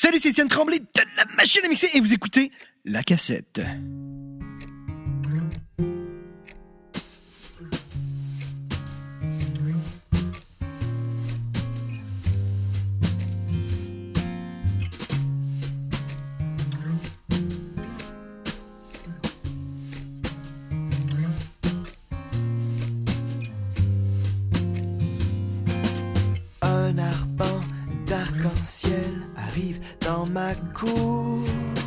Salut, c'est Étienne Tremblay de la machine à mixer et vous écoutez La Cassette. Un arpent d'arc-en-ciel arrive dans ma cour.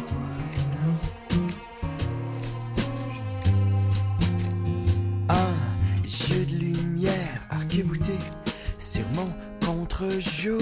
Un jeu de lumière arc-bouté sur mon contre-jour.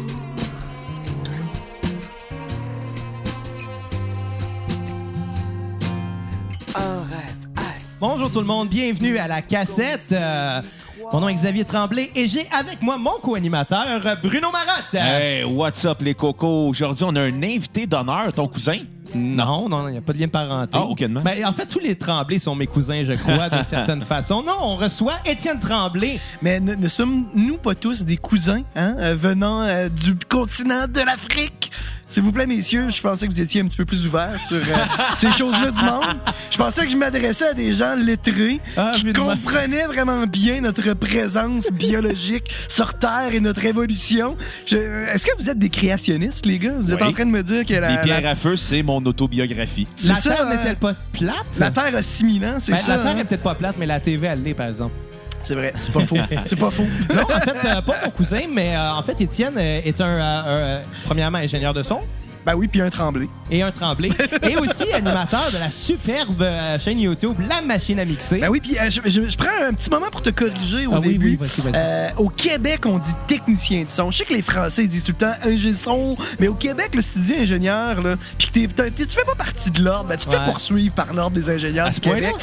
Un rêve assis. Bonjour tout le monde, bienvenue à La Cassette. Mon nom est Xavier Tremblay et j'ai avec moi mon co-animateur Bruno Marotte. Hey, what's up les cocos? Aujourd'hui, on a un invité d'honneur, ton cousin? Non, il n'y a pas de lien de parenté. Ah, aucunement. Ben, en fait, tous les Tremblay sont mes cousins, je crois, d'une certaine façon. Non, on reçoit Étienne Tremblay. Mais ne sommes-nous pas tous des cousins, hein, venant du continent de l'Afrique? S'il vous plaît, messieurs, je pensais que vous étiez un petit peu plus ouverts sur ces choses-là du monde. Je pensais que je m'adressais à des gens lettrés qui comprenaient vraiment bien notre présence biologique sur Terre et notre évolution. Est-ce que vous êtes des créationnistes, les gars? Vous êtes en train de me dire que Les pierres à feu, c'est mon autobiographie. La Terre n'est-elle pas plate? La Terre a 6000 ans, c'est ça? La Terre hein? est peut-être pas plate, mais la TV, elle l'est, par exemple. C'est vrai, c'est pas faux. C'est pas faux. Non, en fait, pas mon cousin, mais en fait, Étienne est premièrement, ingénieur de son. Ben oui, puis un Tremblay. Et un Tremblay. Et aussi animateur de la superbe chaîne YouTube La Machine à mixer. Ben oui, puis je prends un petit moment pour te corriger au début. Oui, vas-y. Au Québec, on dit technicien de son. Je sais que les Français ils disent tout le temps ingé son, mais au Québec, là, si tu dis ingénieur, là, puis que tu fais pas partie de l'ordre, ben, tu te fais poursuivre par l'ordre des ingénieurs du Québec.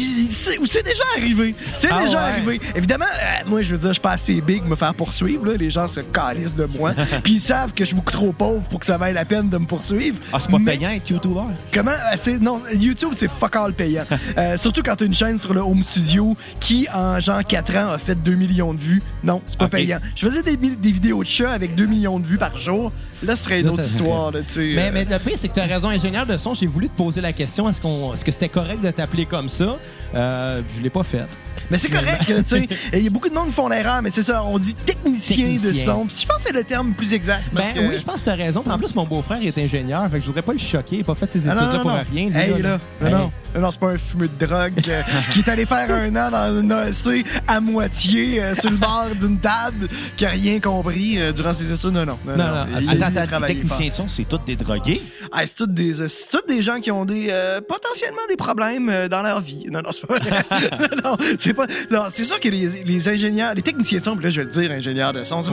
C'est déjà arrivé. C'est déjà arrivé. Évidemment, moi, je veux dire, je suis pas assez big me faire poursuivre. Là. Les gens se calissent de moi. Puis ils savent que je suis beaucoup trop pauvre pour que ça vaille la peine de me poursuivre. Ah, c'est pas payant être YouTuber? Comment? Non, YouTube, c'est fuck all payant. Surtout quand t'as une chaîne sur le Home Studio qui, en genre 4 ans, a fait 2 millions de vues. Non, c'est pas payant. Je faisais des vidéos de chats avec 2 millions de vues par jour. Là, ce serait une autre histoire. Là, mais le pire, c'est que tu as raison, ingénieur de son. J'ai voulu te poser la question, est-ce que c'était correct de t'appeler comme ça? Je l'ai pas fait. Mais c'est correct, tu sais. Il y a beaucoup de monde qui font l'erreur, mais c'est ça, on dit technicien de son. Puis je pense que c'est le terme plus exact. Parce que... Oui, je pense que tu as raison. En plus, mon beau-frère est ingénieur, fait que je voudrais pas le choquer. Il n'a pas fait ses études-là pour rien. Non, c'est pas un fumeux de drogue qui est allé faire un an dans une AEC à moitié sur le bord d'une table, qui a rien compris durant ses études. Non. Attends, les techniciens de son, c'est tous des drogués? C'est tous des gens qui ont potentiellement des problèmes dans leur vie. Non, c'est pas vrai. Non, c'est sûr que les ingénieurs, les techniciens de son, puis là, je vais le dire, ingénieurs de son,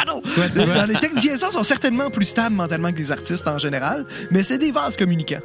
les techniciens de son sont certainement plus stables mentalement que les artistes en général, mais c'est des vases communicants.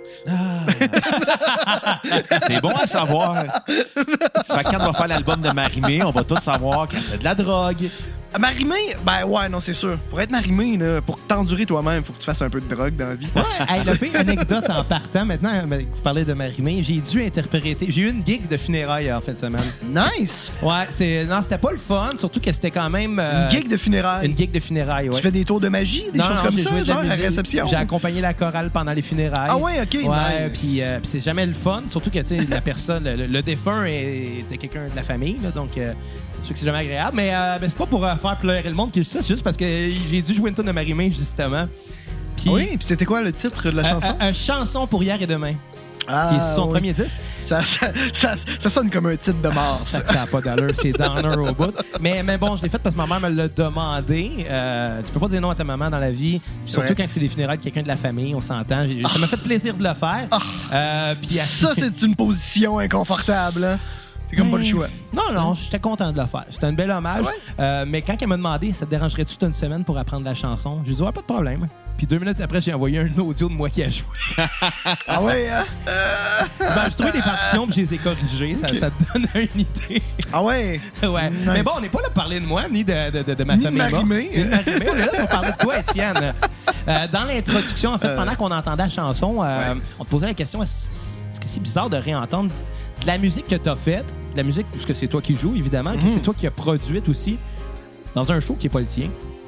C'est bon à savoir. Fait que quand on va faire l'album de Marimé, on va tous savoir qu'elle fait de la drogue. Marimé, ben ouais, non, c'est sûr. Pour être marimé, là, pour t'endurer toi-même, il faut que tu fasses un peu de drogue dans la vie. Le pire anecdote en partant, maintenant, vous parlez de Marimé, j'ai dû interpréter. J'ai eu une gig de funérailles en fin de semaine. Nice! Ouais, c'était pas le fun, surtout que c'était quand même. Une gig de funérailles. Une gig de funérailles, ouais. Tu fais des tours de magie, des choses comme ça, genre à réception? J'ai accompagné la chorale pendant les funérailles. Ah ouais, ok. Ouais, puis c'est jamais le fun, surtout que, tu sais, la personne, le défunt était quelqu'un de la famille, là, donc. Je sais que c'est jamais agréable, mais c'est pas pour faire pleurer le monde que je dis ça, c'est juste parce que j'ai dû jouer une tonne de Marimé, justement. Puis puis c'était quoi le titre de la chanson? Un chanson pour hier et demain. Ah, qui est son premier disque. Ça sonne comme un titre de mort. Ça n'a pas d'allure, c'est downer au bout. Mais bon, je l'ai fait parce que ma mère me l'a demandé. Tu peux pas dire non à ta maman dans la vie, surtout quand c'est les funérailles de quelqu'un de la famille, on s'entend. Ça m'a fait plaisir de le faire. Ça, c'est une position inconfortable, hein? C'est comme pas le choix. Non, j'étais content de le faire. C'était un bel hommage. Mais quand elle m'a demandé, ça te dérangerait-tu une semaine pour apprendre la chanson? J'ai dit, ouais, pas de problème. Puis 2 minutes après, j'ai envoyé un audio de moi qui a joué. Ah ouais, hein? J'ai trouvé des partitions puis je les ai corrigées. Okay. Ça te donne une idée. Ah ouais? Ouais. Nice. Mais bon, on n'est pas là pour parler de moi, ni de ma famille. Ni de Marimé. On est là pour parler de toi, Étienne. Dans l'introduction, en fait, pendant qu'on entendait la chanson, on te posait la question, est-ce que c'est bizarre de réentendre de la musique que tu as faite, de la musique, parce que c'est toi qui joues, évidemment, que c'est toi qui as produite aussi, dans un show qui n'est pas le tien.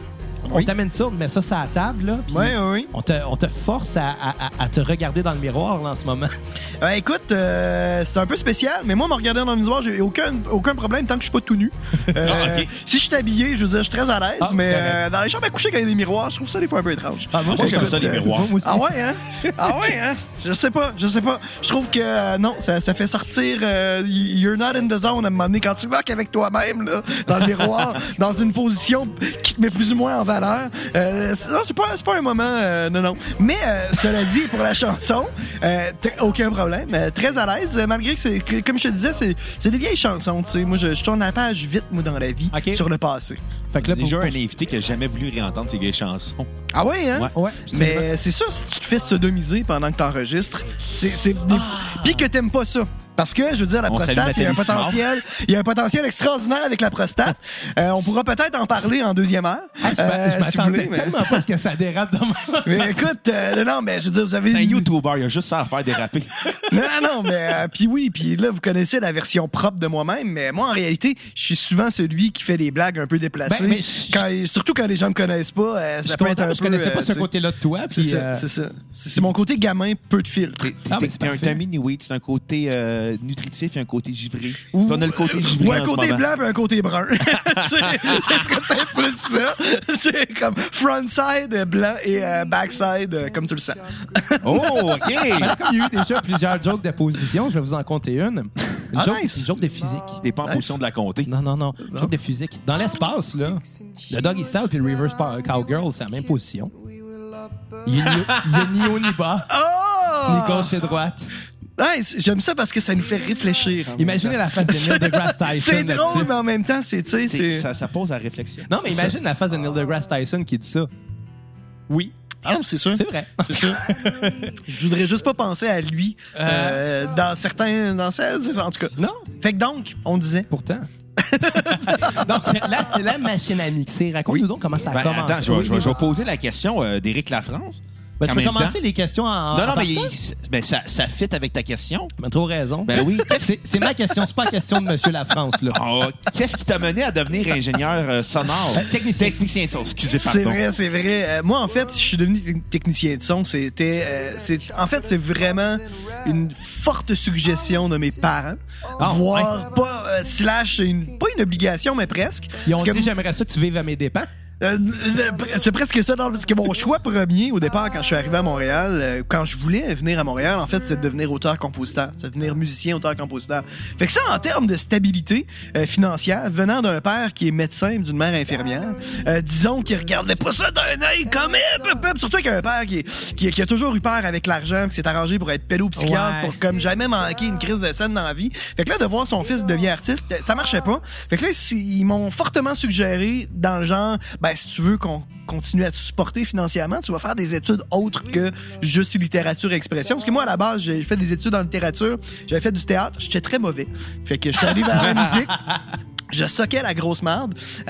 on t'amène ça, on te met ça sur la table, là. Puis Oui. on te force à te regarder dans le miroir, là, en ce moment. Écoute, c'est un peu spécial, mais moi, me regarder dans le miroir, j'ai aucun problème tant que je suis pas tout nu. OK. Si je suis habillé, je veux dire, je suis très à l'aise, mais correct. dans les chambres à coucher, quand il y a des miroirs, je trouve ça des fois un peu étrange. Moi, j'aime ça, les miroirs. Moi aussi. Ah ouais, hein? Je sais pas. Je trouve que non, ça fait sortir you're not in the zone à un moment donné. Quand tu marques avec toi-même là, dans le miroir, dans une position qui te met plus ou moins en valeur, non, c'est pas un moment, non. Mais cela dit, pour la chanson, aucun problème. Très à l'aise, malgré que, comme je te disais, c'est des vieilles chansons, tu sais. Moi, je tourne la page vite, moi, dans la vie, sur le passé. Fait que là, Déjà, un invité qui a jamais voulu réentendre ces vieilles chansons. Ah ouais, hein? Ouais. Mais c'est sûr, si tu te fais sodomiser pendant que t'enregistres, puis que t'aimes pas ça. Parce que, je veux dire, la On salue prostate, il y a un potentiel extraordinaire avec la prostate. On pourra peut-être en parler en deuxième heure. Je si vous m'attendais voulez, mais... tellement pas à ce que ça dérape dans ma... Mais écoute, non, mais je veux dire, vous avez... C'est un YouTuber, il a juste ça à faire déraper. Non, mais puis là, vous connaissez la version propre de moi-même, mais moi, en réalité, je suis souvent celui qui fait des blagues un peu déplacées. Surtout quand les gens me connaissent pas, ça peut être un peu... Je connaissais pas ce côté-là de toi. C'est ça. C'est mon côté gamin, peu de filtre. T'es un mini-wheat, c'est un côté nutritif et un côté givré. Puis on a le côté givré Ou un en ce côté moment. blanc et un côté brun. c'est ce que t'as plus ça. C'est comme frontside blanc et backside comme tu le sens. Oh, OK! Parce qu'il y a eu déjà plusieurs jokes de position, je vais vous en compter une. Une joke de physique. T'es pas en position de la compter. Non. Joke de physique. Dans l'espace, là, le doggy style puis le reverse cowgirl, c'est la même position. Il y a ni haut ni bas, ni gauche et droite. Nice. J'aime ça parce que ça nous fait réfléchir. Imaginez la face de Neil deGrasse Tyson. C'est drôle, mais en même temps, c'est... Ça pose à réflexion. Non, mais imagine la face de Neil deGrasse Tyson qui dit ça. Oui. Ah non, c'est sûr. C'est vrai. C'est sûr. Je voudrais juste pas penser à lui dans certains... en tout cas. Non. Fait que donc, on disait... Pourtant. Donc, là, c'est la machine à mixer. Raconte-nous donc comment ça a commencé. Attends, je vais poser la question d'Éric Lafrance. Tu peux commencer les questions en Non, mais ça fit avec ta question. Ben, trop raison. Ben oui. C'est ma question, c'est pas la question de Monsieur Lafrance, là. Qu'est-ce qui t'a mené à devenir ingénieur sonore? Technicien de son, excusez, pardon. C'est vrai. Moi, en fait, je suis devenu technicien de son. En fait, c'est vraiment une forte suggestion de mes parents. Voire pas, pas une obligation, mais presque. Ils ont dit, j'aimerais ça que tu vives à mes dépens. C'est presque ça, parce que mon choix premier au départ quand je suis arrivé à Montréal, quand je voulais venir à Montréal, en fait, c'est de devenir auteur-compositeur, c'est de devenir musicien, auteur-compositeur. Fait que ça, en termes de stabilité financière, venant d'un père qui est médecin et d'une mère infirmière, disons qu'il regardait pas ça d'un œil comme surtout avec un père qui a toujours eu peur avec l'argent, qui s'est arrangé pour être pédopsychiatre, pour comme jamais manquer une crise de scène dans la vie. Fait que là, de voir son fils devenir artiste, ça marchait pas. Fait que là, ils m'ont fortement suggéré dans le genre, si tu veux qu'on continue à te supporter financièrement, tu vas faire des études autres que juste littérature et expression. Parce que moi, à la base, j'ai fait des études en littérature, j'avais fait du théâtre, j'étais très mauvais. Fait que j'étais allé vers la musique. Je soquais la grosse merde.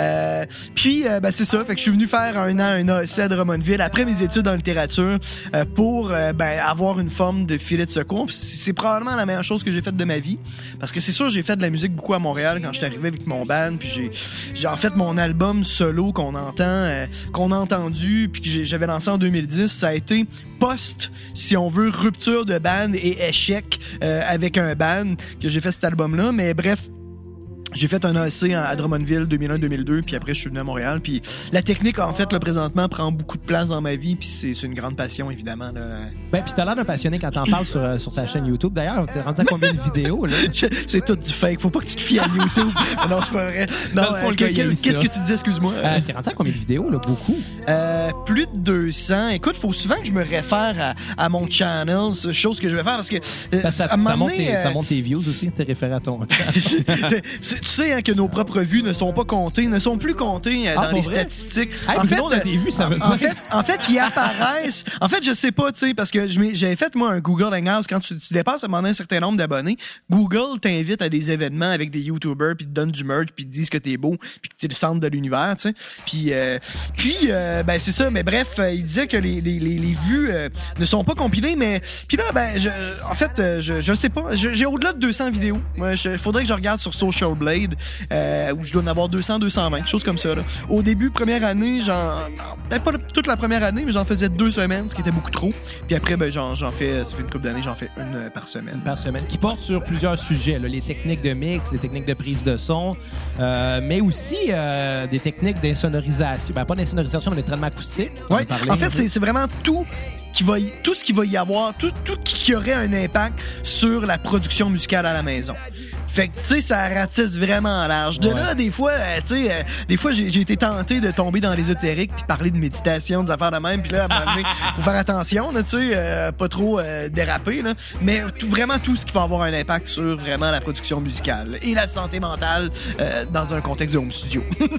Puis, c'est ça. Fait que je suis venu faire un AEC à Drummondville après mes études en littérature pour avoir une forme de filet de secours. Puis c'est probablement la meilleure chose que j'ai faite de ma vie. Parce que c'est sûr, j'ai fait de la musique beaucoup à Montréal quand je suis arrivé avec mon band. Puis j'ai en fait mon album solo qu'on entend, qu'on a entendu, puis que j'avais lancé en 2010. Ça a été si on veut, rupture de band et échec avec un band que j'ai fait cet album-là. Mais bref, j'ai fait un AEC à Drummondville 2001-2002, puis après je suis venu à Montréal. Puis la technique, en fait, là, présentement, prend beaucoup de place dans ma vie, puis c'est une grande passion, évidemment. Là. Puis t'as l'air d'un passionné quand t'en parles sur ta chaîne YouTube. D'ailleurs, t'es rendu à combien de vidéos, là? C'est tout du fake. Faut pas que tu te fies à YouTube. Non, c'est pas vrai. Non, qu'est-ce que tu dis, excuse-moi? T'es rendu à combien de vidéos, là? Beaucoup. Plus de 200. Écoute, faut souvent que je me réfère à mon channel, chose que je vais faire, parce que... ça monte tes views aussi, t'es référé à ton tu sais que nos propres vues ne sont pas comptées, ne sont plus comptées dans les statistiques. En fait, on a des vues, ça veut dire. En fait, ils apparaissent. En fait, je sais pas, tu sais, parce que j'avais fait, moi, un Google Hangouts. Quand tu dépasses à un certain nombre d'abonnés, Google t'invite à des événements avec des YouTubers, puis te donne du merch, puis te disent que t'es beau, puis que t'es le centre de l'univers, tu sais. Puis c'est ça. Mais bref, il disait que les vues ne sont pas compilées, mais... Puis là, je le sais pas. J'ai au-delà de 200 vidéos. Il faudrait que je regarde sur Social Blade. Blade, où je dois en avoir 200, 220, quelque chose comme ça. Là. Au début, première année, peut-être pas toute la première année, mais j'en faisais 2 semaines, ce qui était beaucoup trop. Puis après, ben, j'en fais, ça fait une couple d'années, j'en fais une par semaine. Par semaine, qui porte sur plusieurs sujets, là, les techniques de mix, les techniques de prise de son, mais aussi des techniques d'insonorisation. Ben, pas d'insonorisation, mais de traitement acoustique. Ouais. En fait, c'est vraiment tout ce qu'il va y avoir, tout qui aurait un impact sur la production musicale à la maison. Fait que, tu sais, ça ratisse vraiment large. De là, des fois, des fois, j'ai été tenté de tomber dans l'ésotérique puis parler de méditation, des affaires de même. Puis là, à un moment donné, faut faire attention, tu sais, pas trop déraper, là. Mais vraiment tout ce qui va avoir un impact sur vraiment la production musicale et la santé mentale dans un contexte de home studio.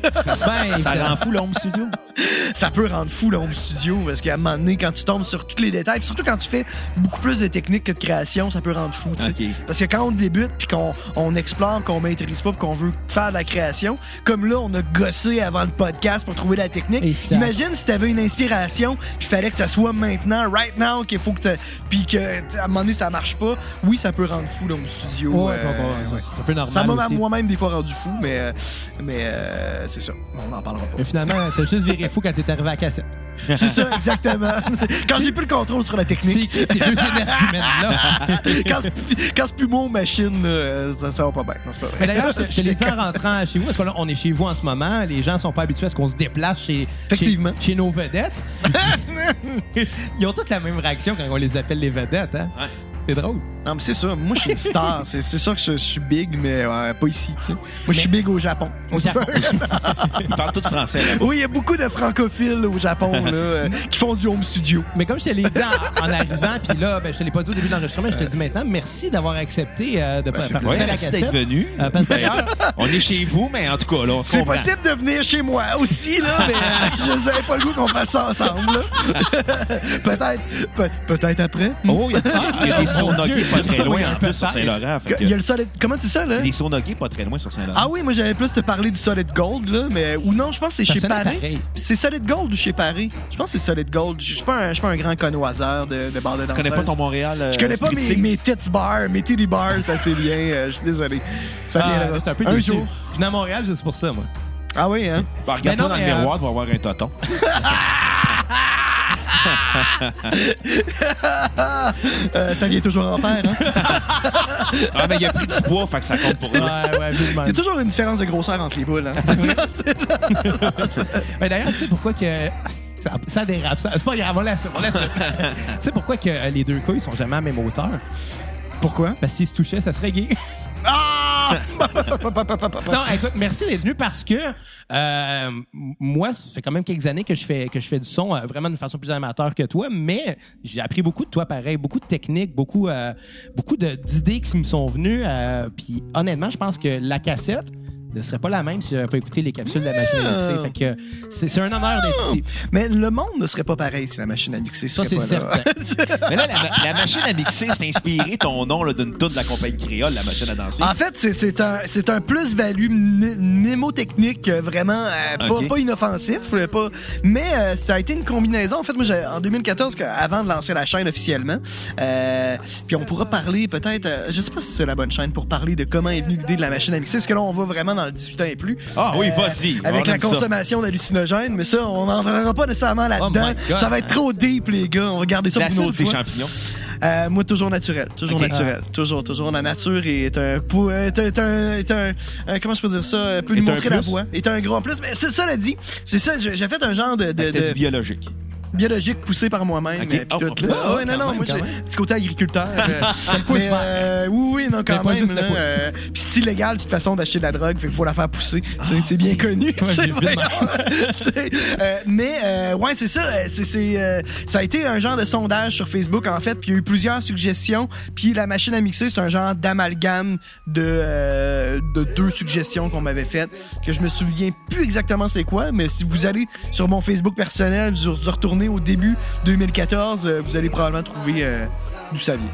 Ça rend fou, le home studio? Ça peut rendre fou, le home studio, parce qu'à un moment donné, quand tu tombes sur tous les détails, puis surtout quand tu fais beaucoup plus de techniques que de création, ça peut rendre fou, tu sais. Okay. Parce que quand on débute puis qu'on explore, qu'on maîtrise pas, puis qu'on veut faire de la création, comme là, on a gossé avant le podcast pour trouver la technique. Imagine si t'avais une inspiration, puis il fallait que ça soit maintenant, right now, qu'il faut que puis que à un moment donné, ça marche pas. Oui, ça peut rendre fou, le home studio. Ouais. C'est un peu normal. Ça m'a aussi. moi-même des fois rendu fou, mais c'est ça. On n'en parlera pas. Mais finalement, t'as juste viré fou quand t'es arrivé à la cassette. C'est ça, exactement. Quand j'ai plus le contrôle sur la technique. C'est qui ces deux énergumènes-là? Quand c'est plus mon machine, ça va pas bien. Non, c'est pas vrai. Mais d'ailleurs, je te l'ai dit en rentrant chez vous, parce que là, on est chez vous en ce moment. Les gens sont pas habitués à ce qu'on se déplace Effectivement. chez nos vedettes. Ils ont toutes la même réaction quand on les appelle les vedettes, hein? Ouais. C'est drôle. Non, mais c'est ça. Moi, je suis une star. C'est sûr que je suis big, mais pas ici, tu sais. Moi, je suis big au Japon. Au Japon. Ils parlent tous français, là. Oui, il y a beaucoup de francophiles au Japon, là, qui font du home studio. Mais comme je te l'ai dit en arrivant, puis là, je te l'ai pas dit au début de l'enregistrement, je te le dis maintenant, merci d'avoir accepté de participer à la merci cassette. d'être venu. Parce que d'ailleurs, on est chez vous, mais en tout cas, là, on se C'est comprend. possible de venir chez moi aussi, là, mais je n'avais pas le goût qu'on fasse ça ensemble, là. Peut-être après. Oh, il y a des sonogués pas très loin, en plus, sur Saint-Laurent. Il y a le solid... Comment tu dis ça, là? Des sonogués pas très loin sur Saint-Laurent. Ah oui, moi, j'avais plus te parler du Solid Gold, là, mais... Ou non, je pense que c'est chez sonnait Paris. pareil. C'est Solid Gold ou chez Paris? Je pense que c'est Solid Gold. Je suis pas un grand connoisseur de bars de danseuses. Tu connais pas ton Montréal? Je connais pas mes tits bars, mes titty bars, ça c'est bien. Je suis désolé. Ça viendra. c'est un peu un déçu. jour. Je viens à Montréal juste pour ça, moi. Ah oui, hein? Bah, regarde-toi Mais dans non, le mais, miroir, tu vas avoir un tonton. Ça vient toujours en paire, hein? Ah, mais il a pris du poids, fait que ça compte pour lui. Ouais, vu de même. Il y a toujours une différence de grosseur entre les boules, hein? Mais d'ailleurs, tu sais pourquoi que... Ça dérape, ça. C'est pas grave, on laisse ça. Tu sais pourquoi que les deux couilles sont jamais à la même hauteur? Pourquoi? Parce que s'ils se touchaient, ça serait gay. Ah! Non, écoute, merci d'être venu parce que moi, ça fait quand même quelques années que je fais du son vraiment d'une façon plus amateur que toi, mais j'ai appris beaucoup de toi pareil, beaucoup de techniques, beaucoup d'idées qui me sont venues. Puis honnêtement, je pense que la cassette ne serait pas la même si j'avais pas écouté les capsules de la machine à mixer. Fait que c'est un honneur d'être ici. Mais le monde ne serait pas pareil si la machine à mixer Ça, serait c'est pas là. certain. Mais là, la machine à mixer, c'est inspiré ton nom là, d'une toune de la compagnie créole, la machine à danser. En fait, c'est un plus-value mnémotechnique vraiment Ok. pas inoffensif, mais ça a été une combinaison. En fait, moi, en 2014, avant de lancer la chaîne officiellement, puis on pourra parler peut-être, je sais pas si c'est la bonne chaîne pour parler de comment est venue l'idée de la machine à mixer, parce que là, on va vraiment dans le 18 ans et plus. Ah oui, vas-y. Avec On la aime ça. consommation d'hallucinogènes, mais ça, on n'entrera pas nécessairement là-dedans. Oh my God. Ça va être trop deep, les gars. On va garder ça pour une L'acide autre des fois. champignons. Moi, toujours naturel. Toujours Ok. naturel. Toujours. La nature est un... comment je peux dire ça? Peut nous Est un montrer la plus. voie. Est un grand plus. Mais ça l'a dit. C'est ça, j'ai fait un genre de C'était du biologique. biologique poussé par moi-même. Ok. Puis Oh, tout, oh, là. oh, Ouais, non, quand même, moi, quand j'ai même. un petit côté agriculteur. pouce mais, vert. oui, non, quand Mais pas même. juste le là, pouce. Puis c'est illégal, de toute façon, d'acheter de la drogue. Fait qu'il faut la faire pousser. C'est bien connu. tu sais, j'ai vu le voyons. Tu sais, mais, ouais, c'est ça. Ça a été un genre de sondage sur Facebook, en fait. Puis il y a eu plusieurs suggestions. Puis la machine à mixer, c'est un genre d'amalgame de 2 suggestions qu'on m'avait faites. Que je me souviens plus exactement c'est quoi. Mais si vous allez sur mon Facebook personnel, vous retournez au début 2014, vous allez probablement trouver d'où ça vient.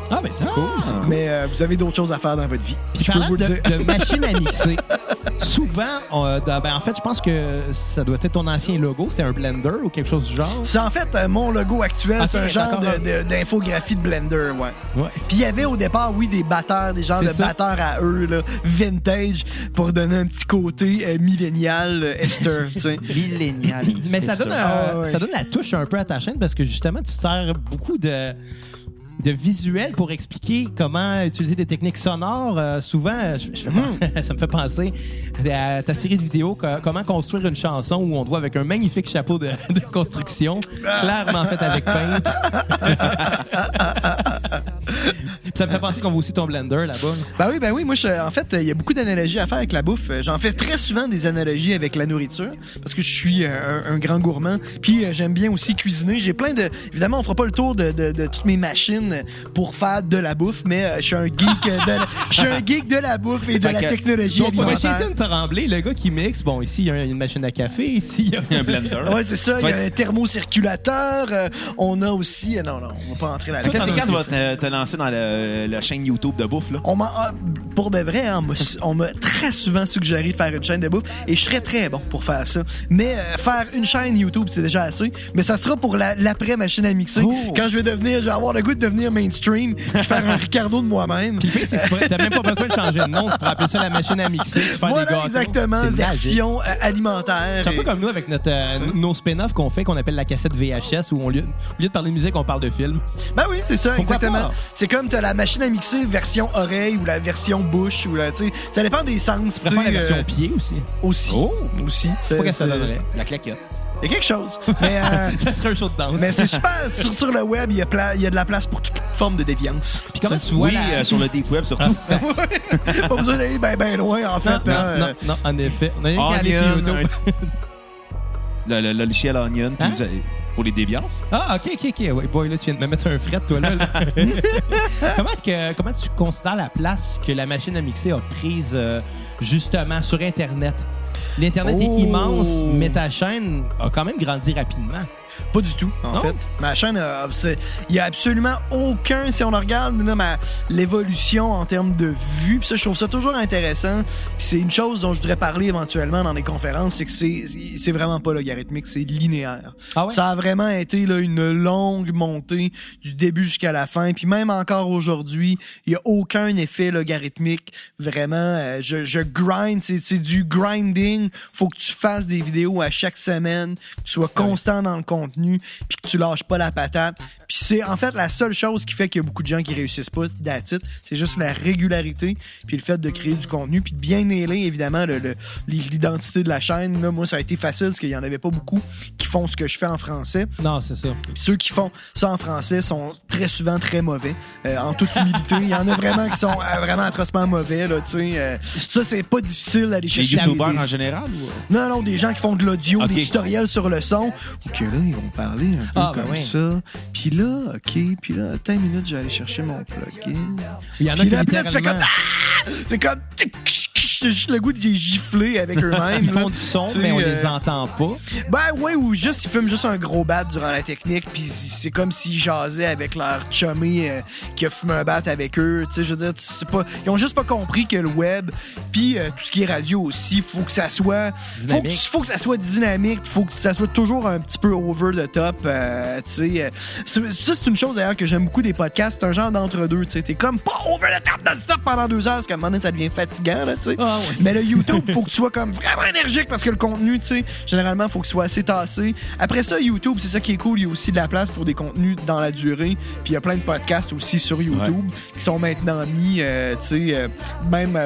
Ah, ben c'est cool. Mais vous avez d'autres choses à faire dans votre vie. Puis Je peux parlant vous le dire. de machine à mixer, souvent, en fait, je pense que ça doit être ton ancien logo. C'était un Blender ou quelque chose du genre. C'est en fait mon logo actuel. Ah, c'est un c'est genre d'accord. d'infographie de Blender, ouais. Ouais. Puis il y avait au départ, oui, des batteurs, des genres C'est de ça. batteurs à eux, là, vintage, pour donner un petit côté millénial, Esther, tu sais. Millénial. Mais ça donne, Ah, ouais. ça donne la touche un peu à ta chaîne parce que justement, tu sers beaucoup de visuels pour expliquer comment utiliser des techniques sonores. Souvent, ça me fait penser à ta série de vidéos, comment construire une chanson où on te voit avec un magnifique chapeau de construction, clairement fait avec Paint. Puis ça me fait penser qu'on voit aussi ton Blender là-bas. Ben oui. Moi, en fait, il y a beaucoup d'analogies à faire avec la bouffe. J'en fais très souvent des analogies avec la nourriture parce que je suis un grand gourmand. Puis j'aime bien aussi cuisiner. J'ai plein de... Évidemment, on fera pas le tour de toutes mes machines pour faire de la bouffe, mais je suis un geek de la bouffe et de la technologie Donc, chez alimentaire. Étienne Tremblay, le gars qui mixe, bon, ici, il y a une machine à café, ici, il y a Un blender. Ouais, c'est ça. Il y a un thermocirculateur. On a aussi... Non, on va pas entrer là-dedans. Quand c'est quand tu vas te lancer dans la chaîne YouTube de bouffe, là? Pour de vrai, hein, on m'a très souvent suggéré de faire une chaîne de bouffe et je serais très bon pour faire ça. Mais faire une chaîne YouTube, c'est déjà assez. Mais ça sera pour l'après machine à mixer. Oh. Quand je vais avoir le goût de devenir mainstream, je vais faire un Ricardo de moi-même. Puis le pire, c'est que tu n'as même pas besoin de changer de nom. Tu pourrais appeler ça la machine à mixer. Faire des Voilà, gâteaux. exactement. C'est Version alimentaire. C'est un peu comme nous avec nos spin-offs qu'on fait, qu'on appelle la cassette VHS, où au lieu de parler de musique, on parle de film. Ben oui, c'est ça, Pourquoi exactement. pas? C'est comme t'as la machine à mixer version oreille ou la version bouche ou tu sais, ça dépend des sens. Tu pourrais faire la version pied aussi. Aussi. Oh. Aussi. Je sais pas qu'est-ce que ça donnerait. La claquette. Il y a quelque chose. Mais Ça serait un show de danse. Mais c'est super. Sur le web, il y a de la place pour toute forme de déviance. Puis comment tu vois Oui, sur le deep web surtout. ça... Pas besoin d'aller ben loin, en fait. non, en effet. On a rien qu'à aller sur Onion, YouTube. le logiciel Onion, puis Hein? vous avez- pour les déviances. Ah, OK. Ouais, boy, là, tu viens de me mettre un fret, toi, là. Comment tu considères la place que la machine à mixer a prise, justement, sur Internet? L'Internet est immense, mais ta chaîne a quand même grandi rapidement. Pas du tout, en Non? fait. Ma chaîne, il y a absolument aucun, si on regarde là, l'évolution en termes de vues, puis ça, je trouve ça toujours intéressant. Puis c'est une chose dont je voudrais parler éventuellement dans les conférences, c'est que c'est vraiment pas logarithmique, c'est linéaire. Ah ouais? Ça a vraiment été là, une longue montée du début jusqu'à la fin. Puis même encore aujourd'hui, il y a aucun effet logarithmique. Vraiment, je grind, c'est du grinding. Faut que tu fasses des vidéos à chaque semaine, que tu sois constant dans le contenu, puis que tu lâches pas la patate. Puis c'est en fait la seule chose qui fait qu'il y a beaucoup de gens qui réussissent pas, that's it. C'est juste la régularité, puis le fait de créer du contenu, puis de bien nailer, évidemment, l'identité de la chaîne. Là, moi, ça a été facile, parce qu'il y en avait pas beaucoup qui font ce que je fais en français. Non, c'est ça. Puis ceux qui font ça en français sont très souvent très mauvais. En toute humilité, il y en a vraiment qui sont vraiment atrocement mauvais. Là, ça, c'est pas difficile d'aller Les chercher. youtubeurs des- en général? Ou... Non, des gens qui font de l'audio, Ok. des tutoriels sur le son. OK, là, ils vont parler un peu ben comme oui. ça. Puis là, OK, puis là, attends une minute, je vais aller chercher mon plugin. Il y en a Puis qui là, après, tu fais comme... littéralement... Ah! C'est comme... J'ai juste le goût de les gifler avec eux-mêmes. Ils font là. du son, Tu sais, mais on les entend pas. Ben ouais, ou juste ils fument juste un gros bat durant la technique, puis c'est comme s'ils jasaient avec leur chummy qui a fumé un bat avec eux. Tu sais, je veux dire, ils ont juste pas compris que le web, puis tout ce qui est radio aussi, faut que ça soit Dynamique. faut que ça soit dynamique, faut que ça soit toujours un petit peu over the top. Tu sais, ça c'est une chose d'ailleurs que j'aime beaucoup des podcasts, c'est un genre d'entre-deux. Tu sais, t'es comme pas over the top non-stop pendant 2 heures, parce qu'à un moment donné ça devient fatigant là, tu sais. Ah ouais. Mais le YouTube, faut que tu sois comme vraiment énergique parce que le contenu, tu sais, généralement, faut que tu sois assez tassé. Après ça, YouTube, c'est ça qui est cool. Il y a aussi de la place pour des contenus dans la durée. Puis il y a plein de podcasts aussi sur YouTube qui sont maintenant mis, tu sais, même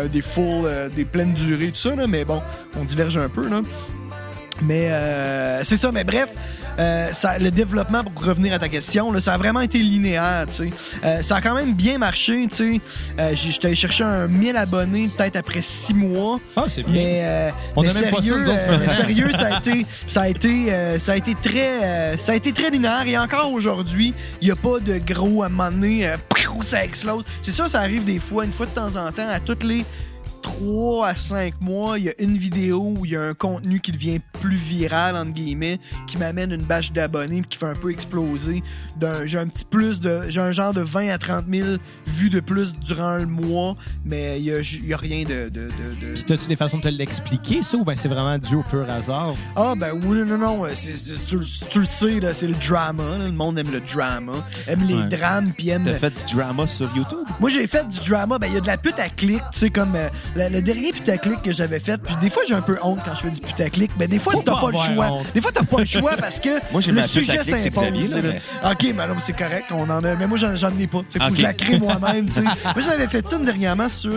des pleines durées, tout ça, là. Mais bon, on diverge un peu, là. Mais c'est ça, mais bref. Le développement, pour revenir à ta question, là, ça a vraiment été linéaire, tu sais. Ça a quand même bien marché, tu sais. J'étais allé chercher 1000 abonnés peut-être après 6 mois. Ah, c'est bien. Mais, On mais a même pas ça, sérieux, nous autres. mais sérieux, ça a été très linéaire. Et encore aujourd'hui, il n'y a pas de gros à un moment donné, ça explose. C'est sûr, ça arrive des fois, une fois de temps en temps, à toutes les 3 à 5 mois, il y a une vidéo où il y a un contenu qui devient plus viral, entre guillemets, qui m'amène une bâche d'abonnés et qui fait un peu exploser. J'ai un genre de 20 à 30 000 vues de plus durant le mois, mais il y a rien de... Puis t'as-tu des façons de te l'expliquer, ça, ou ben c'est vraiment dû au pur hasard? Ah, ben oui, non. Tu le sais, là, c'est le drama. Là, le monde aime le drama. Aime les drames, puis aime... T'as fait du drama sur YouTube? Moi, j'ai fait du drama. Ben, il y a de la putaclic, tu sais, comme le dernier putaclic que j'avais fait. Puis des fois, j'ai un peu honte quand je fais du putaclic. Ben, des fois, t'as pas le choix. Honte. Des fois, t'as pas le choix parce que Moi, j'ai le ma sujet putaclic, c'est Xavier, s'impose. là, OK, mais non, c'est correct. On en a... Mais moi, j'en ai pas. Il faut OK. que je la crée moi-même, tu sais. Moi, j'avais fait ça dernièrement sur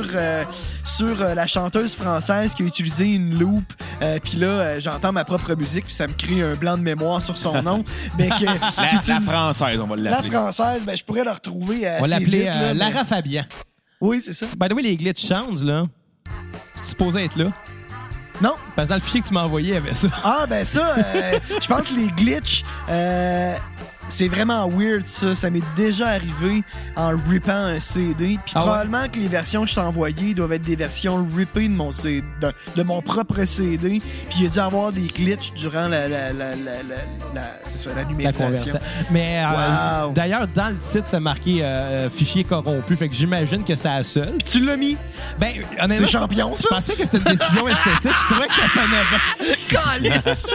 la chanteuse française qui a utilisé une loupe. Puis là, j'entends ma propre musique, puis ça me crée un blanc de mémoire sur son nom. Mais que, La française, on va la l'appeler. française, ben, je pourrais la retrouver assez On va l'appeler vite, là, mais- Lara Fabian. Oui, c'est ça. By the way, les glitch sounds, là, c'est supposé être là. Non. Parce que dans le fichier que tu m'as envoyé, il y avait ça. Ah, ben ça, je pense que les glitches, c'est vraiment weird, ça. Ça m'est déjà arrivé en rippant un CD. Puis probablement que les versions que je t'ai envoyées doivent être des versions rippées de mon CD, de mon propre CD. Puis il a dû avoir des glitches durant la numérisation. Conversation. Mais Wow. d'ailleurs, dans le titre, c'est marqué fichier corrompu. Fait que j'imagine que c'est la seule. Tu l'as mis. Ben, honnêtement, C'est champion, je ça. pensais que c'était une décision esthétique. Je trouvais que ça sonnait bien. Calice!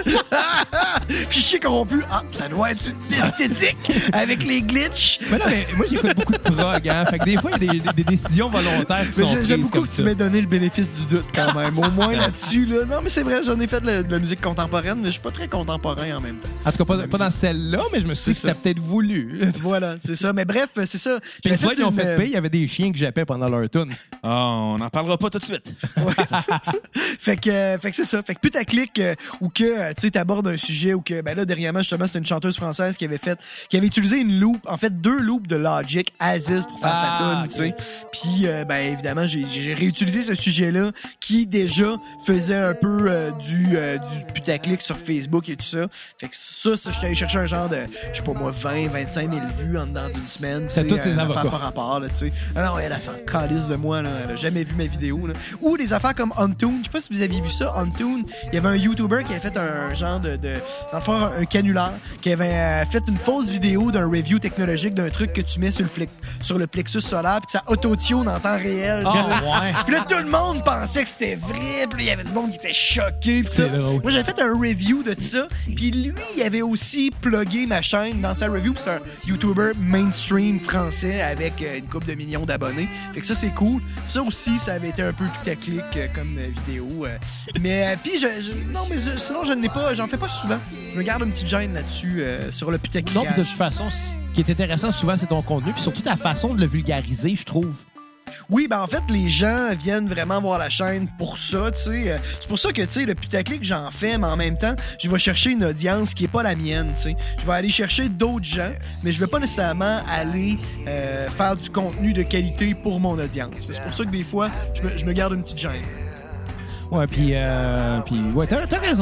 Fichier corrompu. Ah, ça doit être une esthétique avec les glitches. Mais non, mais moi, j'écoute beaucoup de prog, hein. Fait que des fois, il y a des décisions volontaires qui Mais sont j'aime prises beaucoup comme que ça. tu m'aies donné le bénéfice du doute quand même. Au moins là-dessus. Là. Non, mais c'est vrai, j'en ai fait de la musique contemporaine, mais je suis pas très contemporain en même temps. En tout cas, pas dans celle-là, mais je me suis dit que C'est c'était peut-être voulu. Voilà, c'est ça. Mais bref, c'est ça. Puis une fois qu'ils ont fait une- payer, il y avait des chiens que j'appelais pendant leur tune. Oh, on n'en parlera pas tout de suite. Ouais, c'est ça. Fait que c'est ça. Fait que putaclic, ou que tu sais, t'abordes un sujet, ou que, ben là, dernièrement, justement, c'est une chanteuse française qui avait utilisé une loop, en fait, 2 loops de Logic, Aziz, pour faire sa tune, tu sais. Puis, ben évidemment, j'ai réutilisé ce sujet-là qui, déjà, faisait un peu du putaclic sur Facebook et tout ça. Fait que ça, j'étais allé chercher un genre de, je sais pas moi, 20-25 000 vues en dedans d'une semaine. C'est tu sais, tous ses une avocats. affaire par rapport, là, tu sais. Ah non, elle s'en calisse de moi, là. Elle a jamais vu ma vidéo, là. Ou des affaires comme Untune. Je sais pas si vous aviez vu ça, Untune. Il y avait un YouTuber qui avait fait un genre dans le fond, un canular, qui avait fait une fausse vidéo d'un review technologique d'un truc que tu mets sur le plexus solaire, puis ça auto-tune en temps réel. Oh, tu sais. ouais. Puis là, tout le monde pensait que c'était vrai, puis là, il y avait du monde qui était choqué, puis ça. C'est drôle. Moi, j'avais fait un review de tout ça, puis lui, il avait aussi plugué ma chaîne dans sa review, puis c'est un YouTuber mainstream français avec une couple de millions d'abonnés. Fait que ça, c'est cool. Ça aussi, ça avait été un peu putaclic comme vidéo. Mais puis, sinon, je n'ai pas, j'en fais pas souvent. Je me garde une petite gêne là-dessus sur le putaclic. Non, puis de toute façon, ce qui est intéressant souvent, c'est ton contenu, puis surtout ta façon de le vulgariser, je trouve. Oui, ben en fait, les gens viennent vraiment voir la chaîne pour ça, tu sais. C'est pour ça que, tu sais, le putaclic, j'en fais, mais en même temps, je vais chercher une audience qui est pas la mienne, tu sais. Je vais aller chercher d'autres gens, mais je vais pas nécessairement aller faire du contenu de qualité pour mon audience. C'est pour ça que des fois, je me garde une petite gêne. Ouais, puis ouais, t'as raison.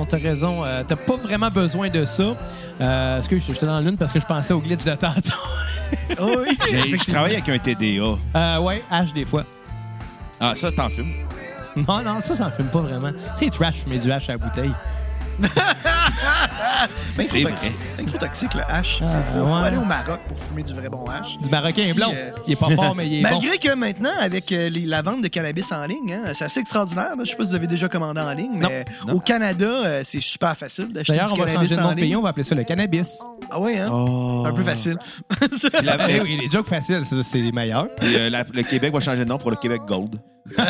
T'as pas vraiment besoin de ça. Excuse, j'étais dans l'une parce que je pensais au glitch de tantôt. Oh oui, Je travaille avec un TDA. Ouais, H des fois. Ah, ça, t'en fumes. Non, ça en fume pas vraiment. C'est trash, fumer du H à la bouteille. Ben, C'est vrai. c'est trop toxique, le hash. Faut ouais. aller au Maroc pour fumer du vrai bon hash. Du Marocain Si, blond. Il est pas fort, mais il est bon. Malgré que maintenant, avec la vente de cannabis en ligne, hein, c'est assez extraordinaire. Là. Je sais pas si vous avez déjà commandé en ligne, mais Non. au Canada, c'est super facile d'acheter D'ailleurs, du on va cannabis changer de nom en de pays, ligne. on va appeler ça le cannabis. Ah oui, hein? Oh. C'est un peu facile. Eh oui, les jokes faciles, c'est les meilleurs. Puis, le Québec va changer de nom pour le Québec Gold.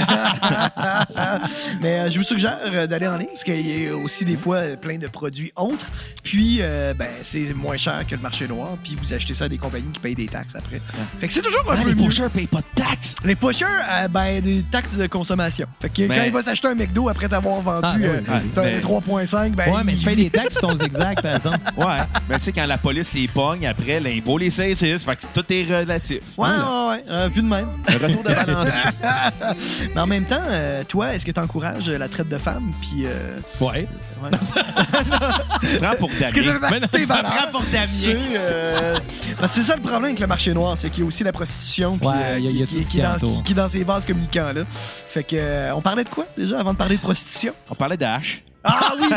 Mais je vous suggère d'aller en ligne parce qu'il y a aussi des fois plein de produits autres. Puis, ben, c'est moins cher que le marché noir. Puis, vous achetez ça à des compagnies qui payent des taxes après. Fait que c'est toujours un peu Les mieux. pushers payent pas de taxes. Les pushers, ben, des taxes de consommation. Fait que quand Mais- il va s'acheter un McDo après t'avoir vendu Ah, oui, mais- 3,5, ben. Ouais, mais tu il- payes des taxes sur ton zigzag, par exemple. Ouais. Mais tu sais, quand la police les pogne, après, l'impôt les saisisse. Fait que tout est relatif. Ouais, ouais, ouais. Vu de même. Le retour de balancier. Mais en même temps, toi, est-ce que tu encourages la traite de femmes? Puis, Ouais. ouais. Tu prends pour Est-ce que ça Damien. fait partie de tes valeurs? prends pour Damien. Tu sais, c'est ça le problème avec le marché noir, c'est qu'il y a aussi la prostitution puis, Ouais, il y a tout ce qui entoure. qui est dans ces vases communicants. Là. Fait que, on parlait de quoi déjà avant de parler de prostitution? On parlait d'H. Ah oui!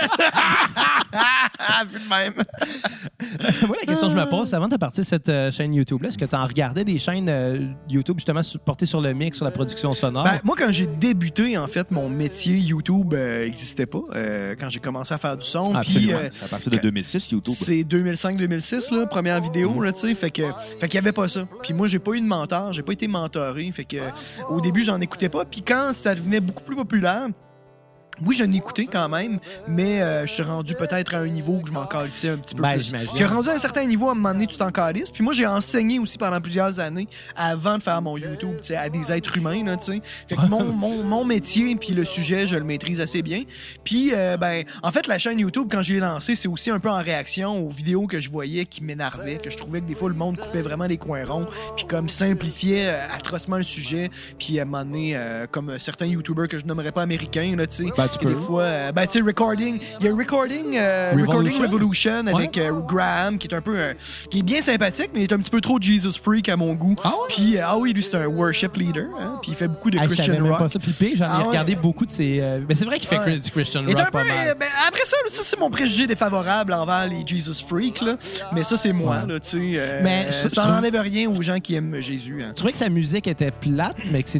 Vu de même. Moi, la question que je me pose, avant de partir cette chaîne YouTube-là, est-ce que tu en regardais des chaînes YouTube justement portées sur le mix, sur la production sonore? Ben, moi, quand j'ai débuté, en fait, mon métier YouTube n'existait pas. Quand j'ai commencé à faire du son. Absolument. Puis, C'est à partir de 2006, YouTube. c'est 2005-2006, là, première vidéo, là, tu sais. Fait qu'il y avait pas ça. Puis moi, j'ai pas eu de mentor, j'ai pas été mentoré. Fait que, au début, j'en écoutais pas. Puis quand ça devenait beaucoup plus populaire, oui, je l'écoutais quand même, mais je suis rendu peut-être à un niveau où je m'en calissais un petit peu Ben, plus. j'imagine. J'ai rendu à un certain niveau, à un moment donné, tu t'en calisses. Puis moi, j'ai enseigné aussi pendant plusieurs années avant de faire mon YouTube, tu sais, à des êtres humains, là, tu sais. Fait que mon métier puis le sujet, je le maîtrise assez bien. Puis, ben, en fait, la chaîne YouTube, quand je l'ai lancée, c'est aussi un peu en réaction aux vidéos que je voyais qui m'énervaient, que je trouvais que des fois, le monde coupait vraiment les coins ronds, puis comme simplifiait atrocement le sujet. Puis à un moment donné, comme certains YouTubers que je nommerais pas américains, là, tu sais. Ben, tu peux. Des fois, ben, tu sais, Recording. Il y a Recording Revolution avec Graham, qui est un peu. Qui est bien sympathique, mais il est un petit peu trop Jesus Freak à mon goût. Ah ouais? Puis, oui, lui, c'est un worship leader. Hein, puis il fait beaucoup de Je savais Christian même rock. pas ça. Puis pire, j'en ai Ah ouais. regardé beaucoup de ses. Mais c'est vrai qu'il fait Ouais. du Christian Il est rock un peu, pas mal. ben, après ça, c'est mon préjugé défavorable envers les Jesus Freak, là. Mais ça, c'est moi, Ouais. là, tu sais. Mais je ça n'enlève rien aux gens qui aiment Jésus. Hein. Je trouvais que sa musique était plate, mais que ses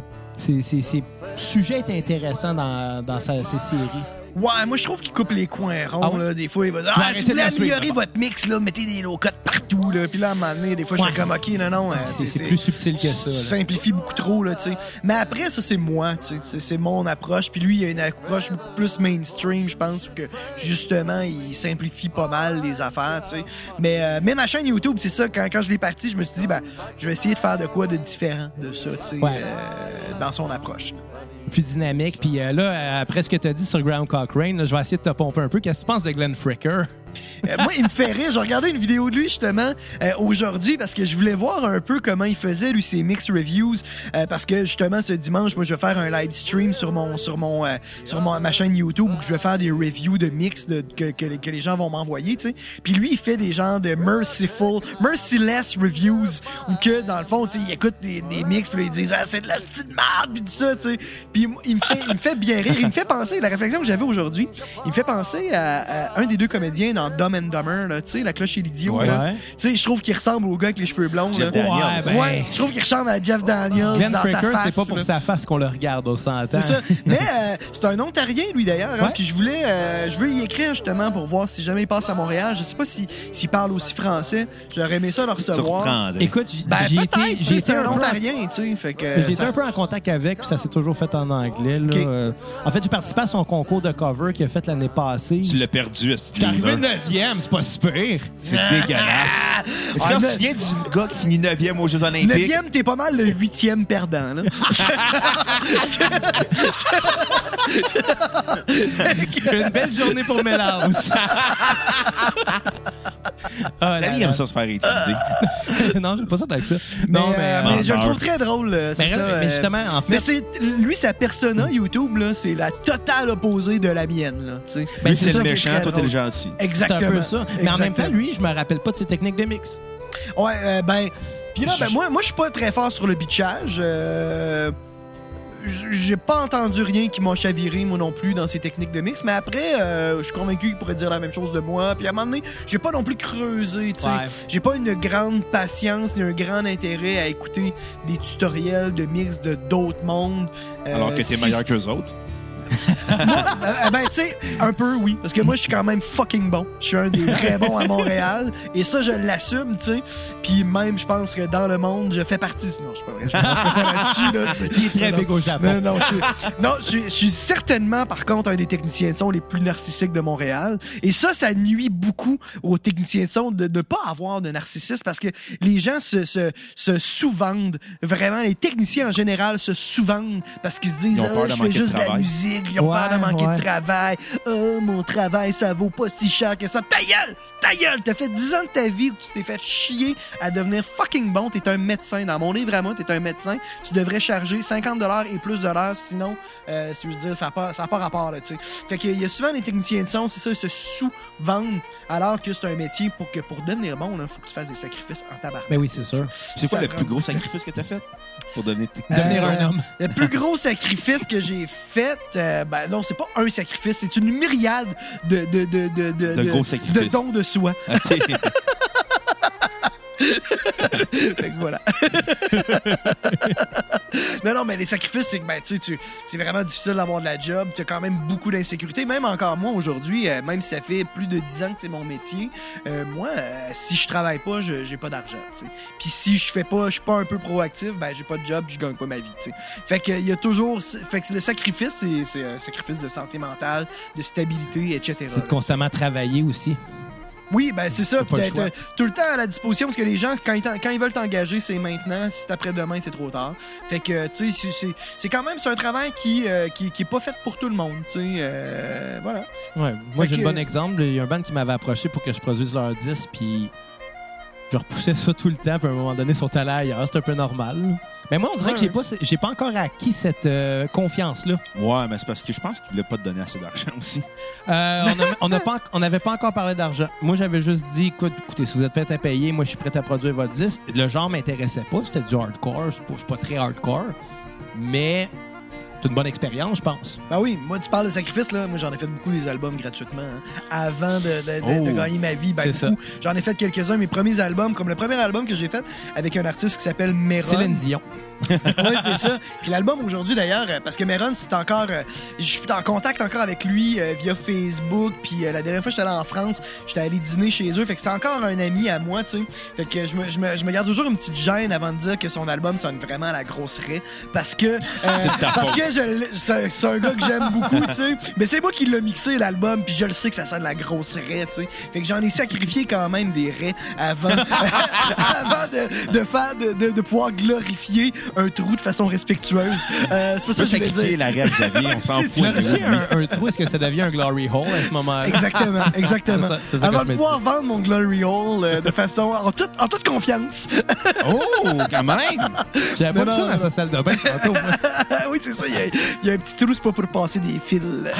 sujets étaient intéressants dans ses séries. Ouais, moi je trouve qu'il coupe les coins ronds. Ah ouais? Là. Des fois, il va dire Je vais si arrêter vous voulez de la suivre, améliorer d'abord. votre mix, là, mettez des low-cuts partout. Là. Puis là, à un moment donné, des fois, je Ouais. suis comme OK, non. C'est plus subtil que ça. Là. Simplifie beaucoup trop, là, tu sais. Mais après, ça, c'est moi, tu sais. C'est mon approche. Puis lui, il a une approche beaucoup plus mainstream, je pense, que justement, il simplifie pas mal les affaires, tu sais. Mais ma chaîne YouTube, c'est ça. Quand je l'ai partie, je me suis dit, ben, je vais essayer de faire de quoi de différent de ça, tu sais, Ouais. dans son approche. Plus dynamique. Puis là, après ce que tu as dit sur Graham Cochrane, là, je vais essayer de te pomper un peu. Qu'est-ce que tu penses de Glenn Fricker? Moi, il me fait rire. J'ai regardé une vidéo de lui, justement, aujourd'hui, parce que je voulais voir un peu comment il faisait, lui, ses mix reviews. Parce que, justement, ce dimanche, moi, je vais faire un live stream sur ma chaîne YouTube où je vais faire des reviews de mix que les gens vont m'envoyer, tu sais. Puis lui, il fait des genres de merciless reviews où que, dans le fond, tu sais, il écoute des mix puis là, il dit « Ah, c'est de la petite merde! » puis tout ça, tu sais. Puis il me fait bien rire. Il me fait penser, la réflexion que j'avais aujourd'hui, il me fait penser à un des deux comédiens dans Dumb and Dumber, là, tu sais, La cloche et l'idiot. Ouais. là. Ouais. Tu sais, je trouve qu'il ressemble au gars avec les cheveux blonds. Jeff là. Daniels. ben, Ouais, je trouve qu'il ressemble à Jeff Daniels Glenn dans sa Fricker, face. c'est pas pour là. sa face qu'on le regarde, on s'entend. C'est ça. Mais c'est un Ontarien, lui, d'ailleurs. Hein, Ouais. puis je veux y écrire, justement, pour voir si jamais il passe à Montréal. Je sais pas s'il parle aussi français. J'aurais aimé ça le recevoir. Surprendre. Écoute, Ben, j'ai peut-être, été, j'ai été c'est un un peu Ontarien, tu sais. Fait que. J'ai été ça- un peu en contact avec, puis ça s'est toujours fait en anglais. Là. Ok. En fait, j'ai participé à son concours de cover qu'il a fait l'année passée. Tu l'as perdu, est-ce que J'étais arrivé 9e, c'est pas super. C'est dégueulasse. Est-ce Ah, qu'on ne- se souvient du gars qui finit 9e aux Jeux Olympiques? 9e, t'es pas mal le 8e perdant, là. Une belle journée pour Mélange. Ah, Salut, il aime ça se faire étudier. Non, j'ai pas ça avec ça. Mais, Non, mais je le menteur. trouve très drôle, c'est Mais, ça. mais justement, en fait. Mais c'est lui, sa persona YouTube, là, c'est la totale opposée de la mienne. Là, tu sais. Ben, Lui, c'est c'est ça le qui est méchant, très toi, t'es le drôle. gentil. C'est Exactement. un peu ça. Mais en même temps, Exactement. lui, je me rappelle pas de ses techniques de mix. Ouais, ben. Puis là, ben, moi, je suis pas très fort sur le bitchage. J'ai pas entendu rien qui m'a chaviré, moi non plus, dans ses techniques de mix. Mais après, je suis convaincu qu'il pourrait dire la même chose de moi. Puis à un moment donné, j'ai pas non plus creusé, tu sais. Ouais. J'ai pas une grande patience ni un grand intérêt à écouter des tutoriels de mix de d'autres mondes. Alors que t'es si- meilleur qu'eux autres. Ben, tu sais, un peu, oui. Parce que moi, je suis quand même fucking bon. Je suis un des très bons à Montréal. Et ça, je l'assume, tu sais. Puis même, je pense que dans le monde, je fais partie... Non, c'est pas vrai. Je ne pas là-dessus, là. tu sais. Il est très Non, big au Japon. Non, je suis certainement, par contre, un des techniciens de son les plus narcissiques de Montréal. Et ça nuit beaucoup aux techniciens de son de ne pas avoir de narcissisme parce que les gens se sous-vendent. Vraiment, les techniciens en général se sous-vendent parce qu'ils se disent Ils ont peur de je fais manquer de juste de la travail. musique, ils ont peur de Ouais, manquer ouais. de travail. Oh, mon travail, ça vaut pas si cher que ça. Ta gueule! ta gueule, t'as fait 10 ans de ta vie où tu t'es fait chier à devenir fucking bon, t'es un médecin. Dans mon livre à moi, t'es un médecin. Tu devrais charger 50$ et plus de l'heure, sinon, je veux dire, ça n'a pas rapport, là, tu sais. Fait qu'il y a souvent des techniciens de son, c'est ça, ils se sous-vendent, alors que c'est un métier pour devenir bon, il faut que tu fasses des sacrifices en tabarnak. Ben oui, c'est sûr. C'est quoi le plus gros sacrifice que t'as fait pour devenir Devenir un homme. Le plus gros sacrifice que j'ai fait, ben non, c'est pas un sacrifice, c'est une myriade de gros sacrifices. de dons de soi. OK. Fait que voilà. Non, mais les sacrifices, c'est que ben, c'est vraiment difficile d'avoir de la job. Tu as quand même beaucoup d'insécurité. Même encore moi, aujourd'hui, même si ça fait plus de 10 ans que c'est mon métier, moi, si je travaille pas, j'ai pas d'argent. Puis si je suis pas un peu proactif, ben j'ai pas de job, je gagne pas ma vie. T'sais. Fait que il y a toujours... Fait que le sacrifice, c'est un sacrifice de santé mentale, de stabilité, etc. C'est de constamment travailler aussi. Oui, ben c'est ça. Pas le D'être choix. tout le temps à la disposition, parce que les gens, quand ils veulent t'engager, c'est maintenant. Si c'est après-demain, c'est trop tard. Fait que, tu sais, c'est quand même un travail qui est pas fait pour tout le monde, tu sais. Voilà. Ouais. Moi, j'ai Fait un que- bon exemple. Il y a un band qui m'avait approché pour que je produise leur disque, puis je repoussais ça tout le temps, puis à un moment donné, ils sont allés ailleurs. C'est un peu normal. Mais moi, on dirait Ouais. que j'ai pas encore acquis cette confiance-là. Ouais, mais c'est parce que je pense qu'il voulait pas te donner assez d'argent aussi. On n'avait pas encore parlé d'argent. Moi, j'avais juste dit, écoutez, si vous êtes prêt à payer, moi, je suis prêt à produire votre disque. Le genre m'intéressait pas. C'était du hardcore. Je suis pas très hardcore. Mais c'est une bonne expérience, je pense. Ben oui, moi, tu parles de sacrifice, là. Moi, j'en ai fait beaucoup des albums gratuitement. Avant de gagner ma vie, ben C'est beaucoup. J'en ai fait quelques-uns. Mes premiers albums, comme le premier album que j'ai fait avec un artiste qui s'appelle Meron. Céline Dion. Oui, c'est ça. Puis l'album aujourd'hui, d'ailleurs, parce que Meron, c'est encore... je suis en contact encore avec lui via Facebook. Puis la dernière fois que j'étais allé en France, j'étais allé dîner chez eux. Fait que c'est encore un ami à moi, tu sais. Fait que je me garde toujours une petite gêne avant de dire que son album sonne vraiment à la grosse raie. Parce que... parce que c'est un gars que j'aime beaucoup, tu sais. Mais c'est moi qui l'ai mixé, l'album. Puis je le sais que ça sonne la grosse raie, tu sais. Fait que j'en ai sacrifié quand même des raies avant, avant de pouvoir glorifier un trou de façon respectueuse. C'est pas Tu peux ça que je voulais sacrifier dire. la rêve Xavier, on s'en C'est fout. ça. Glorifier un trou, est-ce que ça devient un glory hole à ce moment-là? Exactement. C'est ça que Avant je de me pouvoir vendre mon Glory Hole de façon en toute confiance. Oh, quand même! J'avais pas Non, vu ça non, dans sa salle de bain tantôt. Oui, c'est ça. Il y a un petit trou, c'est pas pour passer des fils.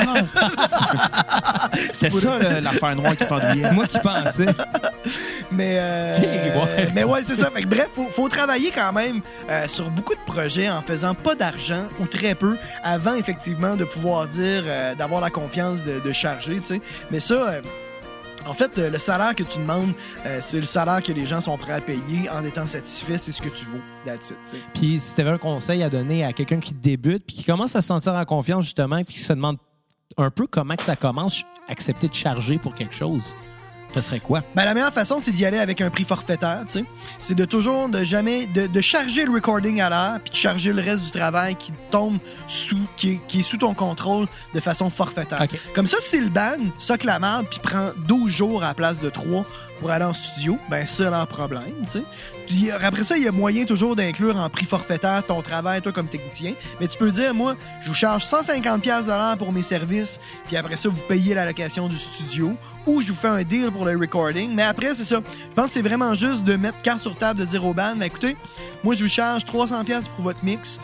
C'est ça l'affaire noire qui pendouillait. Moi qui pensais. Mais, Ouais. mais ouais, c'est ça. Fait que, bref, faut travailler quand même sur beaucoup de projets en faisant pas d'argent ou très peu avant effectivement de pouvoir dire d'avoir la confiance de charger, tu sais. Mais ça, en fait, le salaire que tu demandes, c'est le salaire que les gens sont prêts à payer en étant satisfaits, c'est ce que tu vaux. That's it, tu sais. Puis si tu avais un conseil à donner à quelqu'un qui débute puis qui commence à se sentir en confiance justement puis qui se demande un peu comment que ça commence, accepter de charger pour quelque chose, ça serait quoi? Ben, la meilleure façon, c'est d'y aller avec un prix forfaitaire, tu sais. C'est de toujours, de charger le recording à l'heure, puis de charger le reste du travail qui tombe qui est sous ton contrôle de façon forfaitaire. OK. Comme ça, si le band socle la merde, puis prend 12 jours à la place de 3 pour aller en studio, ben c'est leur problème, tu sais. Puis après ça, il y a moyen toujours d'inclure en prix forfaitaire ton travail, toi, comme technicien. Mais tu peux dire, moi, je vous charge 150$ de l'heure pour mes services, puis après ça, vous payez la location du studio, ou je vous fais un deal pour le recording. Mais après, c'est ça. Je pense que c'est vraiment juste de mettre carte sur table, de dire au band, ben, écoutez, moi, je vous charge 300$ pour votre mix,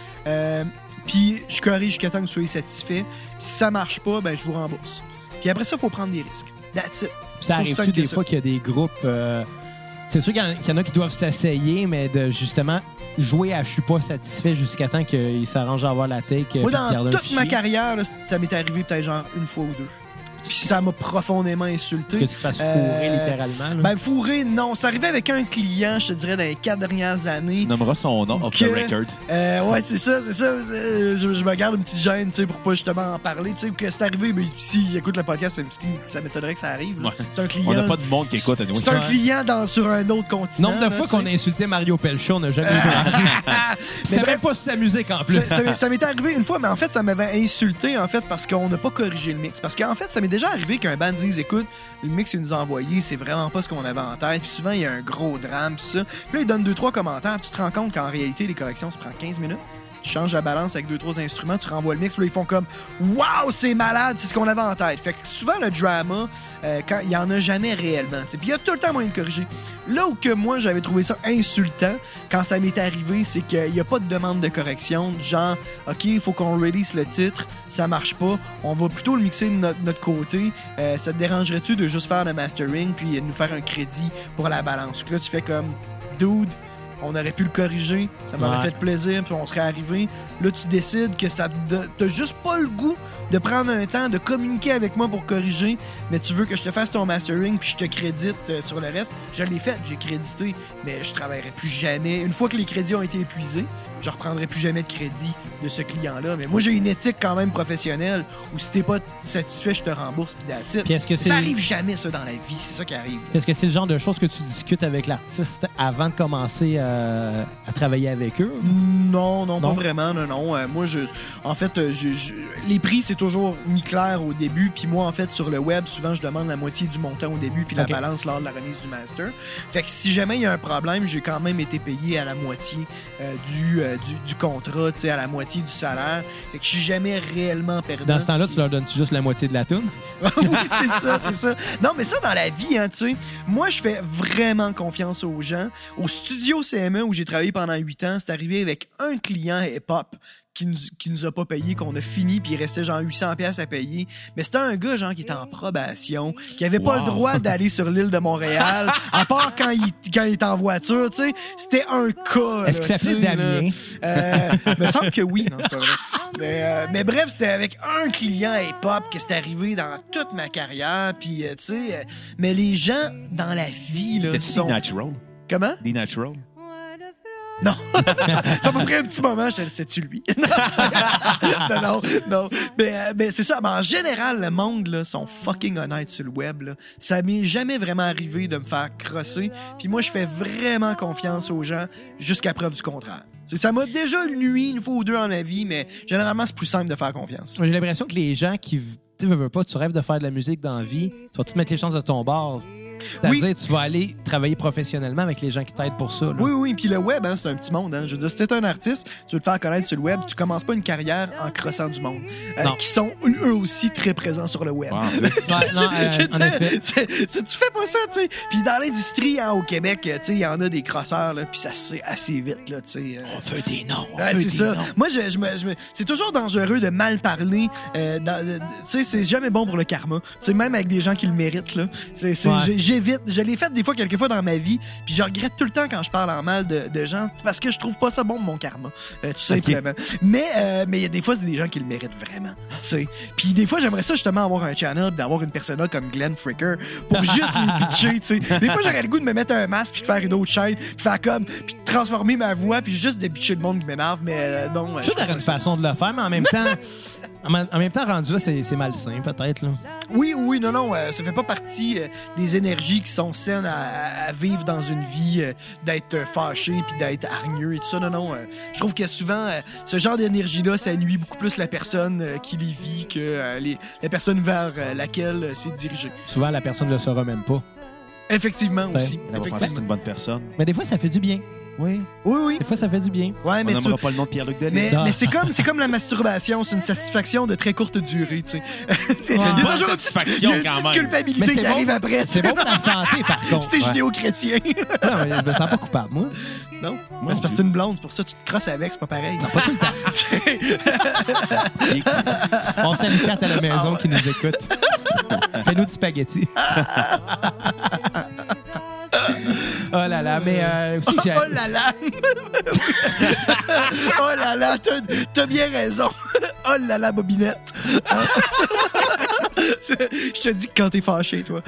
puis je corrige jusqu'à temps que vous soyez satisfait. Si ça marche pas, ben, je vous rembourse. Puis après ça, il faut prendre des risques. That's it. Ça Aussi arrive-tu simple des que ça. fois qu'il y a des groupes... c'est sûr qu'il y en a qui doivent s'essayer, mais de justement jouer à « je suis pas satisfait » jusqu'à temps qu'ils s'arrangent à avoir la take. Moi, puis de garder dans un toute fichier. ma carrière, là, ça m'est arrivé peut-être genre une fois ou deux. Puis ça m'a profondément insulté. Que tu te fasses fourrer littéralement. Là. Ben, fourré, non. Ça arrivait avec un client, je te dirais, dans les 4 dernières années. Tu nommeras son nom off the record. Ouais, c'est ça. Je me garde une petite gêne, tu sais, pour pas justement en parler, tu sais. Que c'est arrivé, mais s'il écoute le podcast, ça m'étonnerait que ça arrive. là. Ouais. C'est un client. On n'a pas de monde qui écoute à nous. C'est un client sur un autre continent. Nombre de là, fois tu sais. qu'on a insulté Mario Pelchon, on n'a jamais eu C'est bref, même pas sur sa musique en plus. Ça m'est arrivé une fois, mais en fait, ça m'avait insulté, en fait, parce qu'on n'a pas corrigé le mix. Parce qu'en fait, ça m'est déjà arrivé qu'un band dise, écoute, le mix qu'il nous a envoyé, c'est vraiment pas ce qu'on avait en tête. Puis souvent, il y a un gros drame, tout ça. Puis là, il donne 2-3 commentaires, puis tu te rends compte qu'en réalité, les corrections, ça prend 15 minutes. tu changes la balance avec 2-3 instruments, tu renvoies le mix, puis là, ils font comme « Wow, c'est malade, c'est ce qu'on avait en tête ». Fait que souvent, le drama, quand il n'y en a jamais réellement. Puis il y a tout le temps moyen de corriger. Là où que moi, j'avais trouvé ça insultant, quand ça m'est arrivé, c'est qu'il n'y a pas de demande de correction. Genre, OK, il faut qu'on release le titre, ça marche pas, on va plutôt le mixer de notre côté. Ça te dérangerait-tu de juste faire le mastering puis nous faire un crédit pour la balance? Là, tu fais comme, dude, on aurait pu le corriger, ça m'aurait fait plaisir, puis on serait arrivé. Là, tu décides que t'as juste pas le goût de prendre un temps, de communiquer avec moi pour corriger, mais tu veux que je te fasse ton mastering puis je te crédite sur le reste. Je l'ai fait, j'ai crédité, mais je travaillerai plus jamais. Une fois que les crédits ont été épuisés, je reprendrai plus jamais de crédit de ce client-là. Mais moi, j'ai une éthique quand même professionnelle où si t'es pas satisfait, je te rembourse puis that's it. Puis est-ce que ça arrive jamais, ça, dans la vie. C'est ça qui arrive. Est-ce que c'est le genre de choses que tu discutes avec l'artiste avant de commencer à travailler avec eux? Non, pas vraiment, non. Moi, en fait, les prix, c'est toujours mis clair au début. Puis moi, en fait, sur le web, souvent, je demande la moitié du montant au début puis la balance lors de la remise du master. Fait que si jamais il y a un problème, j'ai quand même été payé à la moitié du contrat, tu sais, à la moitié du salaire. Fait que je suis jamais réellement perdant. Dans ce temps-là, tu leur donnes-tu juste la moitié de la toune? Oui, c'est ça. Non, mais ça, dans la vie, hein, tu sais, moi, je fais vraiment confiance aux gens. Au studio CME, où j'ai travaillé pendant 8 ans, c'est arrivé avec un client hip-hop qui nous a pas payé, qu'on a fini, puis il restait genre 800$ à payer. Mais c'était un gars, genre, qui était en probation, qui avait pas le droit d'aller sur l'île de Montréal, à part quand il est en voiture, tu sais. C'était un cas. Est-ce que ça s'appelait Damien? Il me semble que oui, non, c'est pas vrai. Mais bref, c'était avec un client hip-hop que c'est arrivé dans toute ma carrière, puis tu sais, mais les gens dans la vie, là, T'es-tu D-Natural? Comment? D-Natural? Non. Ça m'a pris un petit moment, je sais-tu lui? non. Mais c'est ça. Mais en général, le monde, là, sont fucking honnêtes sur le web, là. Ça m'est jamais vraiment arrivé de me faire crosser. Puis moi, je fais vraiment confiance aux gens jusqu'à preuve du contraire. Ça m'a déjà nuit une fois ou deux dans ma vie, mais généralement, c'est plus simple de faire confiance. J'ai l'impression que les gens qui veux pas, tu rêves de faire de la musique dans la vie, tu vas tout mettre les chances de ton bord. C'est-à-dire, tu vas aller travailler professionnellement avec les gens qui t'aident pour ça. Là. Oui. Puis le web, hein, c'est un petit monde. Hein. Je veux dire, si t'es un artiste, tu veux te faire connaître sur le web, tu commences pas une carrière en crossant du monde. Qui sont eux aussi très présents sur le web. Wow. En effet. Tu fais pas ça, tu sais. Puis dans l'industrie, hein, au Québec, tu sais, il y en a des crosseurs, là, puis ça se fait assez vite, là, tu sais. On veut des noms. C'est ça. Moi, c'est toujours dangereux de mal parler. Tu sais, c'est jamais bon pour le karma. Tu sais, même avec des gens qui le méritent, là. J'évite. Je l'ai fait quelques fois dans ma vie, puis je regrette tout le temps quand je parle en mal de gens parce que je trouve pas ça bon de mon karma, tout simplement. Mais il y a des fois, c'est des gens qui le méritent vraiment, tu sais. Puis des fois, j'aimerais ça justement avoir un channel, d'avoir une persona comme Glenn Fricker pour juste les bitcher, tu sais. Des fois, j'aurais le goût de me mettre un masque puis de faire une autre chaîne, puis faire comme, puis de transformer ma voix, puis juste de bitcher le monde qui m'énerve, mais non. Je trouve une façon de le faire, mais en même temps. En même temps, rendu là, c'est malsain, peut-être. Là. Oui, non. Ça fait pas partie des énergies qui sont saines à vivre dans une vie, d'être fâché puis d'être hargneux et tout ça. Non. Je trouve que souvent, ce genre d'énergie-là, ça nuit beaucoup plus la personne qui les vit que la personne vers laquelle c'est dirigé. Souvent, la personne ne le saura même pas. Effectivement, aussi. Elle va penser que c'est une bonne personne. Mais des fois, ça fait du bien. Oui. Des fois, ça fait du bien. Ouais, mais on n'aimera pas le nom de Pierre-Luc Delisle. Mais c'est comme la masturbation, c'est une satisfaction de très courte durée, tu sais. Il y a toujours satisfaction quand même. Culpabilité qui arrive après. C'est bon pour la santé, par contre. C'était judéo-chrétien. Non, mais je me sens pas coupable, moi. Non. Mais c'est parce que c'est une blonde, c'est pour ça que tu te crosses avec, c'est pas pareil. Non, pas tout le temps. On salue Kat à la maison qui nous écoute. Fais-nous du spaghetti. Oh là là, mais aussi que j'ai... Oh là là! Oh là là, t'as bien raison. Oh là là, bobinette. Je te dis que quand t'es fâché, toi.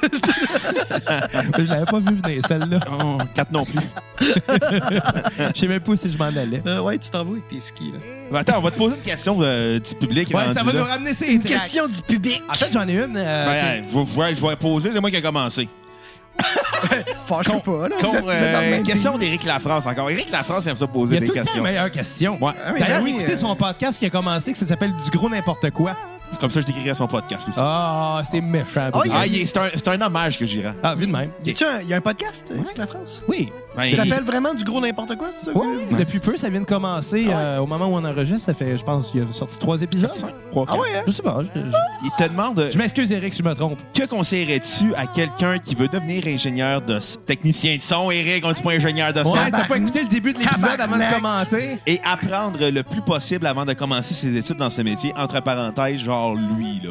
Je l'avais pas vu venir, celle-là. Oh, 4 non plus. Je sais même pas si je m'en allais. Ouais, tu t'en vas avec tes skis, là. Attends, on va te poser une question du public. Ouais, ça va là. nous ramener ces Une question du public. En fait, j'en ai une. Je vais poser, c'est moi qui ai commencé. Fâche pas, là. Vous êtes dans le même question pays. d'Éric Lafrance encore. Éric Lafrance aime ça poser des questions. Il y a tout le temps une meilleure question. Ouais. Ah oui, D'ailleurs, ben oui, écoutez son podcast qui a commencé, qui s'appelle Du gros n'importe quoi. C'est comme ça que je décrirais son podcast aussi. Ah, c'était méchant. Oh, C'est un hommage que je dirais. Ah, vu de même. Il y a un podcast avec la France? Oui. Ben, Ça s'appelle vraiment du gros n'importe quoi, c'est ça? Oui, depuis peu, ça vient de commencer. Au moment où on enregistre, ça fait, je pense, qu'il y a sorti 3 épisodes. Ah ouais, hein? Je sais pas. Il te demande Je m'excuse, Eric, si je me trompe. que conseillerais-tu à quelqu'un qui veut devenir ingénieur de technicien de son? Eric, on dit pas ingénieur de son. Ouais, t'as pas écouté le début de l'épisode avant de Tabarnak. commenter? Et apprendre le plus possible avant de commencer ses études dans ce métier, entre parenthèses, genre lui,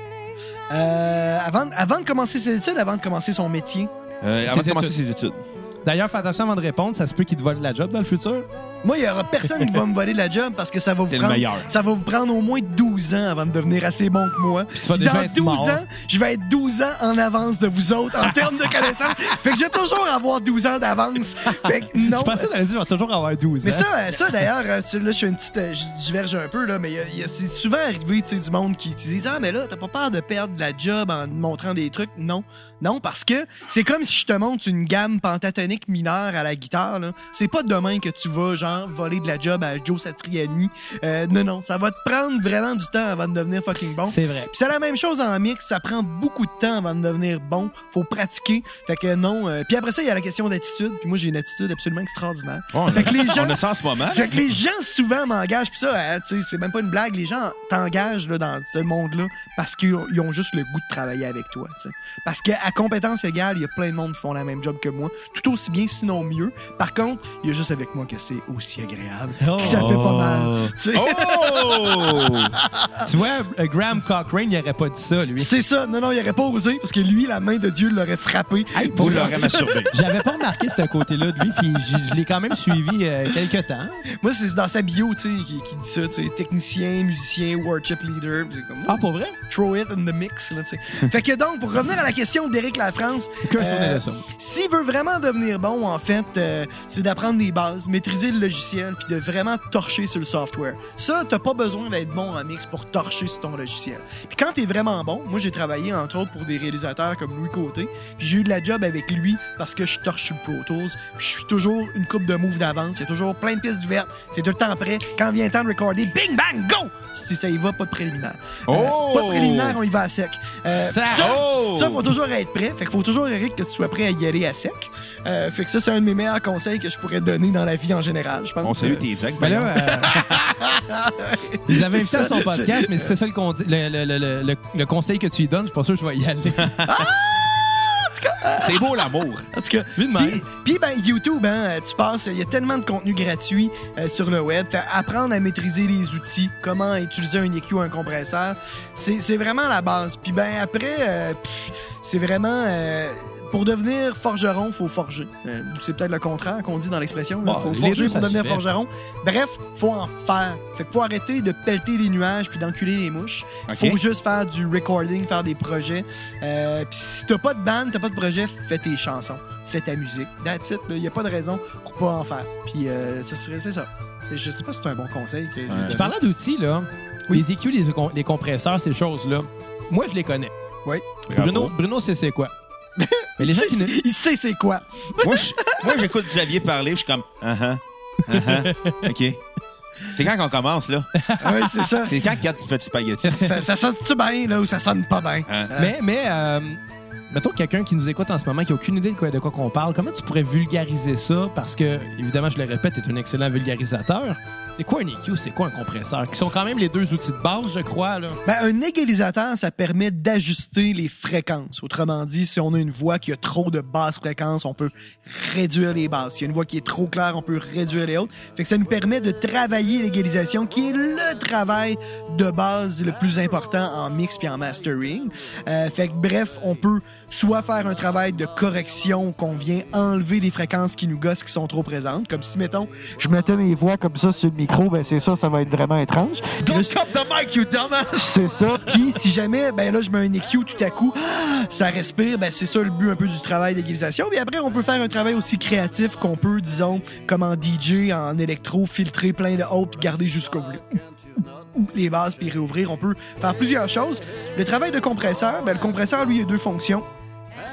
là. Avant de commencer ses études, avant de commencer son métier. Avant de commencer ses études. D'ailleurs, fais attention avant de répondre, ça se peut qu'il te vole la job dans le futur. Moi, il y aura personne qui va me voler la job parce que ça va vous T'es le prendre. meilleur. Ça va vous prendre au moins 12 ans avant de devenir assez bon que moi. vas Puis déjà dans être 12 mort. ans, je vais être 12 ans en avance de vous autres en termes de connaissances. Fait que je vais toujours avoir 12 ans d'avance. Fait que non. Je pensais que t'allais dire, je vais toujours avoir 12 ans. Mais ça d'ailleurs, là, je fais une petite. Je diverge un peu, là, mais c'est souvent arrivé, tu sais, du monde qui disent ah, mais là, t'as pas peur de perdre la job en montrant des trucs? Non. Non, parce que c'est comme si je te montre une gamme pentatonique mineure à la guitare, là. C'est pas demain que tu vas, genre, voler de la job à Joe Satriani. Non, ça va te prendre vraiment du temps avant de devenir fucking bon. C'est vrai. Puis c'est la même chose en mix, ça prend beaucoup de temps avant de devenir bon. Faut pratiquer. Fait que non. Puis après ça, il y a la question d'attitude. Puis moi, j'ai une attitude absolument extraordinaire. Fait que les gens. On a ça en ce moment. Fait que les gens souvent m'engagent, puis ça, tu sais, c'est même pas une blague. Les gens t'engagent là, dans ce monde-là parce qu'ils ont juste le goût de travailler avec toi. T'sais. Parce qu'à compétence égale, il y a plein de monde qui font la même job que moi, tout aussi bien, sinon mieux. Par contre, il y a juste avec moi que c'est aussi agréable, que ça fait pas mal. T'sais. Oh! Tu vois, Graham Cochrane, il aurait pas dit ça, lui. C'est ça. Non, il aurait pas osé parce que lui, la main de Dieu l'aurait frappé. Hey, Vous l'aurez masturbé. J'avais pas remarqué ce côté-là de lui, puis je l'ai quand même suivi quelques temps. Moi, c'est dans sa bio, tu sais, qui dit ça, tu sais, technicien, musicien, worship leader. C'est comme, Ah, pour vrai? throw it in the mix, là, tu sais. Fait que donc, pour revenir à la question d'Éric Lafrance, Aucun souvenir de ça. s'il veut vraiment devenir bon, en fait, c'est d'apprendre les bases, maîtriser le logiciel, puis de vraiment torcher sur le software. Ça, t'as pas besoin d'être bon en mix pour torcher sur ton logiciel. Puis quand t'es vraiment bon, moi, j'ai travaillé, entre autres, pour des réalisateurs comme Louis Côté, puis j'ai eu de la job avec lui parce que je torche sur le Pro Tools, puis je suis toujours une coupe de moves d'avance, il y a toujours plein de pistes ouvertes, c'est tout le temps prêt. Quand vient le temps de recorder, bing, bang, go! Si ça y va, pas de préliminaire. Oh! Pas de préliminaire, on y va à sec. Ça, Oh! faut toujours être prêt. Fait qu'il faut toujours, Eric, que tu sois prêt à y aller à sec. Fait que ça, c'est un de mes meilleurs conseils que je pourrais donner dans la vie en général, je pense. On salue tes ex. Ben là, ils avaient invité C'est à son ça, podcast, mais si c'est ça le conseil que tu lui donnes, je suis pas sûr que je vais y aller. C'est beau l'amour. En tout cas, Vu de même. puis ben, YouTube, hein, tu passes, il y a tellement de contenu gratuit sur le web. Fait apprendre à maîtriser les outils, comment utiliser un EQ, un compresseur, c'est vraiment la base. Puis ben après, c'est vraiment... pour devenir forgeron, faut forger. C'est peut-être le contraire qu'on dit dans l'expression. Bon, Faut les forger deux, pour ça devenir se fait. forgeron. Bref, faut en faire. Fait que faut arrêter de pelleter les nuages puis d'enculer les mouches. OK. Faut juste faire du recording, faire des projets. Puis si t'as pas de band, t'as pas de projet, fais tes chansons. Fais ta musique. That's it. Il y a pas de raison pour pas en faire. Puis c'est ça. Je sais pas si c'est un bon conseil. Que j'ai donné. Puis parlant d'outils, là, les EQ, les compresseurs, ces choses-là, moi, je les connais. Oui. Bruno sait c'est quoi. Mais les gens qui ne... Il sait c'est quoi. Moi, j'écoute Xavier parler, je suis comme, OK. C'est quand qu'on commence, là? Oui, c'est ça. C'est quand Kat fait du spaghetti? Ça sonne-tu bien, là, ou ça sonne pas bien? Hein? Mais mettons quelqu'un qui nous écoute en ce moment qui n'a aucune idée de quoi qu'on parle, comment tu pourrais vulgariser ça? Parce que, évidemment, je le répète, tu es un excellent vulgarisateur. C'est quoi un EQ? C'est quoi un compresseur? Qui sont quand même les deux outils de base, je crois. Là. Ben, un égalisateur, ça permet d'ajuster les fréquences. Autrement dit, si on a une voix qui a trop de basses fréquences, on peut réduire les basses. S'il y a une voix qui est trop claire, on peut réduire les hautes. Fait que ça nous permet de travailler l'égalisation, qui est le travail de base le plus important en mix puis en mastering. Fait que bref, on peut soit faire un travail de correction qu'on vient enlever les fréquences qui nous gossent qui sont trop présentes. Comme si, mettons, je mettais mes voix comme ça sur le micro, ben c'est ça va être vraiment étrange. Don't cut the mic, you dumbass! C'est ça. Puis si jamais, ben là, je mets un EQ tout à coup, ça respire, ben c'est ça le but un peu du travail d'égalisation. Puis après, on peut faire un travail aussi créatif qu'on peut, disons, comme en DJ, en électro, filtrer plein de hautes puis garder jusqu'au bout. Les bases puis réouvrir. On peut faire plusieurs choses. Le travail de compresseur, ben le compresseur, lui, il a deux fonctions.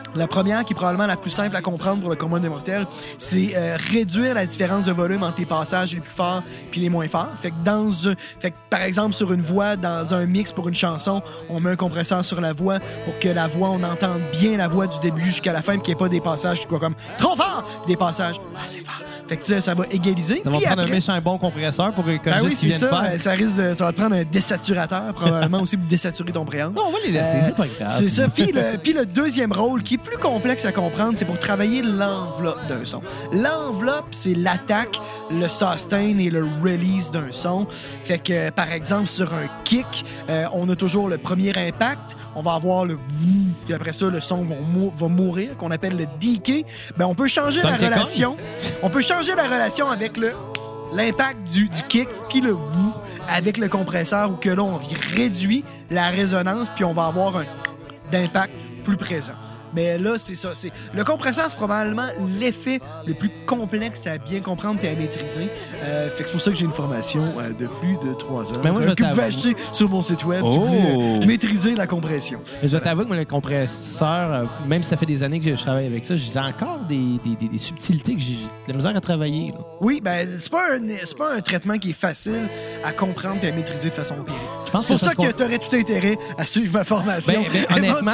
La première, qui est probablement la plus simple à comprendre pour le commun des mortels, c'est réduire la différence de volume entre les passages les plus forts puis les moins forts. Fait que par exemple, sur une voix, dans un mix pour une chanson, on met un compresseur sur la voix pour que la voix, on entende bien la voix du début jusqu'à la fin, puis qu'il n'y ait pas des passages qui soient comme trop fort, puis des passages assez forts. Fait que ça va égaliser. Ça va Puis prendre après, un méchant bon compresseur pour corriger oui, ce qu'ils c'est viennent ça. faire. Ça risque ça va te prendre un désaturateur, probablement aussi, pour désaturer ton préamble. Non, on va les laisser, c'est pas grave. C'est ça. Puis le deuxième rôle, qui est plus complexe à comprendre, c'est pour travailler l'enveloppe d'un son. L'enveloppe, c'est l'attaque, le sustain et le release d'un son. Fait que, par exemple, sur un kick, on a toujours le premier impact, on va avoir le wouh, puis après ça, le son va mourir, qu'on appelle le decay. Ben, on peut changer la relation. On peut changer la relation avec l'impact du kick, puis le wouh avec le compresseur, où que là, on réduit la résonance, puis on va avoir d'impact plus présent. Mais là, c'est ça. Le compresseur, c'est probablement l'effet le plus complexe à bien comprendre et à maîtriser. Fait que c'est pour ça que j'ai une formation de plus de 3 ans. Mais moi, que vous pouvez acheter sur mon site web si vous voulez maîtriser la compression. Et je t'avoue que moi, le compresseur, même si ça fait des années que je travaille avec ça, j'ai encore des subtilités que j'ai de la misère à travailler. Là. Oui, ben c'est pas un traitement qui est facile à comprendre et à maîtriser de façon empirique. C'est pour ça que tu aurais tout intérêt à suivre ma formation. Honnêtement,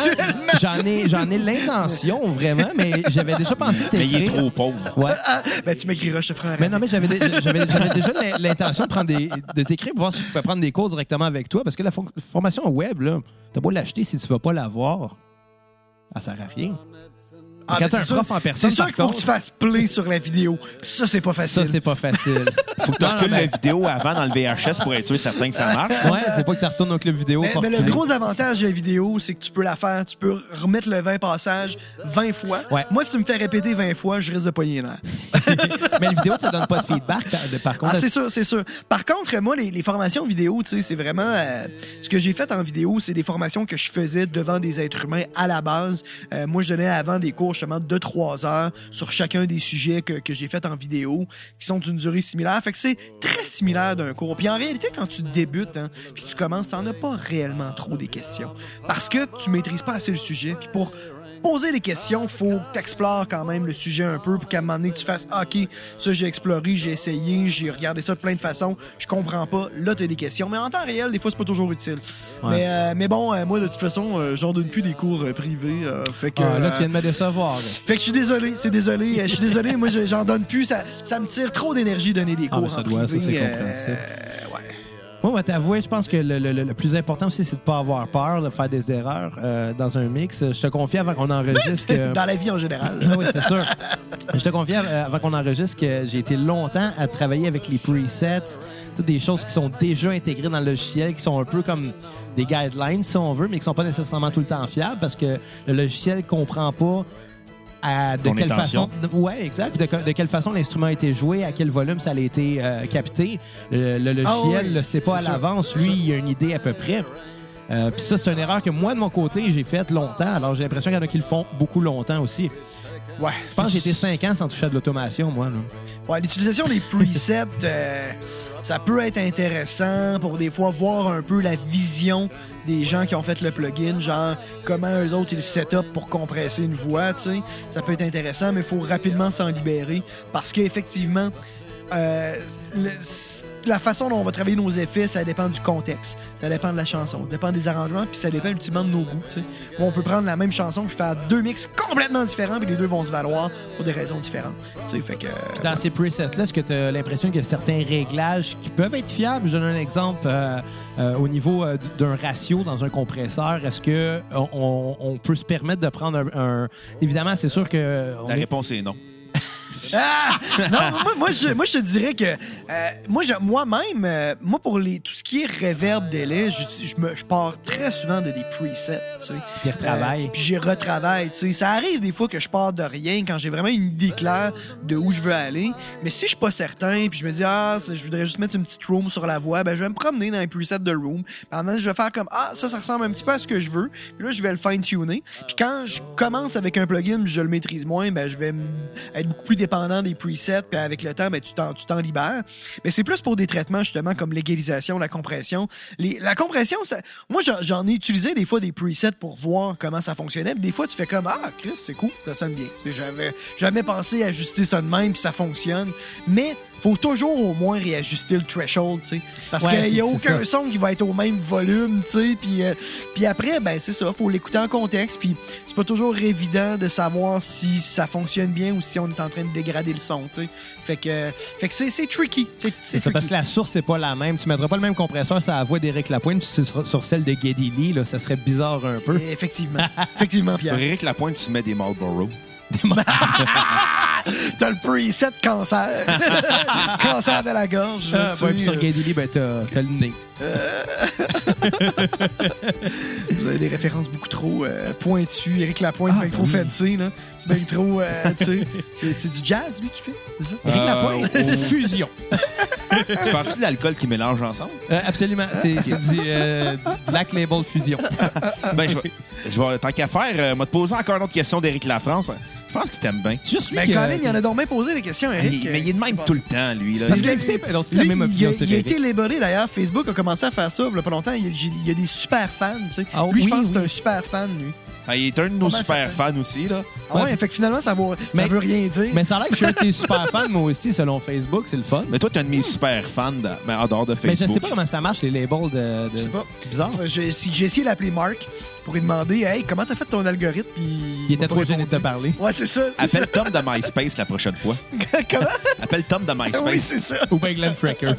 j'en ai l'intention, vraiment, mais j'avais déjà pensé t'écrire. Mais il est trop pauvre. Ouais. Ben, tu m'écriras, je te ferai un mais non, mais j'avais déjà l'intention de t'écrire pour voir si je pouvais prendre des cours directement avec toi, parce que la formation web, là, t'as beau l'acheter, si tu vas pas l'avoir, ça sert à rien. Quand t'as un prof en personne, c'est sûr qu'il faut que tu fasses play sur la vidéo. Ça, c'est pas facile. Ça, c'est pas facile. Faut que tu recules la vidéo avant dans le VHS pour être sûr certain que ça marche. Ouais, faut pas que tu retournes au club vidéo. Mais le gros avantage de la vidéo, c'est que tu peux la faire. Tu peux remettre le 20 passages 20 fois. Ouais. Moi, si tu me fais répéter 20 fois, je risque de pogner les nerfs. Mais la vidéo te donne pas de feedback, par contre. Ah, c'est sûr, c'est sûr. Par contre, moi, les formations vidéo, tu sais, c'est vraiment... ce que j'ai fait en vidéo, c'est des formations que je faisais devant des êtres humains à la base. Moi, je donnais avant des cours, justement, de 3 heures sur chacun des sujets que j'ai fait en vidéo, qui sont d'une durée similaire. Fait que c'est très similaire d'un cours. Puis en réalité, quand tu débutes, puis que tu commences, t'en as pas réellement trop des questions. Parce que tu maîtrises pas assez le sujet. Puis pour poser les questions, faut que tu explores quand même le sujet un peu pour qu'à un moment donné, tu fasses « OK, ça, j'ai exploré, j'ai essayé, j'ai regardé ça de plein de façons, je comprends pas. » Là, tu as des questions. Mais en temps réel, des fois, c'est pas toujours utile. Ouais. Mais bon, moi, de toute façon, j'en donne plus des cours privés. Fait que, là, tu viens de me décevoir. Là. Fait que je suis désolé, je suis désolé. Moi, j'en donne plus. Ça me tire trop d'énergie donner des cours en privé. Ça, c'est compréhensible. Ouais. Moi, on va t'avouer, je pense que le plus important aussi, c'est de ne pas avoir peur de faire des erreurs dans un mix. Je te confie avant qu'on enregistre Dans la vie en général. Oui, c'est sûr. Je te confie avant qu'on enregistre que j'ai été longtemps à travailler avec les presets, toutes des choses qui sont déjà intégrées dans le logiciel, qui sont un peu comme des guidelines, si on veut, mais qui ne sont pas nécessairement tout le temps fiables parce que le logiciel ne comprend pas de quelle façon. Oui, exact. De quelle façon l'instrument a été joué, à quel volume ça a été capté. Le logiciel ne le sait pas à l'avance. Lui, il a une idée à peu près. Puis ça, c'est une erreur que moi, de mon côté, j'ai faite longtemps. Alors, j'ai l'impression qu'il y en a qui le font beaucoup longtemps aussi. Ouais. Je pense que j'ai été 5 ans sans toucher à de l'automation, moi. Là. Ouais, l'utilisation des presets, ça peut être intéressant pour des fois voir un peu la vision des gens qui ont fait le plugin, genre comment eux autres ils set-up pour compresser une voix, tu sais. Ça peut être intéressant, mais il faut rapidement s'en libérer parce qu'effectivement, la façon dont on va travailler nos effets, ça dépend du contexte, ça dépend de la chanson, ça dépend des arrangements, puis ça dépend ultimement de nos goûts, tu sais. On peut prendre la même chanson puis faire 2 mix complètement différents, puis les deux vont se valoir pour des raisons différentes, tu sais. Fait que dans ces presets-là, est-ce que tu as l'impression qu'il y a certains réglages qui peuvent être fiables? Je donne un exemple. Au niveau d'un ratio dans un compresseur, est-ce que on peut se permettre de prendre un... Évidemment, c'est sûr que... La réponse est non. Non, moi, je te dirais que moi-même, pour tout ce qui est reverb délai, je pars très souvent de des presets, tu sais. Puis retravaille. Puis j'y retravaille, tu sais. Ça arrive des fois que je pars de rien quand j'ai vraiment une idée claire de où je veux aller. Mais si je suis pas certain, puis je me dis je voudrais juste mettre une petite room sur la voix, ben je vais me promener dans les presets de room. Pendant je vais faire comme ça ressemble un petit peu à ce que je veux. Puis là, je vais le fine-tuner. Puis quand je commence avec un plugin, je le maîtrise moins, ben je vais être beaucoup plus dépendant dépendant des presets, puis avec le temps, ben, tu t'en libères. Mais c'est plus pour des traitements, justement, comme l'égalisation, la compression. La compression, moi, j'en ai utilisé des fois des presets pour voir comment ça fonctionnait. Puis des fois, tu fais comme, ah, Chris, c'est cool, ça sonne bien. J'avais jamais pensé à ajuster ça de même, puis ça fonctionne. Mais faut toujours au moins réajuster le threshold, tu sais. Parce qu'il n'y a aucun son qui va être au même volume, tu sais. Puis après, ben c'est ça, faut l'écouter en contexte. Puis c'est pas toujours évident de savoir si ça fonctionne bien ou si on est en train de dégrader le son, tu sais. Fait que c'est tricky. C'est tricky. Parce que la source, c'est pas la même. Tu mettras pas le même compresseur sur la voix d'Éric Lapointe puis sur celle de Geddy Lee, là, ça serait bizarre un peu. Effectivement. Effectivement, Pierre. Sur Éric Lapointe, tu mets des Marlboro. T'as le preset cancer. Cancer de la gorge. Puis sur Geddy Lee, ben t'as le nez. Vous avez des références beaucoup trop pointues. Éric Lapointe, c'est bien trop fancy, là. C'est bien trop, tu sais. C'est du jazz, lui, qui fait, c'est ça? Éric Lapointe? Fusion. Tu parles-tu de l'alcool qui mélange ensemble? Absolument. C'est du Black Label Fusion. Ben, je vais tant qu'à faire, te poser encore une autre question d'Éric Lafrance. Je pense que tu t'aimes bien. Juste lui. Ben, Colin, il en a donc bien posé des questions, Eric. Mais il est de même tout le temps, lui. Là. Parce Il qu'il a invité, donc il a la même opinion. Il a été labelé, d'ailleurs. Facebook a commencé à faire ça il y a pas longtemps. Il y a des super fans, tu sais. Ah, lui, je oui, pense que c'est oui. un super fan, lui. Ah, il est un de nos super fans aussi, là. Ah ouais, fait que finalement, ça veut rien dire. Mais ça a l'air que je suis un de tes super fans, moi aussi, selon Facebook. C'est le fun. Mais toi, tu es un de mes super fans, mais en dehors de Facebook. Mais je sais pas comment ça marche, les labels de... Je sais pas. C'est bizarre. J'ai essayé d'appeler Marc pour lui demander, hey, comment t'as fait ton algorithme? Puis Il était trop gêné de te parler. Ouais, c'est ça. Appelle Tom de MySpace la prochaine fois. Comment? Appelle Tom de MySpace. Oui, c'est ça. Ou bien Glenn Fraker.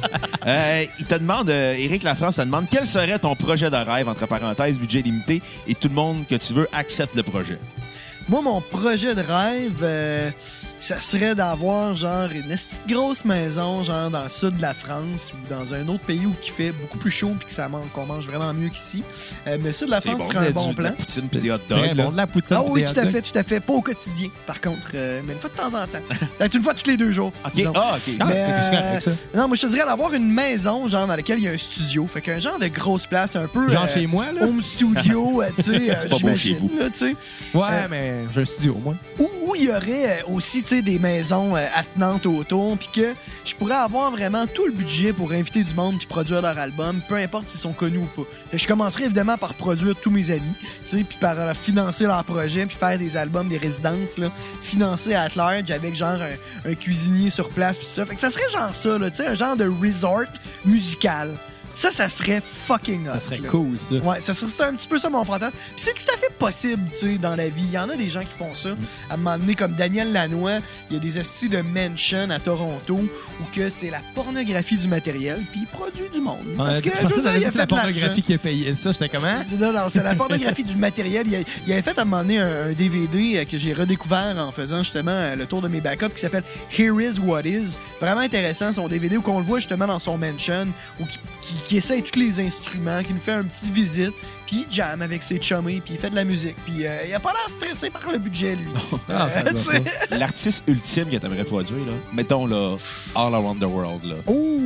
Il te demande, Éric Lafrance te demande quel serait ton projet de rêve, entre parenthèses, budget limité, et tout le monde que tu veux accepte le projet. Moi, mon projet de rêve, ça serait d'avoir genre une grosse maison, genre dans le sud de la France ou dans un autre pays où il fait beaucoup plus chaud puis qu'on mange vraiment mieux qu'ici. Mais le sud de la France serait un bon plan. De la poutine puis des hot dogs. Très bon, de la poutine. Ah oui, des hot tout à dogs. fait, tout à fait. Pas au quotidien, par contre, mais une fois de temps en temps. Peut-être une fois tous les 2 jours. OK. disons. Ah, OK. Mais, c'est correct, ça. non, moi, je te dirais d'avoir une maison, genre, dans laquelle il y a un studio. Fait qu'un genre de grosse place, un peu... Genre chez moi, là? Home studio, tu sais, pas beau chez vous. là, tu sais. Ouais, mais j'ai un studio, moi. Où il y aurait aussi, tu sais, des maisons attenantes autour, puis que je pourrais avoir vraiment tout le budget pour inviter du monde puis produire leur album, peu importe s'ils sont connus ou pas. Fait que je commencerai évidemment par produire tous mes amis, tu sais, puis par financer leurs projets, puis faire des albums, des résidences, là, financer at large avec genre un cuisinier sur place, puis ça. Fait que ça serait genre ça, là, tu sais, un genre de resort musical. Ça serait fucking hot. Ça serait là. cool, ça. Ouais, ça serait un petit peu ça mon fantasme. Puis c'est tout à fait possible, tu sais, dans la vie. Il y en a des gens qui font ça. À un moment donné, comme Daniel Lanois, il y a des hosties de mansion à Toronto où que c'est la pornographie du matériel, puis il produit du monde. Parce que, je pensais je veux dire, il a que c'est la fait de l'argent. pornographie qui a payé ça. J'étais comment? Non, c'est la pornographie du matériel. Il avait fait à un moment donné un DVD que j'ai redécouvert en faisant justement le tour de mes backups qui s'appelle Here Is What Is. Vraiment intéressant, son DVD où on le voit justement dans son mansion, où qui essaye tous les instruments, qui nous fait une petite visite, puis il jam avec ses chummies, puis il fait de la musique. Puis il a pas l'air stressé par le budget, lui. Ah, ça doit t'sais. pas. L'artiste ultime que t'aimerais produire, là. Mettons, là, All Around the World, là.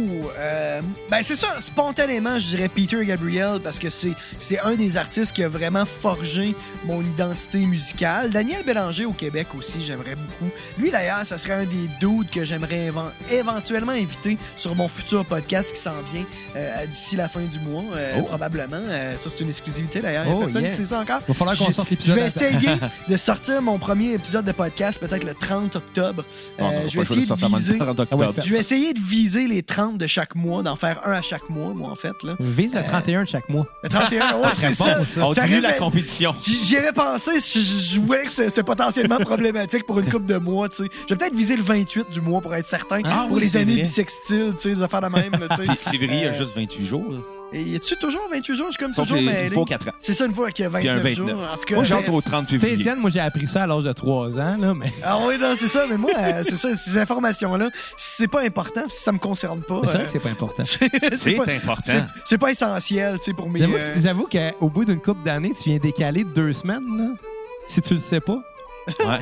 Ben c'est ça, spontanément, je dirais Peter Gabriel, parce que c'est un des artistes qui a vraiment forgé mon identité musicale. Daniel Bélanger au Québec aussi, j'aimerais beaucoup. Lui, d'ailleurs, ça serait un des dudes que j'aimerais éventuellement inviter sur mon futur podcast qui s'en vient d'ici la fin du mois, probablement. Ça, c'est une exclusivité, d'ailleurs. Il y a personne qui sait ça encore. Il va falloir qu'on sorte l'épisode. Je vais essayer de sortir mon premier épisode de podcast peut-être le 30 octobre. Je vais essayer de viser... Je vais essayer de viser les 30 de chaque mois, d'en faire un à chaque mois, moi, en fait. Là. Vise le 31 de chaque mois. Le 31, ouais, c'est bon, ça. ça. On Ça diminue la risque de- compétition. J'y avais pensé, je voyais que c'était potentiellement problématique pour une couple de mois, tu sais. Je vais peut-être viser le 28 du mois pour être certain, Ah pour oui, les c'est années vrai. bissextiles, tu sais, des affaires de même, là, tu sais. Février, il y a juste 28 jours. là. Et y a-tu toujours 28 jours? Je suis comme Sauf toujours les- mêlé. il faut 4 ans. C'est ça, une fois qu'il y a Puis un 29 29. jours. En tout cas, Moi, j'ai hâte bref. au 30 Tu sais, février. Étienne, moi, j'ai appris ça à l'âge de 3 ans, là, mais... Ah oui, non, c'est ça, mais moi, c'est ça, ces informations-là, si c'est pas important, si ça me concerne pas. Mais c'est vrai que c'est pas important. C'est pas- important. c'est pas essentiel, tu sais, pour mes... J'avoue qu'au bout d'une couple d'années, tu viens décaler de 2 semaines, là, si tu le sais pas. Ouais.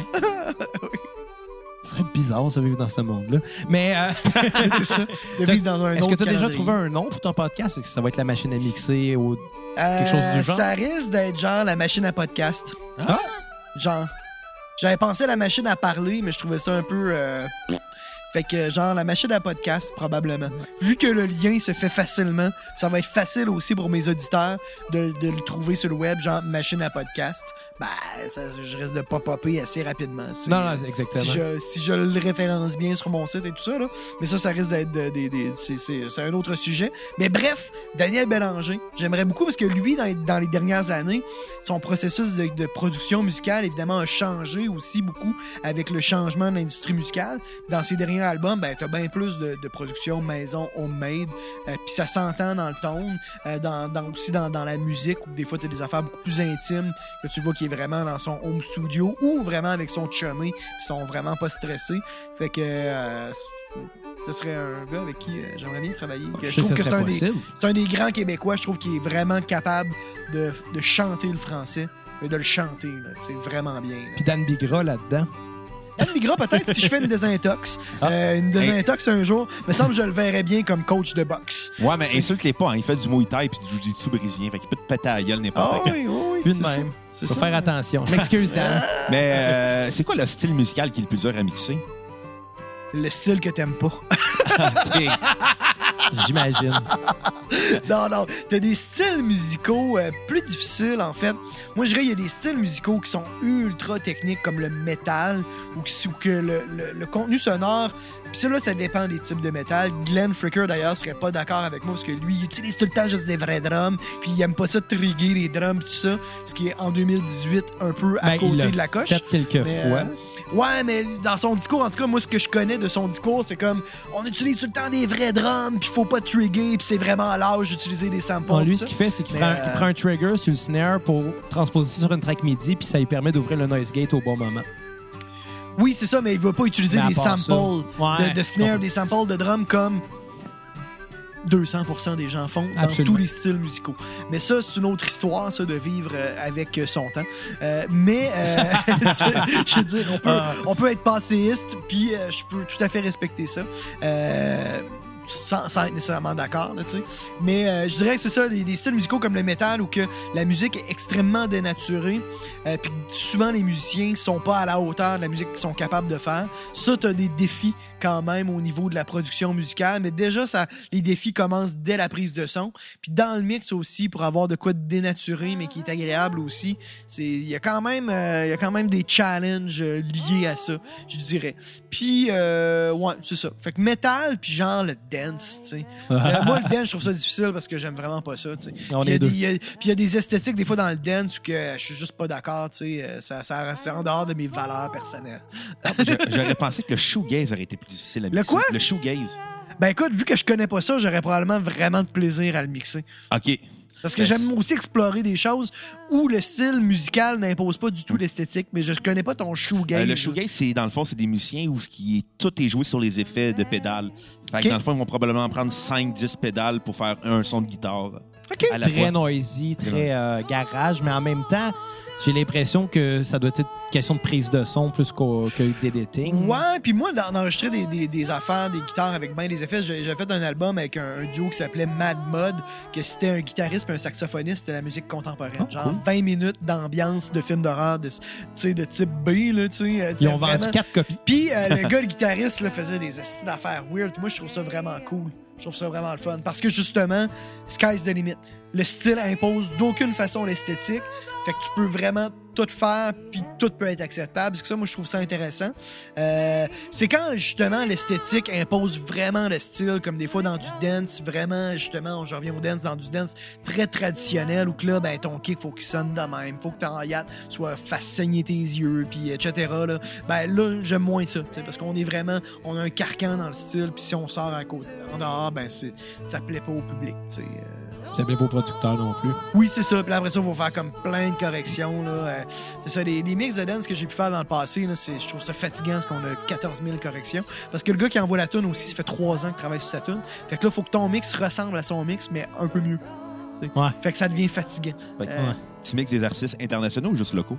Ce serait bizarre, ça, vivre dans ce monde-là. Mais... c'est ça. De vivre dans un Est-ce que autre tu as déjà calendrier. trouvé un nom pour ton podcast? Est-ce que ça va être la machine à mixer ou quelque chose du genre? Ça risque d'être genre la machine à podcast. Ah! Genre. J'avais pensé à la machine à parler, mais je trouvais ça un peu... Fait que, genre, la machine à podcast, probablement. Vu que le lien se fait facilement, ça va être facile aussi pour mes auditeurs de le trouver sur le web, genre, machine à podcast. Ben, je risque de pas popper assez rapidement. Non, exactement. Si je le référence bien sur mon site et tout ça, là. Mais ça risque d'être c'est un autre sujet. Mais bref, Daniel Bélanger, j'aimerais beaucoup parce que lui, dans les dernières années, son processus de production musicale, évidemment, a changé aussi beaucoup avec le changement de l'industrie musicale. Dans ses derniers albums, ben, t'as bien plus de production maison, homemade, puis ça s'entend dans le tone, aussi dans la musique, où des fois t'as des affaires beaucoup plus intimes, que tu vois qu'il est vraiment dans son home studio, ou vraiment avec son chumé, puis ils sont vraiment pas stressés. Fait que ce serait un gars avec qui j'aimerais bien travailler. Je trouve que c'est un des grands Québécois, je trouve qu'il est vraiment capable de chanter le français, et de le chanter, là, vraiment bien. Puis Dan Bigra là-dedans. Dan Bigra, peut-être, si je fais une désintox. Une désintox un jour, me semble que je le verrais bien comme coach de boxe. Ouais, mais insulte-les pas. Hein. Il fait du Muay Thai puis du Jiu-Jitsu brésilien. Fait qu'il peut te péter à la gueule n'importe quand. Oui, Plus de même. Faut faire attention. Je m'excuse, Dan. Mais c'est quoi le style musical qui est le plus dur à mixer? Le style que t'aimes pas. Okay. J'imagine. Non. T'as des styles musicaux plus difficiles, en fait. Moi, je dirais qu'il y a des styles musicaux qui sont ultra techniques, comme le métal, ou que le contenu sonore... Puis ça, là, ça dépend des types de métal. Glenn Fricker, d'ailleurs, serait pas d'accord avec moi, parce que lui, il utilise tout le temps juste des vrais drums, puis il aime pas ça de trigger les drums, tout ça, ce qui est, en 2018, un peu à côté de la coche. Il l'a fait quelques fois. Ouais, mais dans son discours, en tout cas, moi, ce que je connais de son discours, c'est comme on utilise tout le temps des vrais drums, puis faut pas trigger, puis c'est vraiment à l'âge d'utiliser des samples. Bon, lui, ce qu'il fait, c'est qu'il prend un trigger sur le snare pour transposer ça sur une track MIDI, puis ça lui permet d'ouvrir le noise gate au bon moment. Oui, c'est ça, mais il va pas utiliser des samples de snare, des samples de drum comme 200% des gens font dans tous les styles musicaux. Mais ça, c'est une autre histoire, ça, de vivre avec son temps. Je veux dire, on peut être passéiste, puis je peux tout à fait respecter ça. Sans être nécessairement d'accord, tu sais. Mais je dirais que c'est ça, des styles musicaux comme le métal où que la musique est extrêmement dénaturée, puis souvent les musiciens sont pas à la hauteur de la musique qu'ils sont capables de faire. Ça, t'as des défis quand même au niveau de la production musicale, mais déjà, les défis commencent dès la prise de son. Puis dans le mix aussi, pour avoir de quoi de dénaturé, mais qui est agréable aussi, il y a quand même des challenges liés à ça, je dirais. Puis, ouais, c'est ça. Fait que métal, puis genre le dance, tu sais. Moi, le dance, je trouve ça difficile parce que j'aime vraiment pas ça, tu sais. Puis il y a des esthétiques, des fois, dans le dance où que je suis juste pas d'accord, tu sais. C'est en dehors de mes valeurs personnelles. J'aurais pensé que le shoegaze aurait été plus difficile à mixer. Le quoi? Le shoegaze. Ben écoute, vu que je connais pas ça, j'aurais probablement vraiment de plaisir à le mixer. OK. Parce que j'aime aussi explorer des choses où le style musical n'impose pas du tout l'esthétique, mais je connais pas ton shoegaze. Le shoegaze, c'est dans le fond, c'est des musiciens où tout est joué sur les effets de pédales. Fait que dans le fond, ils vont probablement prendre 5-10 pédales pour faire un son de guitare. À la très fois. noisy, très garage, mais en même temps, j'ai l'impression que ça doit être question de prise de son plus que d'editing. Ouais, puis moi, d'enregistrer des affaires, des guitares avec bien des effets, j'ai fait un album avec un duo qui s'appelait Mad Mod, que c'était un guitariste et un saxophoniste, c'était la musique contemporaine. Genre 20 minutes d'ambiance de film d'horreur de type B, là, tu sais. Ils ont vendu 4 copies. Puis le gars, le guitariste, là, faisait des affaires weird. Moi, je trouve ça vraiment cool. Je trouve ça vraiment le fun. Parce que justement, sky's the limit. Le style impose d'aucune façon l'esthétique. Fait que tu peux vraiment tout faire, puis tout peut être acceptable. C'est que ça, moi, je trouve ça intéressant. C'est quand, justement, l'esthétique impose vraiment le style, comme des fois dans du dance, vraiment, justement, je reviens au dance, dans du dance très traditionnel, où que là, ben, ton kick, faut qu'il sonne de même, faut que ton hi-hat fasse saigner tes yeux, puis etc. Là. Ben là, j'aime moins ça, parce qu'on est vraiment, on a un carcan dans le style, puis si on sort à côté, en dehors, ben, ça plaît pas au public, tu sais. Ça plaît pas aux producteurs non plus. Oui, c'est ça. Puis après ça, il faut faire comme plein de corrections. Là. C'est ça, les mix de dance que j'ai pu faire dans le passé, là, je trouve ça fatigant parce qu'on a 14 000 corrections. Parce que le gars qui envoie la tune aussi, ça fait 3 ans qu'il travaille sur sa tune. Fait que là, il faut que ton mix ressemble à son mix, mais un peu mieux. Ouais. Fait que ça devient fatigant. Tu mixes des artistes internationaux ou juste locaux?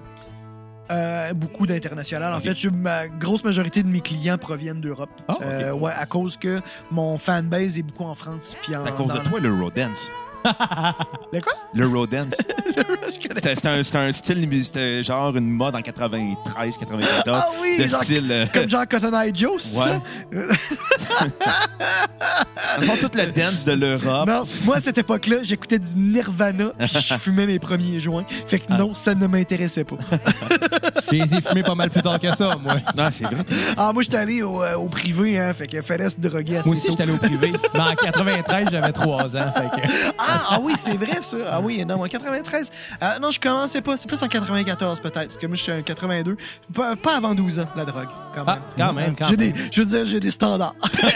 Beaucoup d'international. En fait, ma grosse majorité de mes clients proviennent d'Europe. Okay. Ouais, à cause que mon fanbase est beaucoup en France. Puis à cause de toi, le Rodance. De quoi? Le Rodance. Je connais. C'était un style, c'était genre une mode en 93, 94. Ah oui, de genre, style. comme genre Cotton Eye Joe, c'est Ouais. ça? Dans le fond, tout le dance de l'Europe. Non, moi, à cette époque-là, j'écoutais du Nirvana puis je fumais mes premiers joints. Fait que non, ça ne m'intéressait pas. J'ai les ai fumés pas mal plus tard que ça, moi. Non, c'est vrai. Ah, moi, j'étais allé au privé, hein, fait qu'il fallait se droguer assez Moi aussi, tôt. j'étais allé au privé. Mais en 93, j'avais 3 ans. Fait que... Ah oui, c'est vrai, ça. Ah oui, non, en 93. Non, je commençais pas. C'est plus en 94, peut-être. Parce que moi, je suis en 82. Pas avant 12 ans, la drogue, quand même. quand même. Je veux dire, j'ai des standards.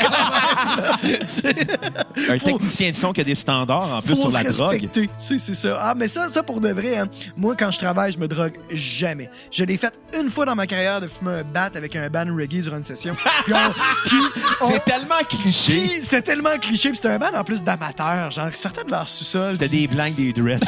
Un technicien de son qui a des standards en plus Faut sur la se drogue. respecter. Tu sais, c'est ça. Ah, mais ça pour de vrai, hein, moi, quand je travaille, je me drogue jamais. Je l'ai fait une fois dans ma carrière de fumer un bat avec un band reggae durant une session. Puis C'est tellement cliché. Puis c'était tellement cliché. Puis c'était un band en plus d'amateurs. Genre, qui sortaient de leur sous-sol. C'était des blancs, des dreads.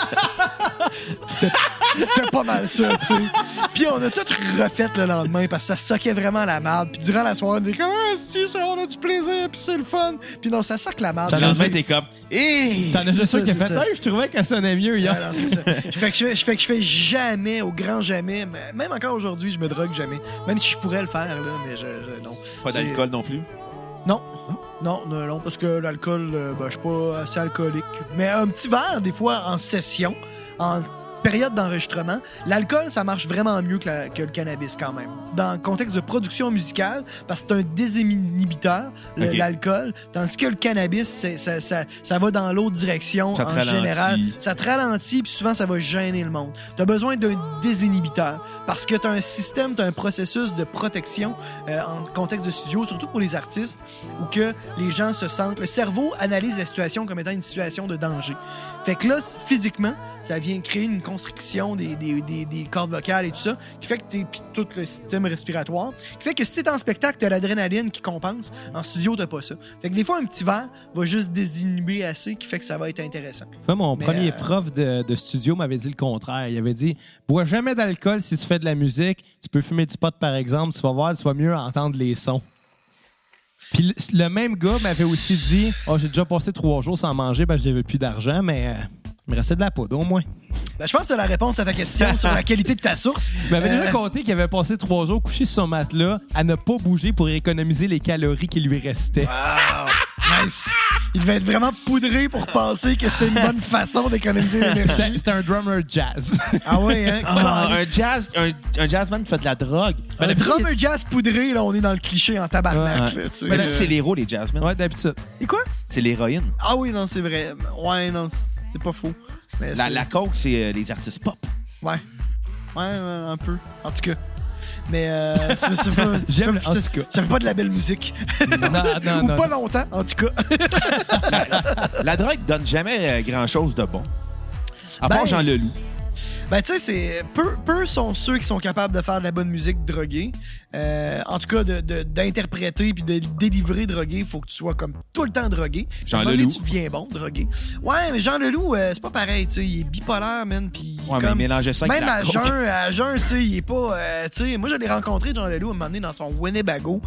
C'était pas mal ça, tu sais. Puis on a tout refait le lendemain parce que ça soquait vraiment la marde. Puis durant la soirée, on était comme, ah, si, ça, on a du plaisir, puis c'est le fun. Puis non, ça soque la marde. Le lendemain, t'es comme, hé! T'en as juste ça, ça qui a c'est fait. ça. Hey, je trouvais qu'elle sonnait mieux hier. Ah, non, c'est ça. Fait que je fais jamais, au grand jamais, même encore aujourd'hui, je me drogue jamais. Même si je pourrais le faire, là, mais non. Pas C'est- d'alcool non plus. Non. Non, parce que l'alcool, je suis pas assez alcoolique. Mais un petit verre, des fois, en session, en période d'enregistrement, l'alcool, ça marche vraiment mieux que le cannabis quand même. Dans le contexte de production musicale, parce que c'est un désinhibiteur, Ok. l'alcool, tandis que le cannabis, ça va dans l'autre direction Ça te en ralentit. général. Ça te ralentit, puis souvent, ça va gêner le monde. Tu as besoin d'un désinhibiteur, parce que tu as un système, tu as un processus de protection en contexte de studio, surtout pour les artistes, où que les gens se sentent... Le cerveau analyse la situation comme étant une situation de danger. Fait que là, physiquement, ça vient créer une constriction des cordes vocales et tout ça, qui fait que puis tout le système respiratoire, qui fait que si t'es en spectacle, t'as l'adrénaline qui compense. En studio, t'as pas ça. Fait que des fois, un petit verre va juste désinhiber assez, qui fait que ça va être intéressant. Moi, mon Mais, premier prof de studio m'avait dit le contraire. Il avait dit, bois jamais d'alcool si tu fais de la musique. Tu peux fumer du pot, par exemple. Tu vas voir, tu vas mieux entendre les sons. Puis le même gars m'avait aussi dit, oh, j'ai déjà passé 3 jours sans manger parce que j'avais plus d'argent, mais il me restait de la poudre au moins. Ben, je pense que c'est la réponse à ta question sur la qualité de ta source. Il m'avait déjà conté qu'il avait passé 3 jours couché sur son matelas à ne pas bouger pour économiser les calories qui lui restaient. Nice. Il devait être vraiment poudré pour penser que c'était une bonne façon d'économiser l'énergie. C'était un drummer jazz. Ah ouais, hein? Ah, un jazzman qui fait de la drogue. Un drummer jazz poudré, là, on est dans le cliché en tabarnak. Ouais. Là, tu sais. Mais tu sais, c'est l'héros, les jazzmen. Ouais, d'habitude. Et quoi? C'est l'héroïne. Ah oui, non, c'est vrai. Ouais, non, c'est pas faux. Mais La coke, c'est les artistes pop. Ouais. Ouais, un peu. En tout cas. Mais c'est pas... J'aime ça, en tout cas. ça fait pas de la belle musique. Non, Ou pas longtemps, en tout cas. La drogue donne jamais grand-chose de bon. À Ben, part Jean Leloup. Ben, tu sais, c'est peu sont ceux qui sont capables de faire de la bonne musique droguée. En tout cas, d'interpréter puis de délivrer drogué, il faut que tu sois comme tout le temps drogué. Jean À un moment donné, Leloup. tu deviens bon, drogué. Ouais, mais Jean Leloup, c'est pas pareil, tu sais. Il est bipolaire, man. Puis Ouais, mais comme, il mélangeait ça avec même la coke. à jeun, tu sais, il est pas. Tu sais, moi, je l'ai rencontré, Jean Leloup, à un moment donné, dans son Winnebago.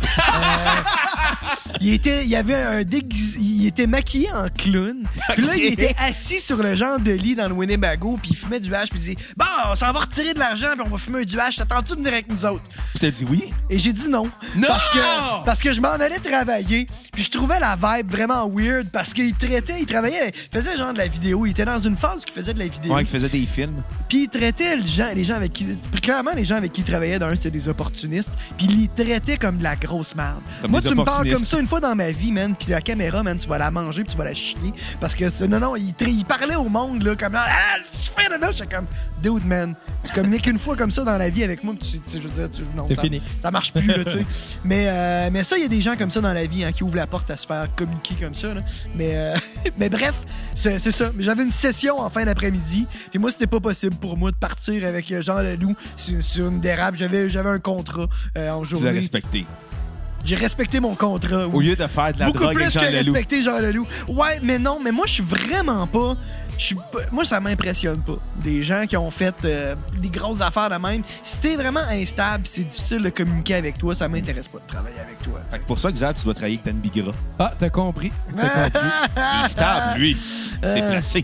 Il était maquillé en clown. Puis là, Ok. il était assis sur le genre de lit dans le Winnebago, puis il fumait du hash, puis il disait bon, on s'en va retirer de l'argent, puis on va fumer du hash. T'attends-tu de venir avec nous autres? Tu t'as dit oui? Et j'ai dit non. Non! Parce que je m'en allais travailler, puis je trouvais la vibe vraiment weird, parce qu'il travaillait, il faisait genre de la vidéo. Il était dans une phase qui faisait de la vidéo. Ouais, qui faisait des films. Puis il traitait les gens avec qui... Clairement, les gens avec qui il travaillait, d'un, c'était des opportunistes. Puis il les traitait comme de la grosse merde. Comme Moi, des tu me parles opportunistes. comme ça une fois dans ma vie, man. Puis la caméra, man, tu vas la manger puis tu vas la chier. Parce que, non, il parlait au monde, là, comme... Ah, tu fais de là? J'étais comme... Dude, man, tu communiques une fois comme ça dans la vie avec moi, puis je veux dire, non, C'est fini. Ça marche plus, là, tu sais. Mais ça, il y a des gens comme ça dans la vie, hein, qui ouvrent la porte à se faire communiquer comme ça, là. Mais bref, c'est ça. J'avais une session en fin d'après-midi, puis moi, c'était pas possible pour moi de partir avec Jean Leloup sur une dérape. J'avais un contrat en Tu l'as journée. respecté. J'ai respecté mon contrat. Au lieu de faire de la Beaucoup drogue plus avec Jean que Leloup. respecter Jean Leloup. Ouais, mais non, mais moi, je suis vraiment pas moi, ça m'impressionne pas. Des gens qui ont fait des grosses affaires de même. Si t'es vraiment instable, c'est difficile de communiquer avec toi, ça m'intéresse pas de travailler avec toi. Fait que pour ça, Xav, tu dois travailler avec Tan Bigra. Ah, t'as compris. Il est stable, lui. C'est placé.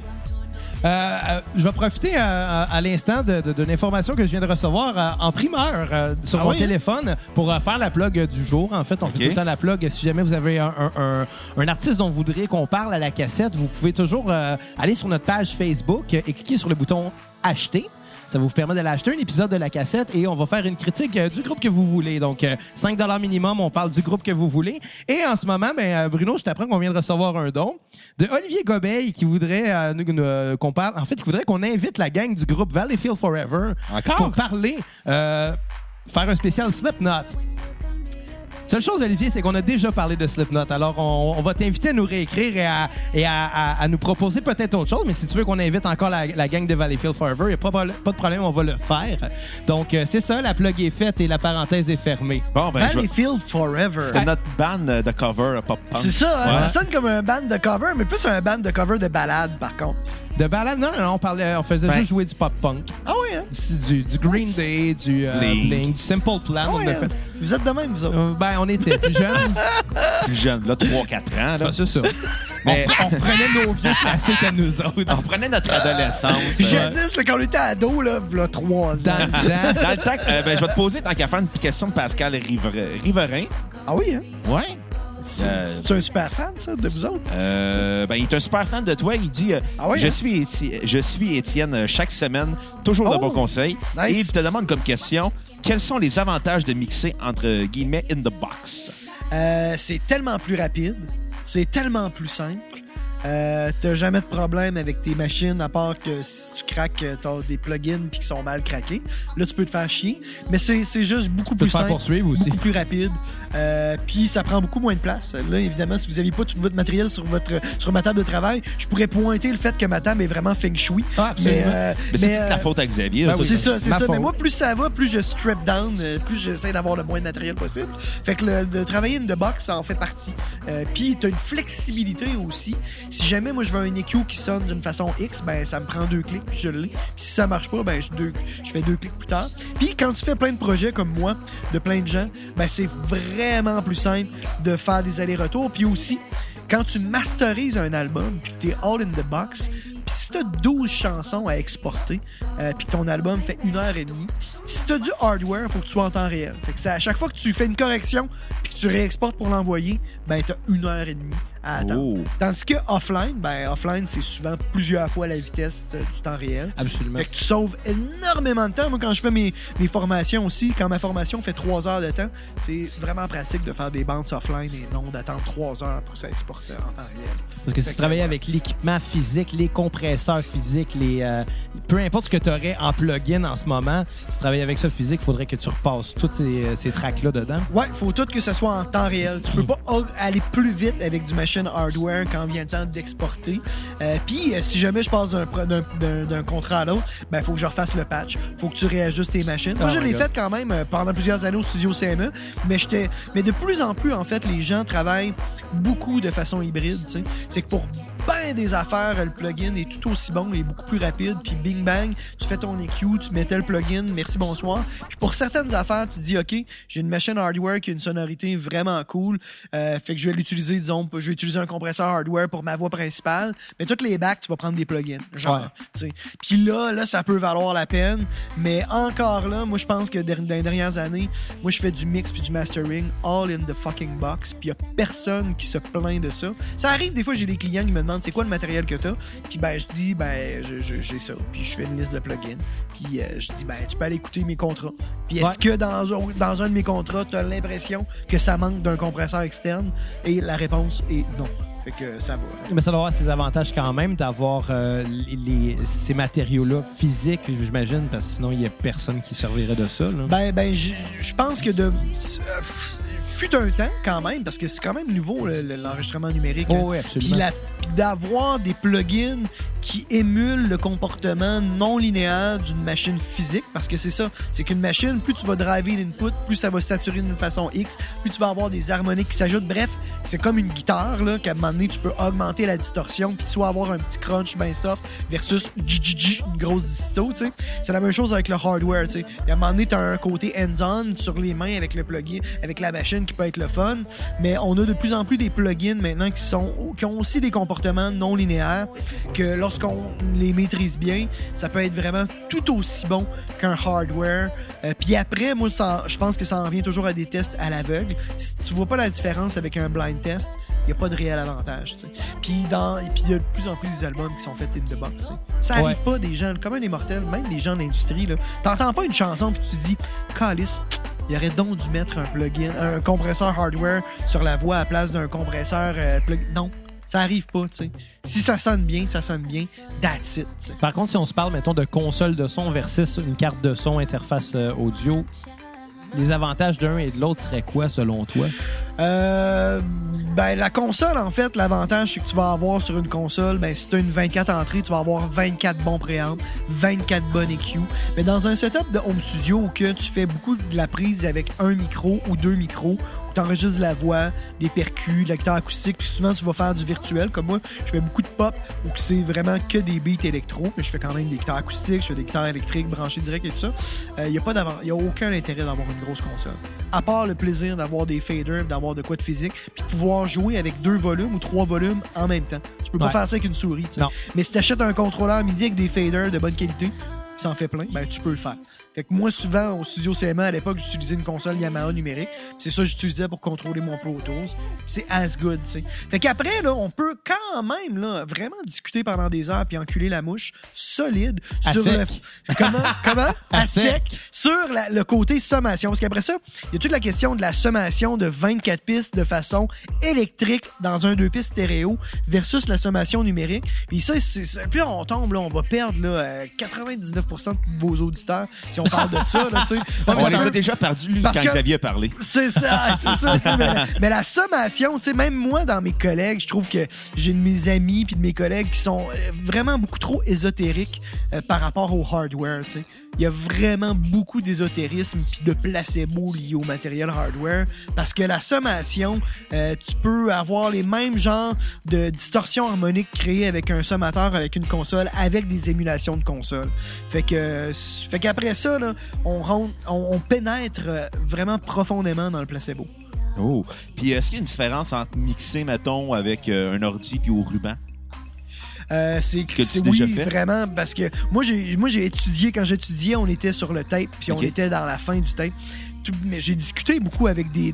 Je vais profiter à l'instant d'une information que je viens de recevoir en primeur sur mon téléphone pour faire la plug du jour. En fait, on fait tout le temps la plug. Si jamais vous avez un artiste dont vous voudriez qu'on parle à la cassette, vous pouvez toujours aller sur notre page Facebook et cliquer sur le bouton « Acheter ». Ça vous permet d'aller acheter un épisode de la cassette et on va faire une critique du groupe que vous voulez. Donc, 5 $ minimum, on parle du groupe que vous voulez. Et en ce moment, Bruno, je t'apprends qu'on vient de recevoir un don de Olivier Gobeil qui voudrait qu'on parle. En fait, il voudrait qu'on invite la gang du groupe Valleyfield Forever pour parler, faire un spécial Slipknot. Seule chose, Olivier, c'est qu'on a déjà parlé de Slipknot. Alors, on va t'inviter à nous réécrire et à nous proposer peut-être autre chose. Mais si tu veux qu'on invite encore la gang de Valleyfield Forever, il n'y a pas de problème, on va le faire. Donc, c'est ça, la plug est faite et la parenthèse est fermée. Bon, Valleyfield Forever. C'est notre band de cover pop-punk. C'est ça, hein? Ça sonne comme un band de cover, mais plus un band de cover de balade, par contre. De balade? Non, on faisait juste jouer du pop-punk. Ah oui, hein? Du Green Day, du Blink, du Simple Plan. On a fait. Vous êtes de même, vous autres? On était plus jeunes. Plus jeunes, là, 3-4 ans. Là. C'est ça. Mais on reprenait nos vieux classiques à nous autres. On reprenait notre adolescence. Jadis, quand on était ado, là 3 ans. Dans le temps, je vais te poser, tant qu'à faire, une question de Pascal Riverain. Ah oui, hein? Ouais. C'est un super fan, ça, de vous autres? Il est un super fan de toi. Il dit je suis Étienne chaque semaine, toujours de bons conseils. Nice. Et il te demande comme question quels sont les avantages de mixer entre guillemets in the box? C'est tellement plus rapide, c'est tellement plus simple. T'as jamais de problème avec tes machines, à part que si tu craques, t'as des plugins puis qui sont mal craqués. Là, tu peux te faire chier. Mais c'est juste beaucoup plus simple, beaucoup plus rapide. Puis ça prend beaucoup moins de place. Là, évidemment, si vous n'aviez pas tout votre matériel sur ma table de travail, je pourrais pointer le fait que ma table est vraiment feng shui. Mais c'est toute ta faute à Xavier. C'est ça. Mais moi, plus ça va, plus je strip down, plus j'essaie d'avoir le moins de matériel possible. Fait que de travailler in the box, ça en fait partie. Puis t'as une flexibilité aussi. Si jamais moi je veux un EQ qui sonne d'une façon X, ça me prend 2 clics puis je l'ai. Puis si ça marche pas, je fais 2 clics plus tard. Puis quand tu fais plein de projets comme moi, de plein de gens, c'est vraiment plus simple de faire des allers-retours. Puis aussi, quand tu masterises un album puis que t'es all in the box, puis si t'as 12 chansons à exporter, puis que ton album fait 1h30, si t'as du hardware, faut que tu sois en temps réel. Fait que à chaque fois que tu fais une correction puis que tu réexportes pour l'envoyer, t'as 1h30 à attendre. Oh. Tandis que offline, c'est souvent plusieurs fois la vitesse du temps réel. Absolument. Fait que tu sauves énormément de temps. Moi, quand je fais mes formations aussi, quand ma formation fait 3 heures de temps, c'est vraiment pratique de faire des bandes offline et non d'attendre 3 heures pour s'exporter en temps réel. Parce que si tu travaillais avec l'équipement physique, les compresseurs physiques, peu importe ce que tu aurais en plugin en ce moment, si tu travailles avec ça physique, il faudrait que tu repasses tous ces tracks-là dedans. Ouais, il faut tout que ce soit en temps réel. Tu peux pas aller plus vite avec du machine hardware quand vient le temps d'exporter. Puis, si jamais je passe d'un contrat à l'autre, il faut que je refasse le patch. Faut que tu réajustes tes machines. Moi, je l'ai fait quand même pendant plusieurs années au studio CME, mais de plus en plus, en fait, les gens travaillent beaucoup de façon hybride. T'sais. C'est que pour ben des affaires, le plugin est tout aussi bon et beaucoup plus rapide. Puis bing bang, tu fais ton EQ, tu mettais le plugin, merci, bonsoir. Puis pour certaines affaires, tu te dis, OK, j'ai une machine hardware qui a une sonorité vraiment cool. Fait que je vais l'utiliser, disons, je vais utiliser un compresseur hardware pour ma voix principale. Mais toutes les backs, tu vas prendre des plugins. Genre, tu sais. Puis là, ça peut valoir la peine. Mais encore là, moi, je pense que dans les dernières années, moi, je fais du mix puis du mastering all in the fucking box. Puis il y a personne qui se plaint de ça. Ça arrive, des fois, j'ai des clients qui me demandent c'est quoi le matériel que t'as. Puis je dis, j'ai ça. Puis je fais une liste de plugins. Puis je dis, tu peux aller écouter mes contrats. Puis est-ce que dans un de mes contrats, t'as l'impression que ça manque d'un compresseur externe? Et la réponse est non. Fait que ça va. Mais ça doit avoir ses avantages quand même d'avoir ces matériaux-là physiques, j'imagine, parce que sinon, il n'y a personne qui servirait de ça. Là. Je pense que fut un temps quand même, parce que c'est quand même nouveau l'enregistrement numérique. Oh, oui, absolument. Puis d'avoir des plugins qui émulent le comportement non linéaire d'une machine physique, parce que c'est ça, c'est qu'une machine, plus tu vas driver l'input, plus ça va saturer d'une façon X, plus tu vas avoir des harmoniques qui s'ajoutent. Bref, c'est comme une guitare, là, qu'à un moment donné, tu peux augmenter la distorsion, puis soit avoir un petit crunch bien soft versus une grosse disto, tu sais. C'est la même chose avec le hardware, tu sais. À un moment donné, tu as un côté hands-on sur les mains avec le plugin, avec la machine qui peut être le fun, mais on a de plus en plus des plugins maintenant qui ont aussi des comportements non linéaires que lorsqu'on les maîtrise bien, ça peut être vraiment tout aussi bon qu'un hardware. Puis après, moi, je pense que ça en revient toujours à des tests à l'aveugle. Si tu vois pas la différence avec un blind test, il n'y a pas de réel avantage. T'sais. Puis il y a de plus en plus des albums qui sont faits in the box. T'sais. Ça arrive pas des gens, comme un mortels, même des gens de l'industrie. T'entends pas une chanson puis tu te dis « Calice, il aurait donc dû mettre un plugin, un compresseur hardware sur la voix à la place d'un compresseur plugin. » Non. Ça arrive pas, tu sais. Si ça sonne bien, that's it. T'sais. Par contre, si on se parle, mettons, de console de son versus une carte de son interface audio, les avantages d'un et de l'autre seraient quoi, selon toi? La console, en fait, l'avantage, c'est que tu vas avoir sur une console, si tu as une 24 entrées, tu vas avoir 24 bons préampes, 24 bonnes EQ. Mais dans un setup de home studio où que tu fais beaucoup de la prise avec un micro ou deux micros, tu enregistres la voix, des percus, de la guitare acoustique, puis souvent tu vas faire du virtuel. Comme moi, je fais beaucoup de pop où c'est vraiment que des beats électro, mais je fais quand même des guitares acoustiques, je fais des guitares électriques branchées direct et tout ça. Il n'y a aucun intérêt d'avoir une grosse console. À part le plaisir d'avoir des faders, d'avoir de quoi de physique, puis de pouvoir jouer avec 2 volumes ou 3 volumes en même temps. Tu peux pas faire ça avec une souris. T'sais. Non. Mais si tu achètes un contrôleur MIDI avec des faders de bonne qualité, qui s'en fait plein, tu peux le faire. Fait que moi, souvent, au studio CMA, à l'époque, j'utilisais une console Yamaha numérique. C'est ça que j'utilisais pour contrôler mon Pro Tools. C'est as good, tu sais. Fait qu'après, là, on peut quand même, là, vraiment discuter pendant des heures puis enculer la mouche solide à sur sec. Comment? À sec. Sur le côté sommation. Parce qu'après ça, il y a toute la question de la sommation de 24 pistes de façon électrique dans un 2 pistes stéréo versus la sommation numérique. Puis ça, puis là, on tombe, là, on va perdre là, 99% de vos auditeurs si on parle de ça. Là, on les a déjà perdus quand Xavier a parlé. C'est ça. Mais la sommation, même moi, dans mes collègues, je trouve que j'ai de mes amis puis de mes collègues qui sont vraiment beaucoup trop ésotériques par rapport au hardware. T'sais. Il y a vraiment beaucoup d'ésotérisme puis de placebo lié au matériel hardware parce que la sommation, tu peux avoir les mêmes genres de distorsions harmoniques créées avec un sommateur, avec une console, avec des émulations de console. Fait qu'après ça, là, on pénètre vraiment profondément dans le placebo. Oh! Puis est-ce qu'il y a une différence entre mixer, mettons, avec un ordi puis au ruban? C'est vraiment parce que moi j'ai étudié, quand j'étudiais, on était sur le tape puis on était dans la fin du tape. Mais j'ai discuté beaucoup avec des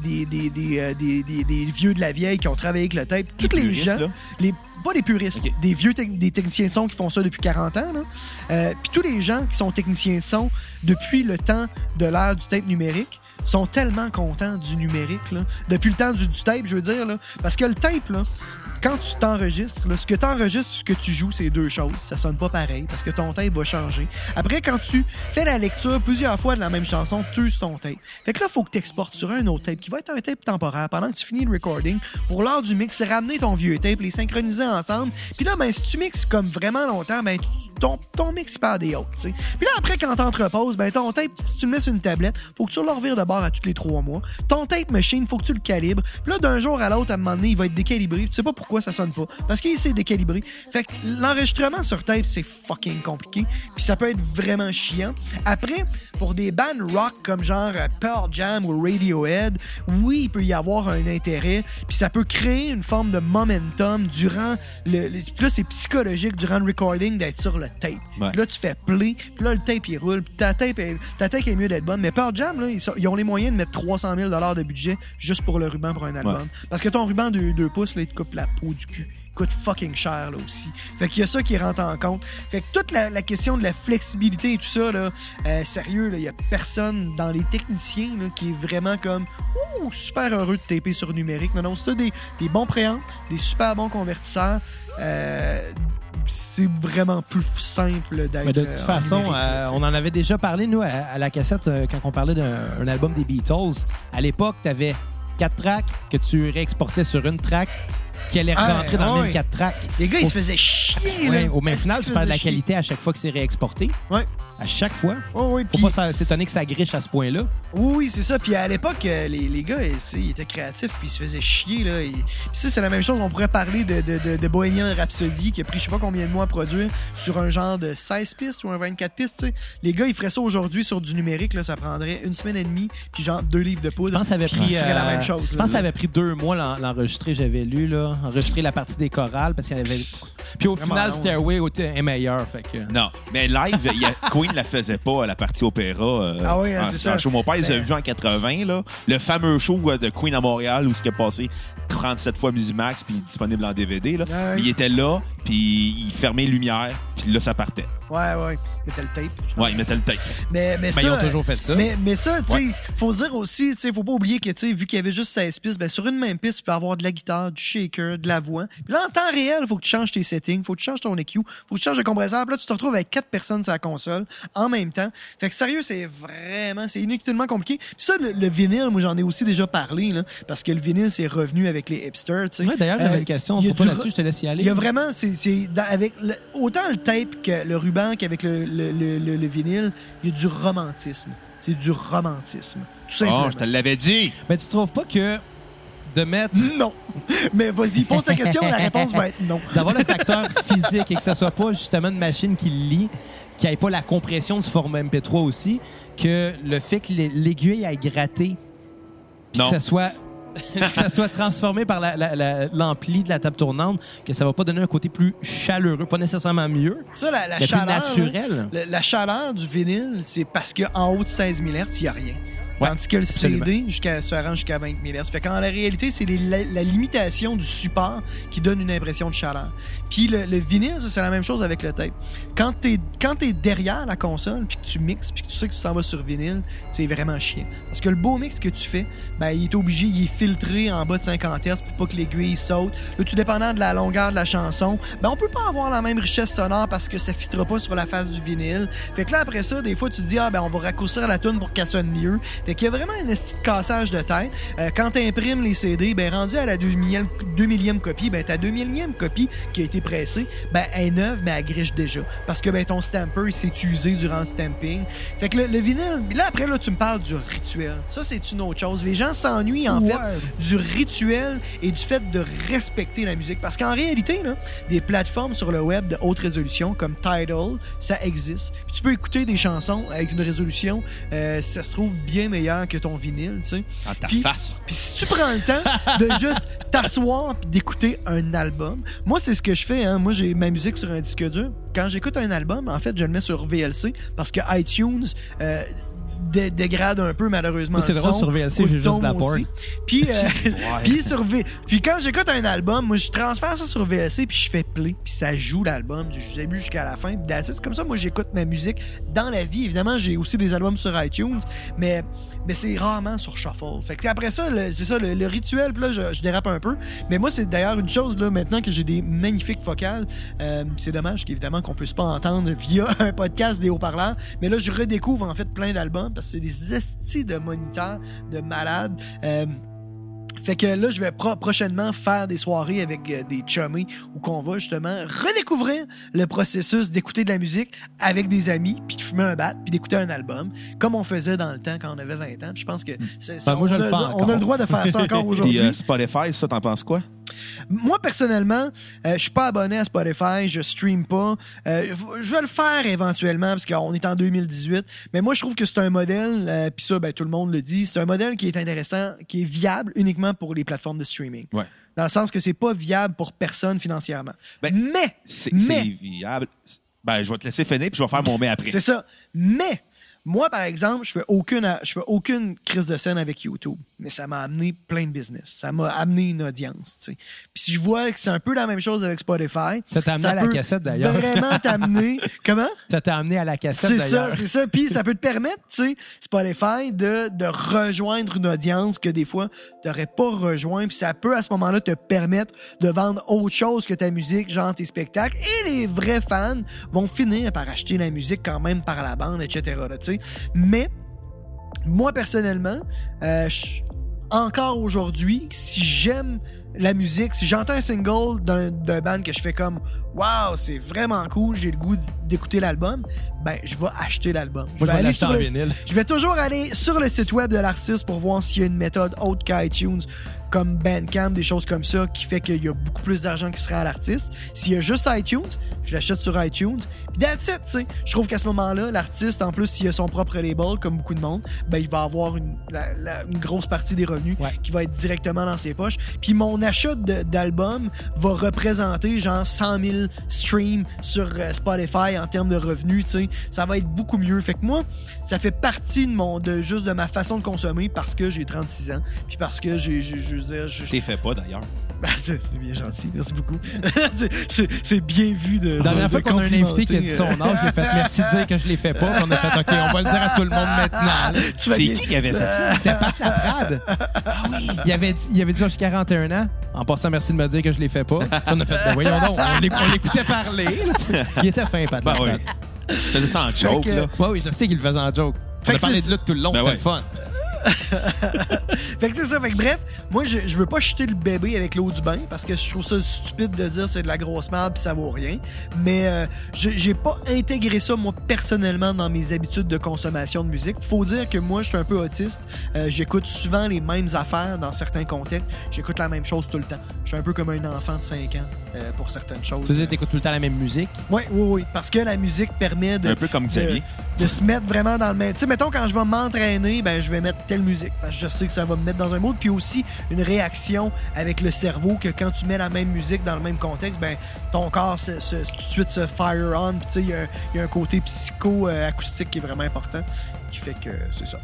vieux de la vieille qui ont travaillé avec le tape. Tous les gens, pas les puristes, des vieux des techniciens de son qui font ça depuis 40 ans. Puis tous les gens qui sont techniciens de son depuis le temps de l'ère du tape numérique sont tellement contents du numérique. Là. Depuis le temps du tape, je veux dire. Là, parce que le tape, là, quand tu t'enregistres, là, ce que tu enregistres, ce que tu joues, c'est 2 choses. Ça sonne pas pareil parce que ton tape va changer. Après, quand tu fais la lecture plusieurs fois de la même chanson, tu uses ton tape. Fait que là, il faut que tu exportes sur un autre tape qui va être un tape temporaire pendant que tu finis le recording. Pour l'heure du mix, ramener ton vieux tape, les synchroniser ensemble. Puis là, si tu mixes comme vraiment longtemps, ton mix perd des hautes. T'sais. Puis là, après, quand t'entreposes, ton tape, si tu le mets sur une tablette, faut que tu le revires de bord à tous les 3 mois. Ton tape machine, faut que tu le calibres. Puis là, d'un jour à l'autre, à un moment donné, il va être décalibré. Tu sais pas pourquoi ça sonne pas. Parce qu'il s'est décalibré. Fait que l'enregistrement sur tape, c'est fucking compliqué. Puis ça peut être vraiment chiant. Après, pour des bands rock comme genre Pearl Jam ou Radiohead, oui, il peut y avoir un intérêt. Puis ça peut créer une forme de momentum durant puis là, c'est psychologique durant le recording d'être sur le tape. Ouais. Puis là, tu fais play. Puis là, le tape, il roule. Puis ta tape est mieux d'être bonne. Mais Pearl Jam, là, ils ont les moyens de mettre 300 000 $ de budget juste pour le ruban pour un album. Ouais. Parce que ton ruban de 2 pouces, là, il te coupe la peau du cul. Il coûte fucking cher, là, aussi. Fait qu'il y a ça qui rentre en compte. Fait que toute la question de la flexibilité et tout ça, là, sérieux, là, il y a personne dans les techniciens, là, qui est vraiment comme super heureux de taper sur numérique. Non, c'est des bons préampes, des super bons convertisseurs. C'est vraiment plus simple d'être. Mais de toute façon, on en avait déjà parlé, nous, à la cassette, quand on parlait d'un album des Beatles. À l'époque, t'avais 4 tracks que tu réexportais sur une track qui allait rentrer dans le même 4 tracks. Les gars, ils se faisaient chier, là. Au même final, tu perds de la chier. qualité à chaque fois que c'est réexporté. Ouais. À chaque fois. Oh, oui, Faut pas s'étonner que ça griche à ce point-là. Oui, c'est ça. Puis à l'époque, les gars, ils étaient créatifs puis ils se faisaient chier. Là. Puis ça, c'est la même chose. On pourrait parler de Bohemian Rhapsody qui a pris je sais pas combien de mois à produire sur un genre de 16 pistes ou un 24 pistes. T'sais. Les gars, ils feraient ça aujourd'hui sur du numérique. Là, ça prendrait 1 semaine et demie puis genre 2 livres de poudre. Je pense que ça avait pris, ils feraient la même chose. Je pense que ça avait pris 2 mois l'enregistrer, j'avais lu. Là. Enregistrer la partie des chorales parce qu'il y en avait... Puis au Vraiment final, long. Stairway est meilleur. Fait que... Non, mais live, Queen la faisait pas, la partie opéra. Ah oui, c'est ça. Show. Mon père, il l'a vu en 80, là, le fameux show de Queen à Montréal où ce qui a passé 37 fois Musimax puis disponible en DVD. Là. Ouais. Mais il était là, puis il fermait les lumières, puis là, ça partait. Ouais. Ils mettaient le tape. Ouais, il mettait le tape. Mais ça, ils ont toujours fait ça. Mais ça, tu sais, faut dire aussi, tu sais, faut pas oublier que, tu sais, vu qu'il y avait juste 16 pistes, ben, sur une même piste, tu peux avoir de la guitare, du shaker, de la voix. Puis là, en temps réel, faut que tu changes tes settings, faut que tu changes ton EQ, faut que tu changes le compresseur. Puis là, tu te retrouves avec 4 personnes sur la console en même temps. Fait que sérieux, c'est inutilement compliqué. Puis ça, le vinyle, moi, j'en ai aussi déjà parlé, là, parce que le vinyle, c'est revenu avec les hipsters, tu sais. Ouais, d'ailleurs, j'avais une question. il y a Faut pas du là-dessus, je te laisse y aller. Il y a vraiment, avec autant le tape que le ruban qu'avec le vinyle, il y a du romantisme. C'est du romantisme. Tout simplement. Oh, je te l'avais dit! Mais tu trouves pas que de mettre... Non. Mais vas-y, pose ta question, la réponse va être non. D'avoir le facteur physique et que ce soit pas justement une machine qui le lit, qui n'ait pas la compression du format MP3 aussi, que le fait que l'aiguille aille gratter, puis que ça soit transformé par l'ampli de la table tournante, que ça va pas donner un côté plus chaleureux, pas nécessairement mieux, Ça, la mais chaleur, plus naturel. la chaleur du vinyle, c'est parce qu'en haut de 16 000 Hz, il n'y a rien. Ouais, Tandis que le absolument. CD se rend jusqu'à 20 000 Hz. Fait qu'en la réalité, c'est la limitation du support qui donne une impression de chaleur. Puis le vinyle, ça, c'est la même chose avec le tape. Quand t'es derrière la console, puis que tu mixes, puis que tu sais que tu s'en vas sur vinyle, c'est vraiment chiant. Parce que le beau mix que tu fais, ben, il est obligé, il est filtré en bas de 50 Hz pour pas que l'aiguille saute. Là, tout dépendant de la longueur de la chanson, ben, on peut pas avoir la même richesse sonore parce que ça fitera pas sur la face du vinyle. Fait que là, après ça, des fois, tu te dis, on va raccourcir la tune pour qu'elle sonne mieux. Fait qu'il y a vraiment un esti de cassage de tête. Quand t'imprimes les CD, ben, rendu à la 2 millième copie, ben, ta 2 millième copie qui a été pressée, ben, elle est neuve, mais elle griche déjà. Parce que, ben, ton stamper, il s'est usé durant le stamping. Fait que le vinyle, là, après, là, tu me parles du rituel. Ça, c'est une autre chose. Les gens s'ennuient, en fait, du rituel et du fait de respecter la musique. Parce qu'en réalité, là, des plateformes sur le web de haute résolution, comme Tidal, ça existe. Puis tu peux écouter des chansons avec une résolution, ça se trouve bien meilleur que ton vinyle, tu sais. En ta Puis- face. Puis si tu prends le temps de juste t'asseoir et d'écouter un album, moi, c'est ce que je fais. Hein. Moi, j'ai ma musique sur un disque dur. Quand j'écoute un album, en fait, je le mets sur VLC parce que iTunes dégrade un peu, malheureusement. Moi, c'est le drôle, son, sur VLC, ou j'ai le juste ton de la aussi. Puis, puis quand j'écoute un album, moi, je transfère ça sur VLC puis je fais play. Puis ça joue l'album du début jusqu'à la fin. Puis that's it. C'est comme ça, moi, j'écoute ma musique dans la vie. Évidemment, j'ai aussi des albums sur iTunes, mais c'est rarement sur Shuffle. Fait que après ça, c'est ça, le rituel. Puis là, je dérape un peu. Mais moi, c'est d'ailleurs une chose, là, maintenant que j'ai des magnifiques vocales. C'est dommage qu'évidemment qu'on puisse pas entendre via un podcast des haut-parleurs. Mais là, je redécouvre en fait plein d'albums parce que c'est des estis de moniteurs, de malades. Fait que là, je vais prochainement faire des soirées avec des chummies où qu'on va justement redécouvrir le processus d'écouter de la musique avec des amis, puis de fumer un bat, puis d'écouter un album, comme on faisait dans le temps quand on avait 20 ans. Puis je pense que moi, je le fais on encore. a le droit de faire ça encore aujourd'hui. Puis Spotify, ça, t'en penses quoi? Moi, personnellement, je suis pas abonné à Spotify, je stream pas. Je vais le faire éventuellement parce qu'on est en 2018. Mais moi, je trouve que c'est un modèle, puis ça, ben, tout le monde le dit, c'est un modèle qui est intéressant, qui est viable uniquement pour les plateformes de streaming. Ouais. Dans le sens que c'est pas viable pour personne financièrement. Ben, mais, C'est viable. Ben, je vais te laisser finir, puis je vais faire mon mais après. c'est ça. Mais, moi, par exemple, je fais aucune crise de scène avec YouTube. Mais ça m'a amené plein de business. Ça m'a amené une audience, tu sais. Puis si je vois que c'est un peu la même chose avec Spotify... Ça t'a amené à la peut cassette, d'ailleurs. vraiment t'amener... Comment? Ça t'a amené à la cassette, C'est d'ailleurs. ça, c'est ça. Puis ça peut te permettre, tu sais, Spotify, de rejoindre une audience que des fois, tu n'aurais pas rejoint. Puis ça peut, à ce moment-là, te permettre de vendre autre chose que ta musique, genre tes spectacles. Et les vrais fans vont finir par acheter la musique quand même par la bande, etc. Là, tu sais. Mais, moi, personnellement, encore aujourd'hui, si j'aime la musique, si j'entends un single d'un band que je fais comme wow, c'est vraiment cool, j'ai le goût d'écouter l'album, ben je vais acheter l'album. Moi, je vais l'acheter en vinyle. Je vais toujours aller sur le site web de l'artiste pour voir s'il y a une méthode autre qu'iTunes, comme Bandcamp, des choses comme ça, qui fait qu'il y a beaucoup plus d'argent qui serait à l'artiste. S'il y a juste iTunes, je l'achète sur iTunes. Puis that's it, tu sais. Je trouve qu'à ce moment-là, l'artiste, en plus, s'il a son propre label, comme beaucoup de monde, ben il va avoir une grosse partie des revenus qui va être directement dans ses poches. Puis mon achat d'album va représenter genre 100 000 streams sur Spotify en termes de revenus, tu sais. Ça va être beaucoup mieux. Fait que moi, ça fait partie de ma façon de consommer parce que j'ai 36 ans. Puis parce que je t'es fait pas, d'ailleurs. Ben, c'est bien gentil. Merci beaucoup. c'est bien vu de. La dernière fois qu'on a un invité qui a dit son âge, j'ai fait merci de dire que je l'ai fait pas. Puis on a fait OK, on va le dire à tout le monde maintenant. C'est qui avait fait ça? C'était Pat Laprade. Ah oui. Il avait dit j'ai 41 ans. En passant, merci de me dire que je l'ai fait pas. On a fait voyons donc, on l'écoutait parler. Là. Il était fin, Pat Laprade. Oui. Il faisait ça en joke, là. Oui, je sais qu'il le faisait en joke. On a parlé de là tout le long, c'est le fun. Fait que c'est ça. Fait que bref, moi, je veux pas jeter le bébé avec l'eau du bain parce que je trouve ça stupide de dire c'est de la grosse merde pis ça vaut rien. Mais j'ai pas intégré ça, moi, personnellement, dans mes habitudes de consommation de musique. Faut dire que moi, je suis un peu autiste. J'écoute souvent les mêmes affaires dans certains contextes. J'écoute la même chose tout le temps. Je suis un peu comme un enfant de 5 ans pour certaines choses. Tu veux dire, t'écoutes tout le temps la même musique? Oui. Parce que la musique permet de... Un peu comme Xavier. De se mettre vraiment dans le même... Tu sais, mettons, quand je vais m'entraîner, ben je vais mettre telle musique. Parce que je sais que ça va me mettre dans un mood. Puis aussi, une réaction avec le cerveau que quand tu mets la même musique dans le même contexte, ben ton corps tout de suite se fire on. Puis tu sais, il y a un côté psycho-acoustique qui est vraiment important. Qui fait que c'est ça.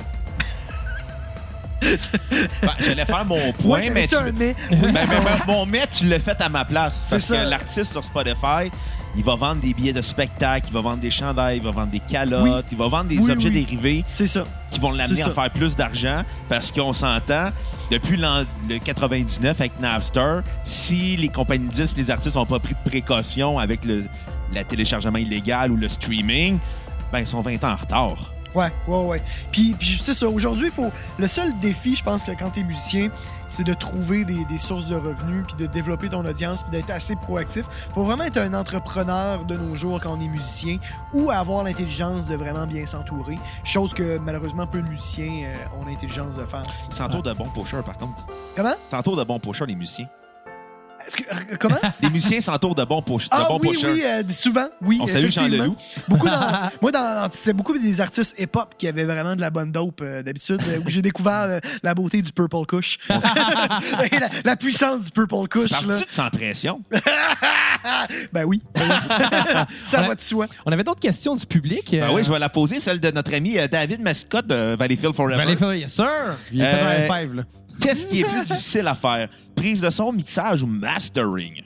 Ben, j'allais faire mon point, ouais, mais mon mais, tu l'as fait à ma place. Parce ça. Que l'artiste sur Spotify, il va vendre des billets de spectacle, il va vendre des chandails, il va vendre des calottes, il va vendre des objets dérivés qui vont l'amener à faire plus d'argent parce qu'on s'entend, depuis le 99 avec Napster, si les compagnies de disques et les artistes n'ont pas pris de précautions avec le téléchargement illégal ou le streaming, ben ils sont 20 ans en retard. Ouais. Puis c'est ça. Aujourd'hui, le seul défi, je pense, que quand t'es musicien, c'est de trouver des sources de revenus puis de développer ton audience puis d'être assez proactif. Faut vraiment être un entrepreneur de nos jours quand on est musicien ou avoir l'intelligence de vraiment bien s'entourer. Chose que, malheureusement, peu de musiciens ont l'intelligence de faire. Ils s'entourent de bons pocheurs, par contre. Comment? Ils s'entourent de bons pocheurs, les musiciens. Comment? Les musiciens s'entourent de bons pocheurs. Oui, souvent. Oui, on salue Jean Leloup. C'est beaucoup des artistes hip-hop qui avaient vraiment de la bonne dope d'habitude, où j'ai découvert la beauté du Purple Kush. la puissance du Purple Kush. Parles-tu de Sans Pression? Ben oui. Ça va de soi. On avait d'autres questions du public. Ben oui, je vais la poser, celle de notre ami David Mascotte de Valleyfield Forever. Valleyfield, yes sir. Il est fait dans un 5, là. Qu'est-ce qui est plus difficile à faire? Prise de son, mixage ou mastering?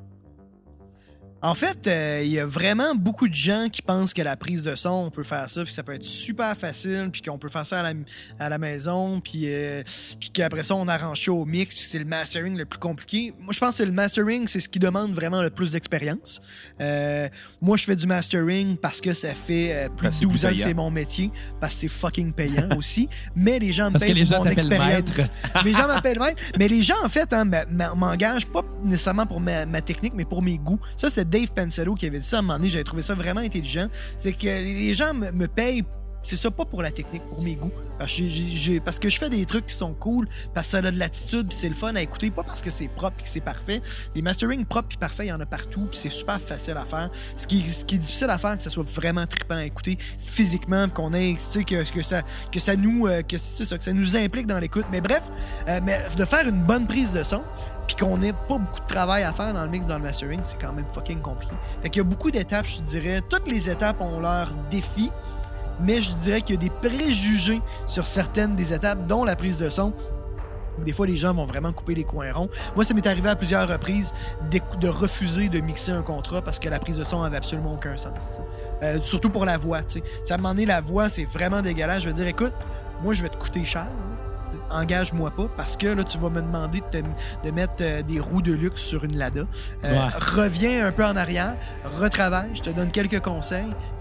En fait, il y a vraiment beaucoup de gens qui pensent que la prise de son, on peut faire ça, puis ça peut être super facile, puis qu'on peut faire ça à la maison, puis qu'après ça, on arrange ça au mix, puis c'est le mastering le plus compliqué. Moi, je pense que le mastering, c'est ce qui demande vraiment le plus d'expérience. Moi, je fais du mastering parce que ça fait plus de 12 ans que c'est mon métier, parce que c'est fucking payant aussi, mais les gens me payent pour mon expérience. Les gens m'appellent maître, mais les gens, en fait, m'engagent pas nécessairement pour ma technique, mais pour mes goûts. Ça, c'est Dave Pensello qui avait dit ça à un moment donné, j'avais trouvé ça vraiment intelligent. C'est que les gens me payent, c'est ça, pas pour la technique, pour mes goûts. Parce que je fais des trucs qui sont cool, parce que ça a de l'attitude, puis c'est le fun à écouter, pas parce que c'est propre et que c'est parfait. Les mastering propres et parfaits, il y en a partout, puis c'est super facile à faire. Ce qui est difficile à faire, c'est que ça soit vraiment trippant à écouter physiquement, qu'on ait, tu sais, que ça nous implique dans l'écoute. Mais bref, de faire une bonne prise de son, puis qu'on n'ait pas beaucoup de travail à faire dans le mix, dans le mastering, c'est quand même fucking compliqué. Fait qu'il y a beaucoup d'étapes, je te dirais. Toutes les étapes ont leurs défis, mais je dirais qu'il y a des préjugés sur certaines des étapes, dont la prise de son. Des fois, les gens vont vraiment couper les coins ronds. Moi, ça m'est arrivé à plusieurs reprises de refuser de mixer un contrat parce que la prise de son avait absolument aucun sens. Surtout pour la voix, tu sais. À un moment donné, la voix, c'est vraiment dégueulasse. Je vais dire, écoute, moi, je vais te coûter cher. Engage-moi pas parce que là, tu vas me demander de mettre des roues de luxe sur une Lada. Reviens un peu en arrière, retravaille, je te donne quelques conseils,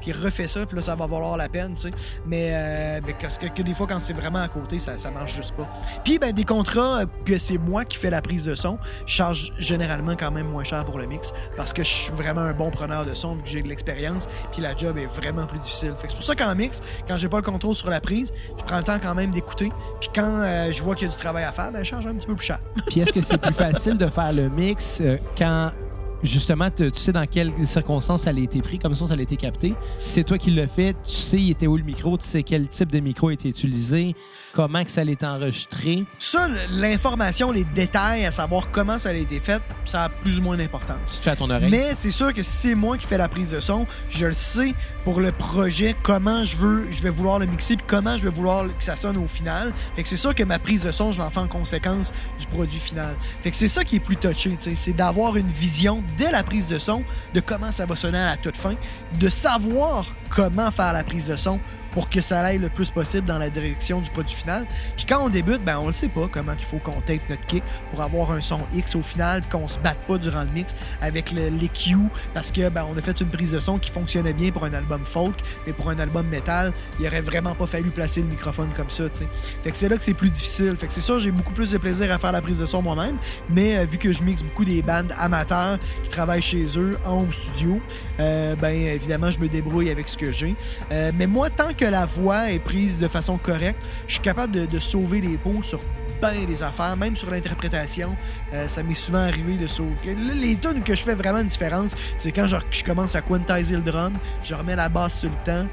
puis refais ça, puis là, ça va valoir la peine, tu sais. Mais parce que des fois, quand c'est vraiment à côté, ça marche juste pas. Puis, ben, des contrats que c'est moi qui fais la prise de son, je charge généralement quand même moins cher pour le mix, parce que je suis vraiment un bon preneur de son, vu que j'ai de l'expérience, puis la job est vraiment plus difficile. Fait que c'est pour ça qu'en mix, quand j'ai pas le contrôle sur la prise, je prends le temps quand même d'écouter, puis quand je vois qu'il y a du travail à faire, ben, je charge un petit peu plus cher. Puis est-ce que c'est plus facile de faire le mix quand, justement, tu sais dans quelles circonstances ça a été pris, comme ça a été capté? C'est toi qui l'as fait, tu sais il était où le micro, tu sais quel type de micro a été utilisé, comment que ça a été enregistré? Ça, l'information, les détails, à savoir comment ça a été fait, ça a plus ou moins d'importance. Tu as à ton oreille. Mais c'est sûr que si c'est moi qui fais la prise de son, je le sais pour le projet, comment je vais vouloir le mixer, puis comment je vais vouloir que ça sonne au final. Fait que c'est sûr que ma prise de son, je l'en fais en conséquence du produit final. Fait que c'est ça qui est plus touché, tu sais, c'est d'avoir une vision dès la prise de son de comment ça va sonner à la toute fin, de savoir comment faire la prise de son pour que ça aille le plus possible dans la direction du produit final. Puis quand on débute, ben on le sait pas comment il faut qu'on tape notre kick pour avoir un son X au final, puis qu'on se batte pas durant le mix avec les Q, parce que ben on a fait une prise de son qui fonctionnait bien pour un album folk, mais pour un album metal, il aurait vraiment pas fallu placer le microphone comme ça, tu sais. Fait que c'est là que c'est plus difficile. Fait que c'est sûr, j'ai beaucoup plus de plaisir à faire la prise de son moi-même, mais vu que je mixe beaucoup des bandes amateurs qui travaillent chez eux en home studio, ben évidemment, je me débrouille avec ce que j'ai. Mais moi, tant que la voix est prise de façon correcte, je suis capable de sauver les pots sur bien des affaires, même sur l'interprétation. Ça m'est souvent arrivé de sauver. Les tunes que je fais vraiment une différence, c'est quand je commence à quantiser le drum, je remets la basse sur le temps,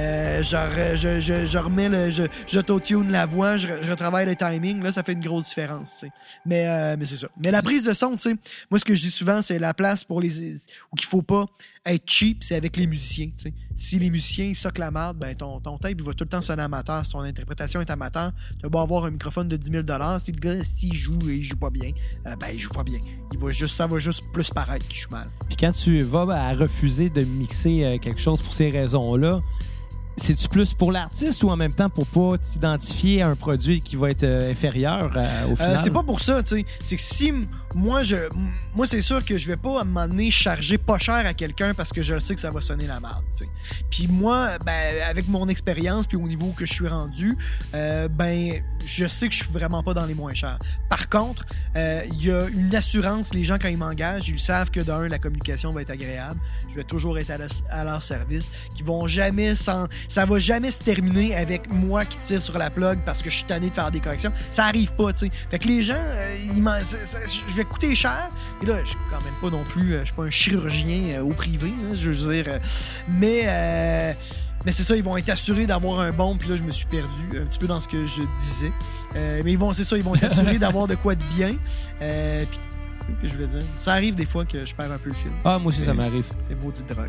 je remets j'auto-tune la voix, je retravaille le timing. Là, ça fait une grosse différence, tu sais. Mais c'est ça. Mais la prise de son, tu sais, moi, ce que je dis souvent, c'est la place pour où il faut pas être cheap, c'est avec les musiciens, tu sais. Si les musiciens ils socent la marde, ben ton tape il va tout le temps sonner amateur. Si ton interprétation est amateur, tu vas beau avoir un microphone de 10 000 $. Si le gars, s'il joue et il joue pas bien, ben il joue pas bien. Ça va juste plus paraître qu'il joue mal. Puis quand tu vas à refuser de mixer quelque chose pour ces raisons-là, c'est-tu plus pour l'artiste ou en même temps pour pas t'identifier à un produit qui va être inférieur au final? C'est pas pour ça, tu sais. C'est que si moi, c'est sûr que je vais pas à un moment donné charger pas cher à quelqu'un parce que je sais que ça va sonner la merde, tu sais. Puis moi, ben, avec mon expérience puis au niveau que je suis rendu, ben, je sais que je suis vraiment pas dans les moins chers. Par contre, il y a une assurance, les gens quand ils m'engagent, ils savent que d'un, la communication va être agréable, je vais toujours être à leur service, qu'ils vont jamais ça va jamais se terminer avec moi qui tire sur la plug parce que je suis tanné de faire des corrections. Ça arrive pas, tu sais. Fait que les gens, je vais coûter cher. Et là, je suis quand même pas non plus, je suis pas un chirurgien au privé, hein, je veux dire. Mais c'est ça, ils vont être assurés d'avoir un bon. Puis là, je me suis perdu un petit peu dans ce que je disais. Mais ils vont être assurés d'avoir de quoi de bien. Puis, que je voulais dire. Ça arrive des fois que je perds un peu le fil. Ah, moi aussi, ça m'arrive. C'est maudite drogue.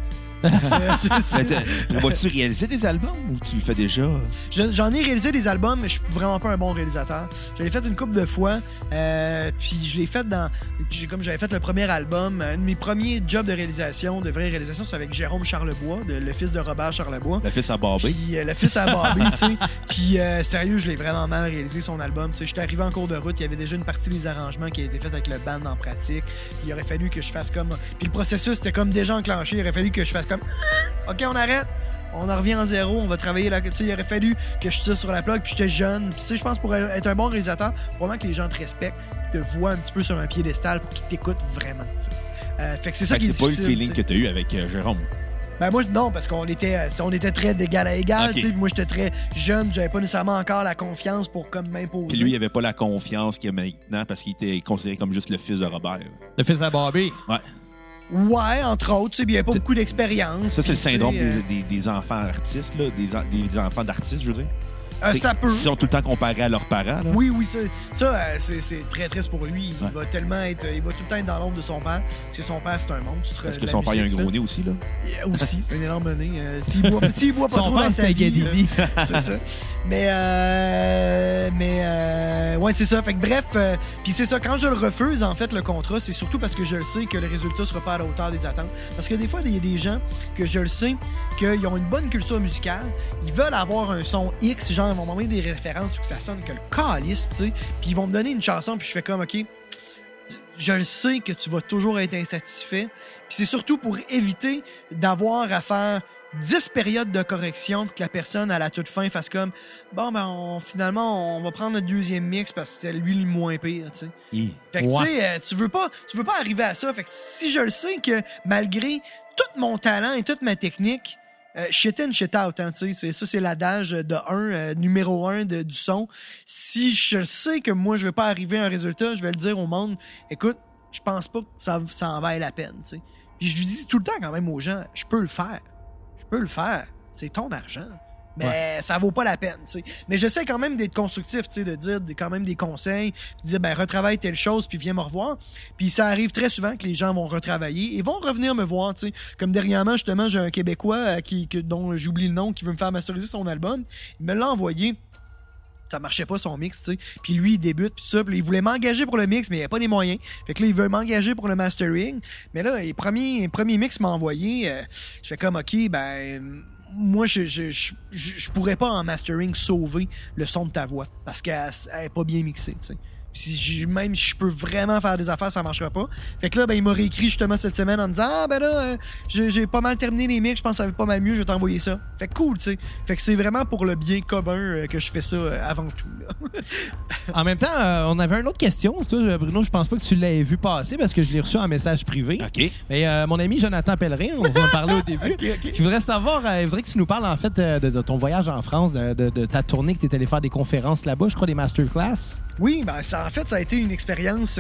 Vas-tu réaliser des albums ou tu le fais déjà? J'en ai réalisé des albums, mais je suis vraiment pas un bon réalisateur. Je l'ai fait une couple de fois, puis je l'ai fait comme j'avais fait le premier album, un de mes premiers jobs de réalisation, de vraie réalisation, c'est avec Jérôme Charlebois, le fils de Robert Charlebois. Le fils à Barbie. Le fils à Barbie, tu sais. Puis sérieux, je l'ai vraiment mal réalisé, son album. Tu sais, j'étais arrivé en cours de route, il y avait déjà une partie des arrangements qui a été faite avec le band en pratique. Puis il aurait fallu que je fasse comme... Puis le processus était comme déjà enclenché, il aurait fallu que je fasse comme... OK, on arrête. On en revient en zéro. On va travailler là. Tu sais, il aurait fallu que je tire sur la plug. Puis j'étais jeune. Puis tu sais, je pense pour être un bon réalisateur, probablement que les gens te respectent, te voient un petit peu sur un piédestal pour qu'ils t'écoutent vraiment. Fait que c'est ça qui est difficile. C'est pas le feeling que tu as eu avec Jérôme. Ben moi, non, parce qu'on était très d'égal à égal. Okay. Moi, j'étais très jeune. J'avais pas nécessairement encore la confiance pour comme m'imposer. Puis lui, il avait pas la confiance qu'il a maintenant parce qu'il était considéré comme juste le fils de Robert. Le fils à Barbie. Ouais. Ouais, entre autres, il n'y avait pas beaucoup d'expérience. Ça, c'est le syndrome des enfants artistes, là, des enfants d'artistes, je veux dire. Ça peut. Ils sont tout le temps comparés à leurs parents. Là. Oui, ça c'est très triste pour lui. Il va tellement être, il va tout le temps être dans l'ombre de son père. Parce que son père, c'est un monstre. Est-ce que son père, il a un gros nez aussi, là? Aussi, un énorme nez. S'il boit pas trop dans sa vie. C'est ça. Mais ouais, c'est ça. Fait que bref, puis c'est ça, quand je le refuse, en fait, le contrat, c'est surtout parce que je le sais que le résultat sera pas à la hauteur des attentes. Parce que des fois, il y a des gens que je le sais qu'ils ont une bonne culture musicale, ils veulent avoir un son X, genre, ils vont m'envoyer des références où que ça sonne que le calice, tu sais, puis ils vont me donner une chanson, puis je fais comme, OK, je le sais que tu vas toujours être insatisfait, puis c'est surtout pour éviter d'avoir à faire 10 périodes de correction pour que la personne, à la toute fin, fasse comme bon, ben, finalement, on va prendre notre deuxième mix parce que c'est lui le moins pire, tu sais. Fait que, tu sais, tu veux pas arriver à ça. Fait que si je le sais que malgré tout mon talent et toute ma technique, shit in, shit out, hein, tu sais. Ça, c'est l'adage de numéro 1 du son. Si je sais que moi, je veux pas arriver à un résultat, je vais le dire au monde, écoute, je pense pas que ça en vaille la peine, tu sais. Puis je lui dis tout le temps quand même aux gens, je peux le faire. C'est ton argent. Mais ça vaut pas la peine, tu sais. Mais j'essaie quand même d'être constructif, tu sais, de dire quand même des conseils, puis de dire, ben, retravaille telle chose, puis viens me revoir. Puis ça arrive très souvent que les gens vont retravailler et vont revenir me voir, tu sais. Comme dernièrement, justement, j'ai un Québécois dont j'oublie le nom, qui veut me faire masteriser son album. Il me l'a envoyé. Ça marchait pas son mix, tu sais. Puis lui, il débute, puis ça. Puis il voulait m'engager pour le mix, mais il n'y a pas les moyens. Fait que là, il veut m'engager pour le mastering. Mais là, les premiers mix m'a envoyé. Je fais comme, OK, ben... Moi, je pourrais pas en mastering sauver le son de ta voix parce qu'elle est pas bien mixée, tu sais. Même si je peux vraiment faire des affaires, ça marchera pas. Fait que là, ben, il m'a réécrit justement cette semaine en me disant ah, ben là, j'ai pas mal terminé les mix, je pense que ça va pas mal mieux, je vais t'envoyer ça. Fait que cool, tu sais. Fait que c'est vraiment pour le bien commun que je fais ça avant tout, là. En même temps, on avait une autre question. Toi, Bruno, je pense pas que tu l'aies vu passer parce que je l'ai reçu en message privé. OK. Mais mon ami Jonathan Pellerin, on va en parler au début, qui voudrait savoir, il voudrait que tu nous parles en fait de ton voyage en France, de ta tournée, que tu es allé faire des conférences là-bas, je crois, des masterclass. Oui, ben en fait, ça a été une expérience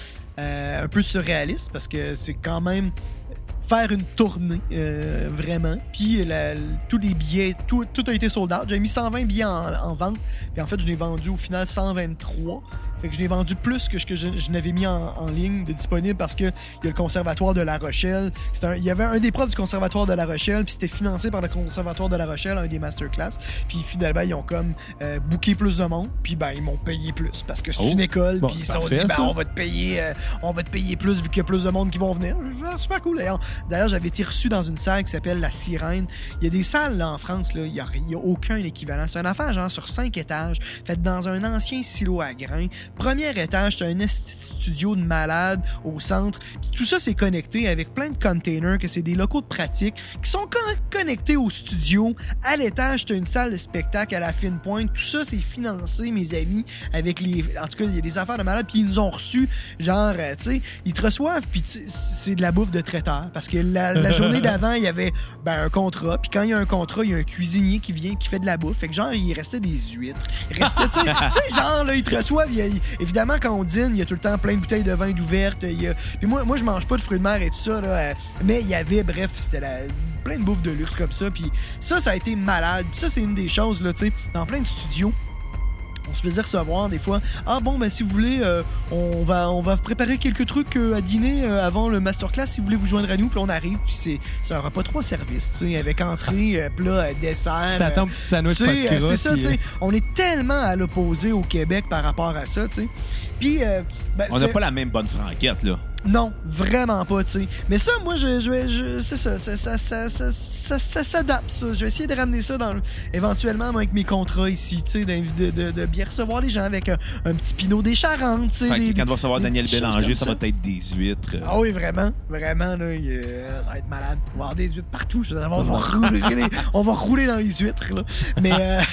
un peu surréaliste parce que c'est quand même faire une tournée, vraiment. Puis tous les billets, tout a été sold out. J'ai mis 120 billets en vente. Puis en fait, je l'ai vendu au final 123. Fait que je l'ai vendu plus que ce que je n'avais mis en ligne de disponible parce qu'il y a le Conservatoire de La Rochelle. Il y avait un des profs du Conservatoire de La Rochelle, puis c'était financé par le Conservatoire de La Rochelle, un des masterclass. Puis finalement, ils ont comme booké plus de monde, puis ben ils m'ont payé plus parce que c'est une école, puis ils se sont dit ben on va te payer plus vu qu'il y a plus de monde qui vont venir. Super cool d'ailleurs. D'ailleurs, j'avais été reçu dans une salle qui s'appelle La Sirène. Il y a des salles là en France, là, il y a aucun équivalent. C'est une affaire genre sur 5 étages, faite dans un ancien silo à grains. Premier étage, t'as un studio de malade au centre. Puis tout ça, c'est connecté avec plein de containers, que c'est des locaux de pratique qui sont connectés au studio. À l'étage, t'as une salle de spectacle à la fine pointe. Tout ça, c'est financé, mes amis, avec en tout cas, il y a des affaires de malade. Puis ils nous ont reçus, genre, tu sais, ils te reçoivent, puis c'est de la bouffe de traiteur. Parce que la journée d'avant, il y avait un contrat. Puis quand il y a un contrat, il y a un cuisinier qui vient, qui fait de la bouffe. Fait que genre, il restait des huîtres. Il restait, tu sais, genre, là, ils te reçoivent, évidemment, quand on dîne, il y a tout le temps plein de bouteilles de vin d'ouvertes. Puis moi, je mange pas de fruits de mer et tout ça, là, mais il y avait, bref, c'était plein de bouffe de luxe comme ça. Puis ça a été malade. Puis ça, c'est une des choses, là, tu sais, dans plein de studios. On se faisait recevoir des fois. Ah bon, ben si vous voulez, on va préparer quelques trucs à dîner avant le masterclass si vous voulez vous joindre à nous. Puis on arrive, puis c'est un repas 3 services, tu sais, avec entrée, plat, dessert. Tu t'attends petit sandwich pas de croûte. C'est ça, tu sais. On est tellement à l'opposé au Québec par rapport à ça, tu sais. Puis on n'a pas la même bonne franquette, là. Non, vraiment pas, tu sais. Mais ça, moi, c'est ça s'adapte, ça. Je vais essayer de ramener ça éventuellement avec mes contrats ici, tu sais, de bien recevoir les gens avec un petit pinot des Charentes, tu sais. Quand on va recevoir Daniel Bélanger, ça va être des huîtres. Ah oui, vraiment, là, ça va être malade. On va avoir des huîtres partout. On va rouler dans les huîtres, là. Mais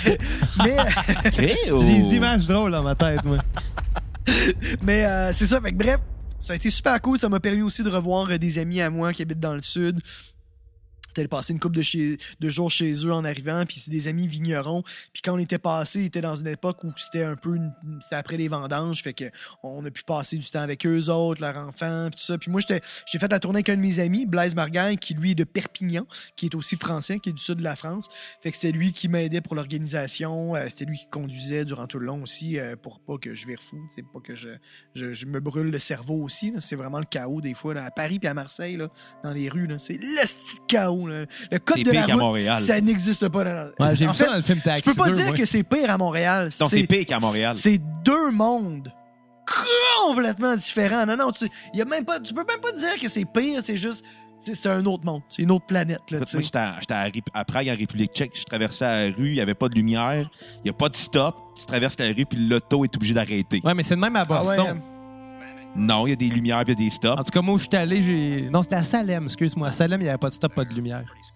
les images drôles dans ma tête, moi. Mais c'est ça, fait que bref, ça a été super cool. Ça m'a permis aussi de revoir des amis à moi qui habitent dans le sud. J'étais passé une couple de jours chez eux en arrivant, puis c'est des amis vignerons. Puis quand on était passé, ils étaient dans une époque où c'était un peu c'était après les vendanges, fait que on a pu passer du temps avec eux autres, leurs enfants, puis tout ça. Puis moi, j'ai fait la tournée avec un de mes amis, Blaise Margaille, qui lui est de Perpignan, qui est aussi français, qui est du sud de la France. Fait que c'était lui qui m'aidait pour l'organisation, c'était lui qui conduisait durant tout le long aussi, pour pas que je vire fou, c'est pas que je me brûle le cerveau aussi. Là. C'est vraiment le chaos des fois là, à Paris puis à Marseille, là, dans les rues, là, c'est le style chaos. Là. Le code de la route, ça n'existe pas. Ouais, j'ai vu ça dans le film Taxi. Tu peux pas dire que c'est pire à Montréal. Non, c'est pire qu'à Montréal. C'est deux mondes complètement différents. Non, tu peux même pas dire que c'est pire, c'est juste... C'est un autre monde, c'est une autre planète. Là, moi, j'étais à Prague, en République tchèque. Je traversais la rue, il n'y avait pas de lumière, il n'y a pas de stop. Tu traverses la rue, puis l'auto est obligé d'arrêter. Ouais, mais c'est le même à Boston. Non, il y a des lumières et il y a des stops. En tout cas, moi où je suis allé, non, c'était à Salem, excuse-moi. À Salem, il n'y avait pas de stop, pas de lumière.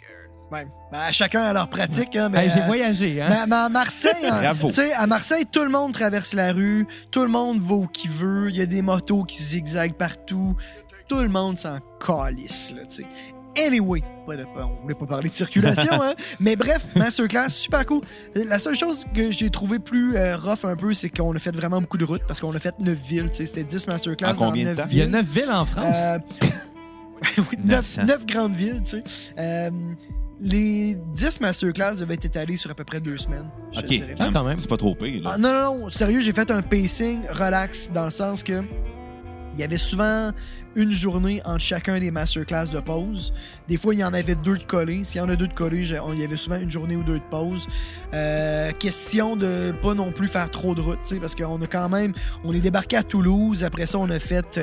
Ben, chacun a leur pratique. Hein, mais, j'ai voyagé. Hein? Mais à Marseille, Bravo. À Marseille, tout le monde traverse la rue, tout le monde va où qu'il veut, il y a des motos qui zigzaguent partout, tout le monde s'en calisse. Là, t'sais. Anyway, on voulait pas parler de circulation, hein? Mais bref, masterclass, super cool. La seule chose que j'ai trouvé plus rough un peu, c'est qu'on a fait vraiment beaucoup de routes parce qu'on a fait 9 villes. C'était 10 masterclass dans 9 villes. Il y a 9 villes en France. Oui, 9 grandes villes, tu sais. Les 10 masterclass devaient être étalés sur à peu près 2 semaines. OK, quand même. C'est pas trop pire, là. Non, sérieux, j'ai fait un pacing relax dans le sens que il y avait souvent une journée entre chacun des masterclass de pause. Des fois, il y en avait 2 de collés. S'il y en a 2 de collés, il y avait souvent une journée ou 2 de pause. Question de pas non plus faire trop de route, parce qu'on a quand même... On est débarqué à Toulouse. Après ça, on a fait,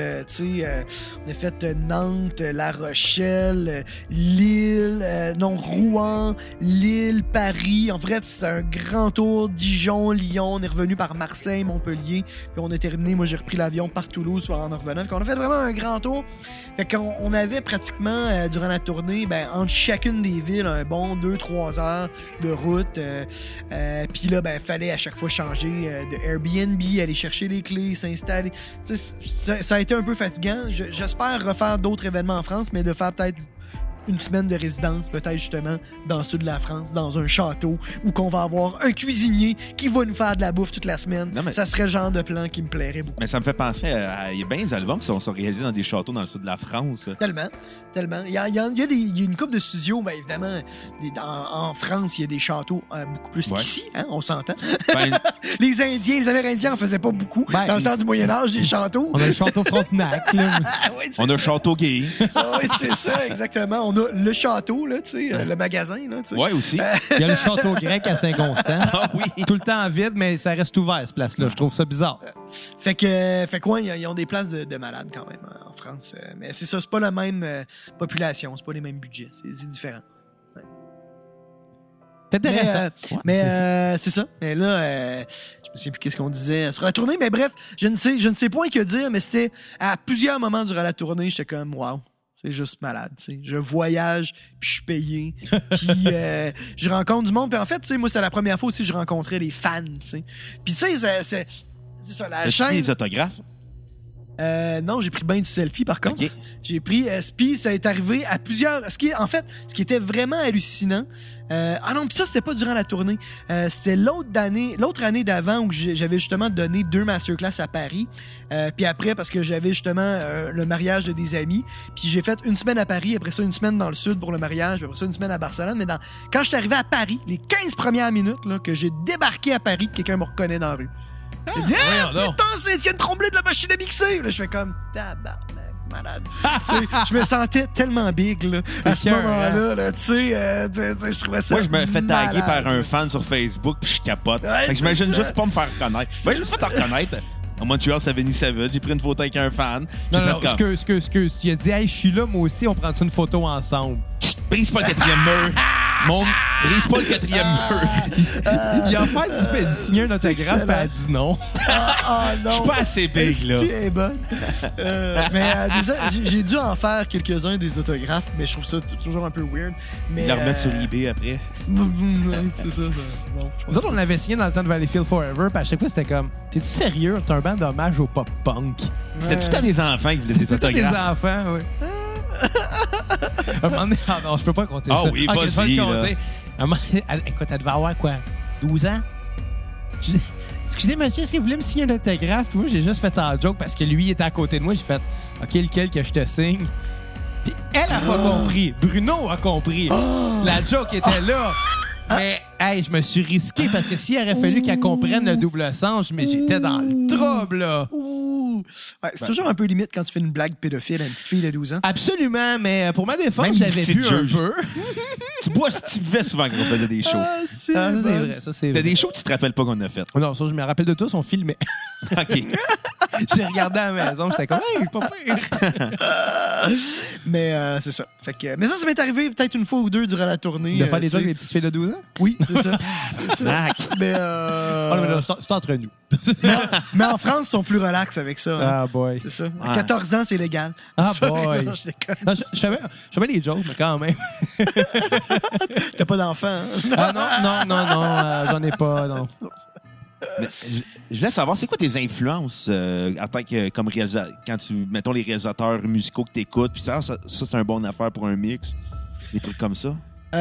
Nantes, La Rochelle, Lille, Rouen, Lille, Paris. En fait, c'était un grand tour. Dijon, Lyon. On est revenu par Marseille, Montpellier. Puis on a terminé. Moi, j'ai repris l'avion par Toulouse en revenant. Puis on a fait vraiment un grand tour. Fait qu'on avait pratiquement, durant la tournée, entre chacune des villes, un bon 2-3 heures de route. Puis là, fallait à chaque fois changer de Airbnb, aller chercher les clés, s'installer. Ça a été un peu fatigant. J'espère refaire d'autres événements en France, mais de faire peut-être une semaine de résidence, peut-être justement dans le sud de la France, dans un château, où qu'on va avoir un cuisinier qui va nous faire de la bouffe toute la semaine. Ça serait le genre de plan qui me plairait beaucoup. Mais ça me fait penser il y a bien des albums qui sont réalisés dans des châteaux dans le sud de la France. Tellement. Il y a une couple de studios, évidemment. En France, il y a des châteaux beaucoup plus qu'ici, hein, on s'entend. Les Indiens, les Amérindiens en faisaient pas beaucoup dans le temps du Moyen-Âge, des châteaux. On a le château Frontenac. Là. On a le château gay. Oui, c'est ça, exactement. On a le château, là, le magasin. Oui, aussi. Il y a le château grec à Saint-Constant. Ah oui. Tout le temps vide, mais ça reste ouvert, cette place-là. Je trouve ça bizarre. Fait quoi, ils ont des places de malades quand même en France. Mais c'est ça, c'est pas la même population, c'est pas les mêmes budgets. C'est différent. Ouais. C'est intéressant. Mais c'est ça. Mais là, je me souviens plus qu'est-ce qu'on disait sur la tournée. Mais bref, je ne sais point que dire, mais c'était à plusieurs moments durant la tournée, j'étais comme, wow. C'est juste malade, tu sais. Je voyage, puis je suis payé, puis je rencontre du monde. Puis en fait, tu sais, moi, c'est la première fois aussi que je rencontrais les fans, tu sais. Puis tu sais, c'est ça, la chaîne... As-tu des autographes? Non, j'ai pris bien du selfie, par contre. Okay. J'ai pris... puis ça est arrivé à plusieurs... Ce qui était vraiment hallucinant... non, puis ça, c'était pas durant la tournée. C'était l'autre année d'avant où j'avais justement donné 2 masterclass à Paris. Puis après, parce que j'avais justement le mariage de des amis. Puis j'ai fait une semaine à Paris, après ça une semaine dans le sud pour le mariage, puis après ça une semaine à Barcelone. Mais quand je suis arrivé à Paris, les 15 premières minutes là, que j'ai débarqué à Paris, quelqu'un me reconnaît dans la rue. J'ai dit « Ah, putain, c'est Étienne Tremblay de la machine à mixer! » Là, je fais comme « Tabarnak, malade. » Je me sentais tellement big là, à ce moment-là. Là, tu sais, je trouvais ça. Moi, je me fais taguer par un fan sur Facebook puis je capote. Fait que j'imagine juste pas me faire reconnaître. Moi, juste fait te reconnaître. À Montreal 77, j'ai pris une photo avec un fan. Excuse. Tu as dit « Hey, je suis là, moi aussi, on prend une photo ensemble. » Brise pas le 4e mur. Brise pas le 4e mur. Il a fait signer un autographe, elle a dit non. Non. Je suis pas assez big, là. C'est bonne. Mais j'ai dû en faire quelques-uns des autographes, mais je trouve ça toujours un peu weird. Mais, le remettre sur eBay après. C'est ça. Bon, nous autres, on l'avait signé dans le temps de Valleyfield Forever, puis à chaque fois, c'était comme, t'es-tu sérieux? T'as un band d'hommage au pop-punk. C'était tout le temps des enfants qui voulaient des autographes. Des enfants, oui. Un moment donné, non, je peux pas compter ça. Ah oui, vas-y, là. Écoute, elle devait avoir quoi? 12 ans? Excusez, monsieur, est-ce que vous voulez me signer un autographe? Puis moi, j'ai juste fait un joke parce que lui, il était à côté de moi. J'ai fait, OK, lequel que je te signe? Puis elle a pas compris. Bruno a compris. La joke était là. Mais, hey, je me suis risqué parce que s'il aurait fallu qu'elle comprenne le double sens, mais j'étais dans le trouble, là. Ouais, c'est toujours un peu limite quand tu fais une blague pédophile à une petite fille de 12 ans. Absolument, mais pour ma défense, j'avais bu un peu. Tu buvais souvent quand on faisait des shows. Ça, c'est vrai. T'as des shows que tu te rappelles pas qu'on a fait. Non, ça, je me rappelle de tous, on filmait. OK. J'ai regardé à la maison, j'étais comme, hey, pas pire. Mais c'est ça. Fait que, mais ça m'est arrivé peut-être une fois ou deux durant la tournée. De faire des jeux avec les petites filles de 12 ans? Oui, c'est ça. Mais, c'est entre nous. mais en France, ils sont plus relax avec ça. Hein. Ah, boy. C'est ça. À 14 ans, c'est légal. Ah, ça, boy. Non, je déconne. Je savais les jokes, mais quand même. T'as pas d'enfant, hein? Ah non, j'en ai pas, non. Mais, je voulais savoir, c'est quoi tes influences en tant que comme réalisateur, quand tu, mettons, les réalisateurs musicaux que tu écoutes, puis ça c'est un bon affaire pour un mix, des trucs comme ça?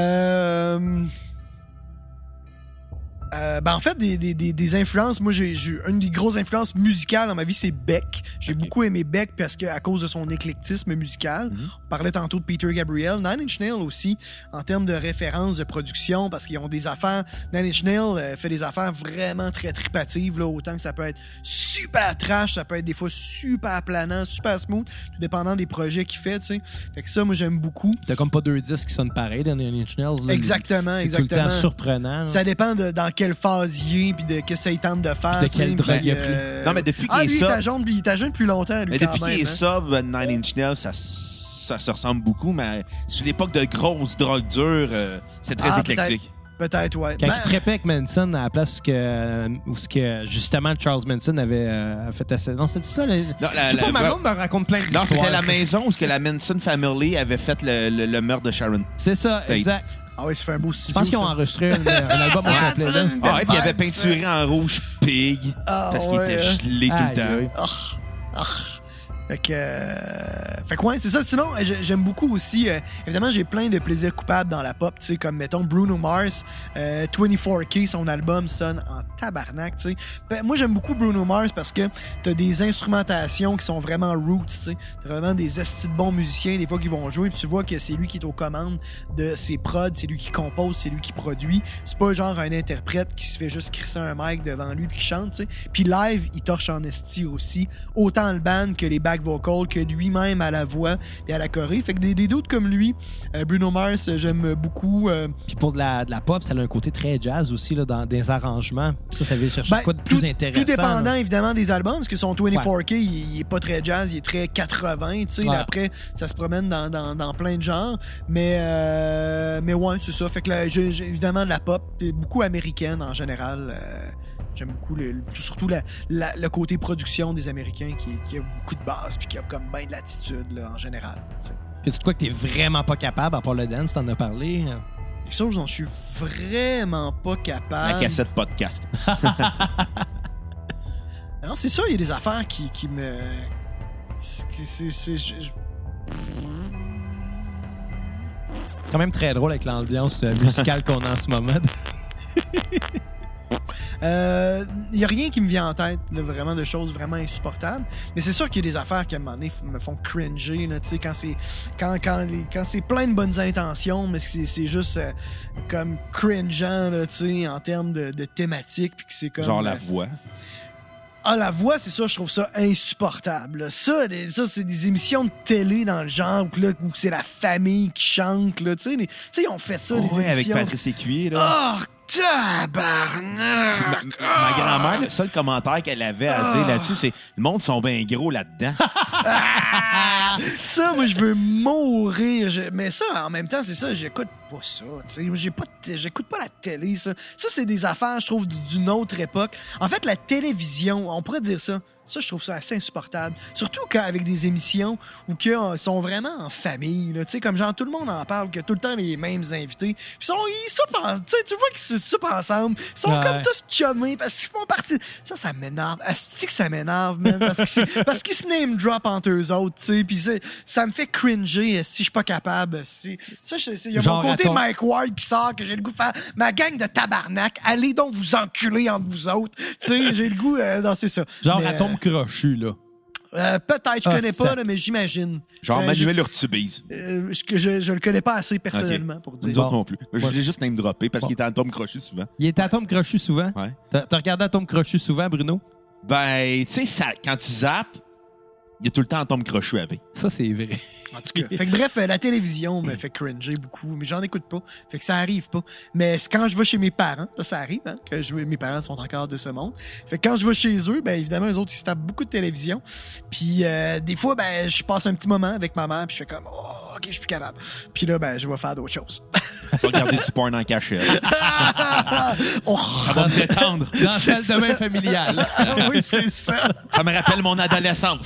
En fait, des influences. Moi, j'ai une des grosses influences musicales dans ma vie, c'est Beck. J'ai beaucoup aimé Beck parce que à cause de son éclectisme musical. On parlait tantôt de Peter Gabriel. Nine Inch Nails aussi, en termes de référence de production, parce qu'ils ont des affaires. Nine Inch Nails fait des affaires vraiment très tripatives, là, autant que ça peut être super trash, ça peut être des fois super planant, super smooth, tout dépendant des projets qu'il fait, tu sais. Fait que ça, moi, j'aime beaucoup. T'as comme pas deux disques qui sonnent pareil dans Nine Inch Nails. Exactement. C'est tout le temps surprenant. Là. Ça dépend dans quel phase il est, puis de qu'est-ce qu'il tente de faire. Puis de quelle drogue il a pris. Non, mais depuis qu'il est sub... il est jeune depuis longtemps, lui, mais depuis qu'il est sub, Nine Inch Nails, ça se ressemble beaucoup, mais sur l'époque de grosses drogues dures, c'est très éclectique. Peut-être, ouais. Quand il trépait avec Manson à la place où justement Charles Manson avait fait la saison. C'était ça? Ma blonde me raconte plein d'histoires. Non, c'était la maison où la Manson Family avait fait le meurtre de Sharon. C'est ça, Tate. Exact. Ah oui, ça fait un beau studio. Je pense qu'ils ont enregistré un album au complet. Et puis il avait peinturé en rouge Pig parce qu'il était gelé tout le temps. Fait que ouais, c'est ça. Sinon, j'aime beaucoup aussi. Évidemment, j'ai plein de plaisirs coupables dans la pop, tu sais, comme mettons Bruno Mars, 24K, son album sonne en tabarnak, tu sais. Ben, moi, j'aime beaucoup Bruno Mars parce que t'as des instrumentations qui sont vraiment roots, tu sais. T'as vraiment des estis de bons musiciens, des fois, qui vont jouer, puis tu vois que c'est lui qui est aux commandes de ses prods, c'est lui qui compose, c'est lui qui produit. C'est pas genre un interprète qui se fait juste crisser un mic devant lui puis qui chante, tu sais. Puis live, il torche en esti aussi, autant le band que les back vocals, que lui-même à la voix et à la choré. Fait que des doutes comme lui, Bruno Mars, j'aime beaucoup. Puis pour de la pop, ça a un côté très jazz aussi là, dans des arrangements. Ça veut chercher quoi de plus intéressant. Tout dépendant, là. Évidemment, des albums, parce que son 24K, il est pas très jazz, il est très 80, tu sais. Ouais. Après, ça se promène dans plein de genres. Mais ouais, c'est ça. Fait que là, j'ai évidemment de la pop, beaucoup américaine en général. J'aime beaucoup surtout le côté production des Américains qui a beaucoup de base puis qui a comme bien de l'attitude là, en général. Puis c'est quoi que t'es vraiment pas capable, à part le dance, t'en as parlé? Quelque chose dont je suis vraiment pas capable. La cassette podcast. Non, c'est sûr, il y a des affaires qui me... quand même très drôle avec l'ambiance musicale qu'on a en ce moment. Il n'y a rien qui me vient en tête, là, vraiment de choses vraiment insupportables. Mais c'est sûr qu'il y a des affaires qui, à un moment donné, me font cringer, là, quand c'est plein de bonnes intentions, mais c'est juste comme cringeant, là, en termes de thématique. Puis que c'est comme, genre la voix. Ah, la voix, c'est ça, je trouve ça insupportable. Ça, c'est des émissions de télé dans le genre où c'est la famille qui chante. Là, tu sais, ils ont fait ça, des émissions. Avec Patrice Écuyer, là. Oh, tabarnak! Ma grand-mère, le seul commentaire qu'elle avait à dire là-dessus, c'est « Le monde sont bien gros là-dedans. » Ça, moi, je veux mourir. Mais ça, en même temps, c'est ça, j'écoute pas ça. J'écoute pas la télé, ça. Ça, c'est des affaires, je trouve, d'une autre époque. En fait, la télévision, on pourrait dire ça. Ça, je trouve ça assez insupportable. Surtout avec des émissions où ils sont vraiment en famille. Là, comme genre, tout le monde en parle, que tout le temps les mêmes invités. Puis ils soupent tu vois qu'ils se soupent ensemble. Ils sont comme tous chummés parce qu'ils font partie. Ça m'énerve. Asti que ça m'énerve, man. Parce qu'ils se name drop entre eux autres. Puis ça me fait cringer si je suis pas capable. Il y a mon côté Mike Ward qui sort que j'ai le goût de faire ma gang de tabarnak. Allez donc vous enculer entre vous autres. J'ai le goût. Non, c'est ça. Genre Atome Crochu, là. Peut-être, je connais pas, là, mais j'imagine. Genre Manuel Urtubise. Je le connais pas assez personnellement pour dire. Nous autres non plus. Je l'ai juste name droppé parce qu'il était à Atome Crochu souvent. Il était à Atome Crochu souvent? Ouais. T'as regardé Atome Crochu souvent, Bruno? Ben, tu sais, quand tu zappes, il y a tout le temps Atome Crochu avec. Ça, c'est vrai. En tout cas. Fait que bref, la télévision me fait cringer beaucoup, mais j'en écoute pas. Fait que ça arrive pas. Mais quand je vais chez mes parents, là, ça arrive, hein, que mes parents sont encore de ce monde. Fait que quand je vais chez eux, ben évidemment, eux autres, ils se tapent beaucoup de télévision. Puis des fois, ben je passe un petit moment avec ma mère, puis je fais comme, oh, OK, je suis plus capable. Puis là, ben, je vais faire d'autres choses. Tu vas regarder du porn en cachette. Ça va me détendre. Dans la salle de bain familiale. Oui, c'est ça. Ça me rappelle mon adolescence.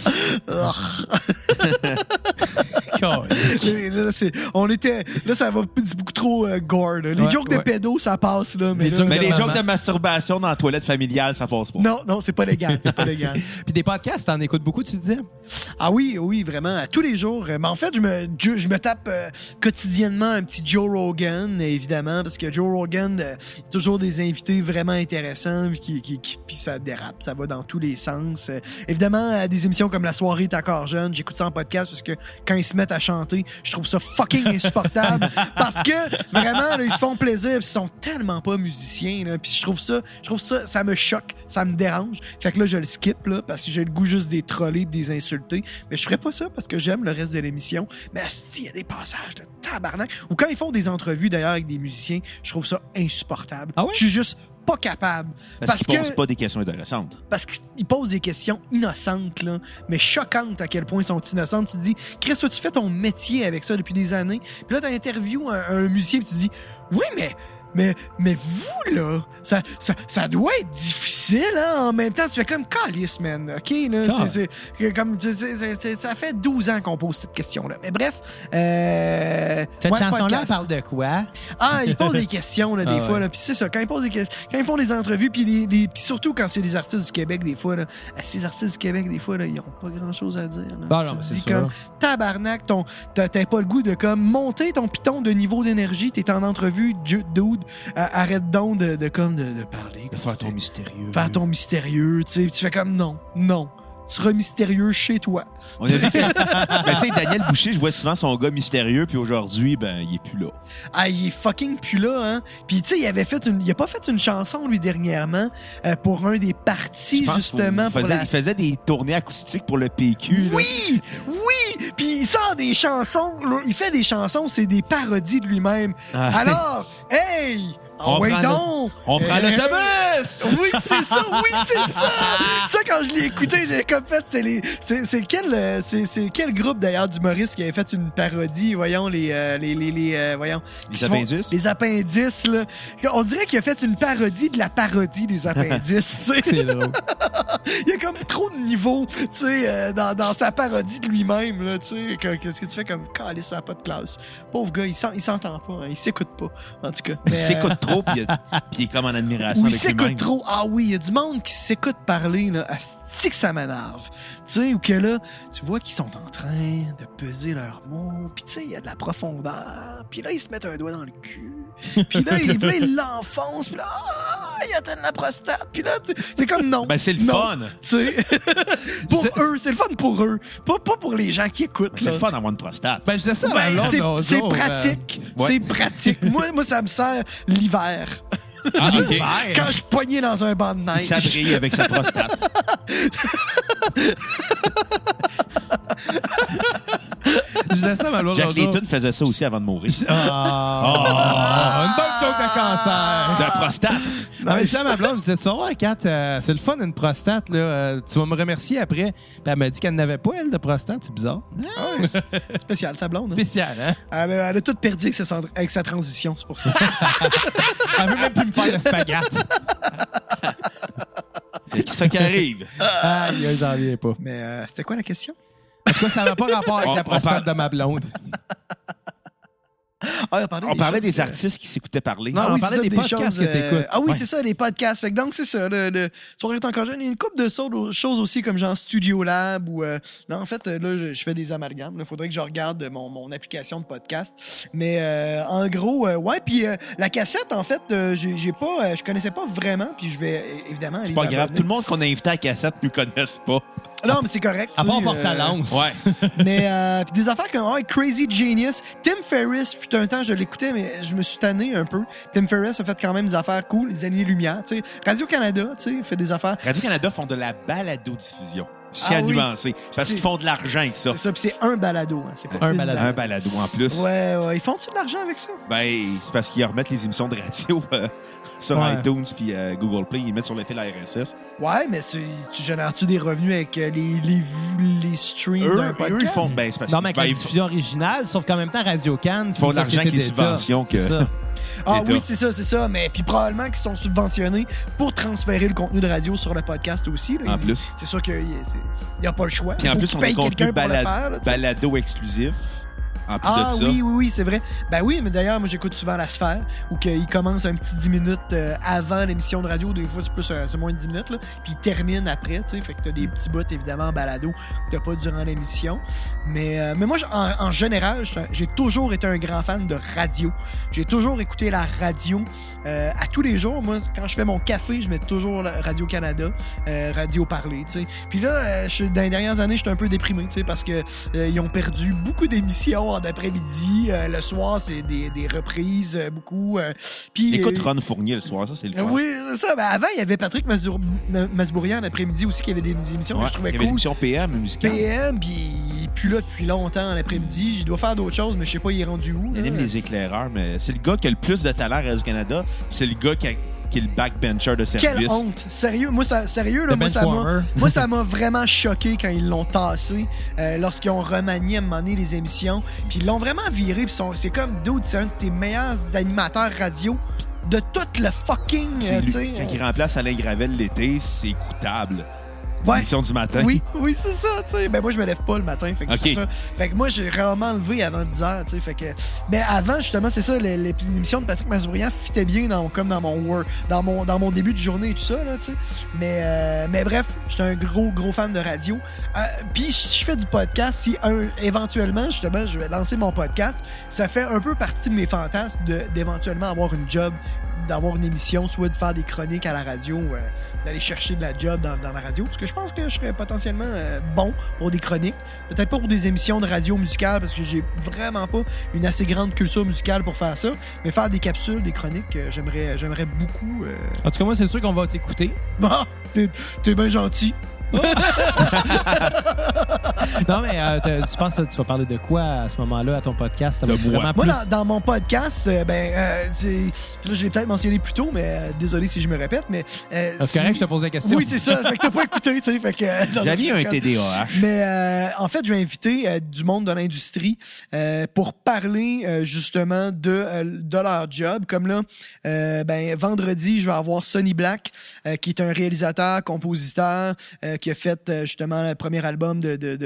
Là, ça va beaucoup trop gore. Là. Les jokes de pédos, ça passe. Là, mais les jokes de masturbation dans la toilette familiale, ça passe pas. Non, c'est pas légal. C'est pas légal. Puis des podcasts, t'en écoutes beaucoup, tu disais? Ah oui, vraiment, à tous les jours. Mais en fait, je me tape quotidiennement un petit Joe Rogan, évidemment, parce que Joe Rogan, toujours des invités vraiment intéressants, puis ça dérape, ça va dans tous les sens. Évidemment, des émissions comme La soirée est encore jeune, j'écoute ça en podcast parce que quand ils se mettent à chanter, je trouve ça fucking insupportable parce que vraiment, là, ils se font plaisir, puis ils sont tellement pas musiciens, là, puis je trouve ça, ça me choque, ça me dérange. Fait que là, je le skip, là, parce que j'ai le goût juste des troller et des insulter. Mais je ferais pas ça parce que j'aime le reste de l'émission. Mais il y a des passages de tabarnak. Ou quand ils font des entrevues, d'ailleurs, avec des musiciens, je trouve ça insupportable. Ah ouais? Je suis juste pas capable. Parce qu'ils posent pas des questions intéressantes. Parce qu'ils posent des questions innocentes, là, mais choquantes à quel point ils sont innocentes. Tu te dis, Chris, tu fais ton métier avec ça depuis des années. Puis là, tu interviews un musicien et tu te dis, oui, mais vous, là, ça doit être difficile, hein? En même temps, tu fais comme calice, man. OK, là? Ça fait 12 ans qu'on pose cette question-là. Mais bref. Cette chanson-là parle de quoi? Ah, ils posent des questions, là, des fois. Puis c'est ça, quand ils posent des questions, quand ils font des entrevues, puis surtout quand c'est des artistes du Québec, des fois, là, ces artistes du Québec, des fois, là, ils n'ont pas grand-chose à dire. Là. Bah non, tu te c'est dis sûr. comme, tabarnak, t'as pas le goût de comme monter ton piton de niveau d'énergie, t'es en entrevue, dude, arrête donc de parler. De faire ton mystérieux. Faire ton mystérieux, tu sais. Tu fais comme non. Tu seras mystérieux chez toi. On a vu que... ben, tu sais, Daniel Boucher, je vois souvent son gars mystérieux, puis aujourd'hui, ben, il est plus là. Ah, il est fucking plus là, hein. Puis, tu sais, il a pas fait une chanson, lui, dernièrement, pour un des partis, justement. Il faisait des tournées acoustiques pour le PQ. Oui! Puis, il sort des chansons, là. Il fait des chansons, c'est des parodies de lui-même. Alors, hey! On prend l'autobus! Oui, c'est ça! Ça, quand je l'ai écouté, j'ai comme fait, c'est quel groupe, d'ailleurs, d'humoristes qui avait fait une parodie, voyons, les appendices? Les appendices, là. On dirait qu'il a fait une parodie de la parodie des appendices, tu sais. C'est drôle. Il y a comme trop de niveaux, tu sais, dans sa parodie de lui-même, là, tu sais. Qu'est-ce que tu fais comme, calisse, ça n'a pas de classe. Pauvre gars, il s'entend pas, hein, il s'écoute pas, en tout cas. Il s'écoute trop, puis il est comme en admiration oui, avec lui-même. Il s'écoute trop. Ah oui, il y a du monde qui s'écoute parler, là. Asti que ça m'énerve. Tu sais, ou que là, tu vois qu'ils sont en train de peser leurs mots, puis tu sais, il y a de la profondeur, puis là, ils se mettent un doigt dans le cul, puis là, ils l'enfoncent, puis là, il atteint la prostate, puis là, c'est comme non. Ben, c'est le fun. Tu sais, pour eux, c'est le fun pour eux, pas pour les gens qui écoutent. C'est le fun d'avoir une prostate. Ben, je disais ça. C'est pratique. C'est pratique. Moi, ça me sert l'hiver. Ah, okay. Quand je suis poigné dans un banc de neige. Il s'abrille avec sa prostate. Je disais ça, ma blonde. Jack Layton faisait ça aussi avant de mourir. Une bonne joke de cancer. De la prostate. Non, mais ça, ma blonde, je disais, tu vas voir, Kat, c'est le fun, une prostate, là. Tu vas me remercier après. Puis elle m'a dit qu'elle n'avait pas, elle, de prostate. C'est bizarre. Ouais, c'est spécial, ta blonde. Hein? Spécial, hein? Elle a tout perdu avec sa transition, c'est pour ça. Elle veut même plus me faire de spaghetti. C'est ça qui arrive. Aïe, j'en reviens pas. Mais c'était quoi la question? En tout cas, ça n'a pas rapport avec la prostate de ma blonde. On parlait des artistes qui s'écoutaient parler. Non, on parlait des podcasts que t'écoutes. Ah oui, c'est ça, les podcasts. Fait que donc, c'est ça. Le Soirée est encore jeune. Il y a une couple de choses aussi, comme genre Studio Lab ou... non, en fait, là, je fais des amalgames. Il faudrait que je regarde mon application de podcast. Mais en gros, ouais. Puis la cassette, en fait, je connaissais pas vraiment. Puis je vais évidemment... C'est pas grave. Tout le monde qu'on a invité à la cassette ne nous connaisse pas. Non, mais c'est correct. À part Portalance. Ouais. Mais puis des affaires comme Crazy Genius. Tim Ferriss, fut un temps, je l'écoutais, mais je me suis tanné un peu. Tim Ferriss a fait quand même des affaires cool, les Années-Lumière. Radio-Canada, fait des affaires. Radio-Canada font de la balado-diffusion. à nuancer. Parce qu'ils font de l'argent avec ça. C'est ça, puis c'est un balado. Hein. C'est pas un balado. Un balado en plus. Ouais. Ils font-tu de l'argent avec ça? Ben, c'est parce qu'ils remettent les émissions de radio sur iTunes puis Google Play. Ils mettent sur le fil RSS. Ouais, mais tu génères-tu des revenus avec les streams d'un podcast? Eux, ils font... Ben, c'est parce non, mais avec la diffusion originale, sauf qu'en même temps, Radio-Can, ils font de l'argent qui est subvention que... Ah oui, c'est ça. Mais puis probablement qu'ils sont subventionnés pour transférer le contenu de radio sur le podcast aussi. Là. En plus. C'est sûr qu'il n'y a pas le choix. Puis en plus, on a contenu balado exclusif. En plus de ça. Oui, c'est vrai. Ben oui, mais d'ailleurs, moi, j'écoute souvent La Sphère, où il commence un petit 10 minutes avant l'émission de radio. Des fois, c'est moins de 10 minutes, là. Puis il termine après, tu sais. Fait que t'as des petits bouts, évidemment, en balado que t'as pas durant l'émission. Mais moi, en général, j'ai toujours été un grand fan de radio. J'ai toujours écouté la radio à tous les jours. Moi, quand je fais mon café, je mets toujours Radio-Canada, Radio Parler, tu sais. Puis là, dans les dernières années, j'étais un peu déprimé, tu sais, parce que ils ont perdu beaucoup d'émissions en après-midi. Le soir, c'est des reprises, beaucoup. Puis écoute Ron Fournier le soir, ça, c'est le fun. Oui, c'est ça. Ben, avant, il y avait Patrick Masbourian l'après-midi aussi, qui avait des émissions que je trouvais cool. Il y avait l'émission PM, musicale. PM, puis il est plus là depuis longtemps en après-midi. Je dois faire d'autres choses, mais je sais pas, il est rendu où. Il aime les éclaireurs, mais c'est le gars qui a le plus de talent à Radio-Canada. C'est le gars qui est le backbencher de service. Quelle honte! Sérieux, moi, ça m'a vraiment choqué quand ils l'ont tassé, lorsqu'ils ont remanié à un moment donné les émissions. Puis ils l'ont vraiment viré. Puis c'est comme, dude, c'est un de tes meilleurs animateurs radio de tout le fucking... Quand il remplace Alain Gravel l'été, c'est écoutable. Ouais. L'émission du matin. Oui, c'est ça, tu sais. Ben, moi, je me lève pas le matin, fait que c'est ça. Fait que moi, j'ai rarement levé avant 10 heures, tu sais. Fait que... Mais avant, justement, c'est ça, l'émission de Patrick Masbourian fitait bien comme dans mon début de journée et tout ça, là, tu sais. Mais bref, j'étais un gros fan de radio. Puis, je fais du podcast. Si éventuellement, justement, je vais lancer mon podcast, ça fait un peu partie de mes fantasmes d'éventuellement avoir une job, d'avoir une émission, soit de faire des chroniques à la radio, d'aller chercher de la job dans la radio. Parce que je pense que je serais potentiellement bon pour des chroniques. Peut-être pas pour des émissions de radio musicale, parce que j'ai vraiment pas une assez grande culture musicale pour faire ça. Mais faire des capsules, des chroniques, j'aimerais beaucoup. En tout cas, moi, c'est sûr qu'on va t'écouter. Bon, t'es bien gentil. Non, mais tu penses que tu vas parler de quoi à ce moment-là, à ton podcast? Ça va moi, dans mon podcast, là, je l'ai peut-être mentionné plus tôt, mais désolé si je me répète, mais... c'est correct, je te pose la question. Oui, c'est ça. Fait que t'as pas écouté, tu sais. Fait que... J'avais un TDAH. Mais en fait, je vais inviter du monde de l'industrie pour parler justement de leur job. Comme là, vendredi, je vais avoir Sonny Black, qui est un réalisateur, compositeur, qui a fait justement le premier album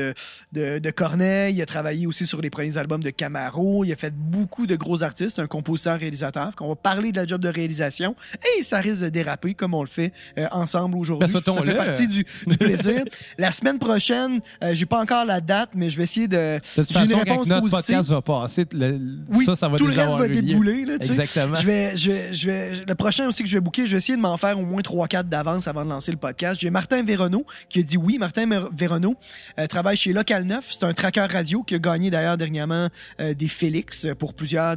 de Corneille. Il a travaillé aussi sur les premiers albums de Camaro. Il a fait beaucoup de gros artistes, un compositeur-réalisateur. On va parler de la job de réalisation et ça risque de déraper comme on le fait ensemble aujourd'hui. Ça fait partie du plaisir. La semaine prochaine, j'ai pas encore la date, mais je vais essayer de... De toute façon, quand notre podcast va passer, ça va tout déjà le reste va débouler. Là, exactement. Le prochain aussi que je vais booker, je vais essayer de m'en faire au moins 3-4 d'avance avant de lancer le podcast. J'ai Martin Véronneau qui a dit oui. Martin Véronneau travaille chez Local 9. C'est un tracker radio qui a gagné d'ailleurs dernièrement des Félix pour plusieurs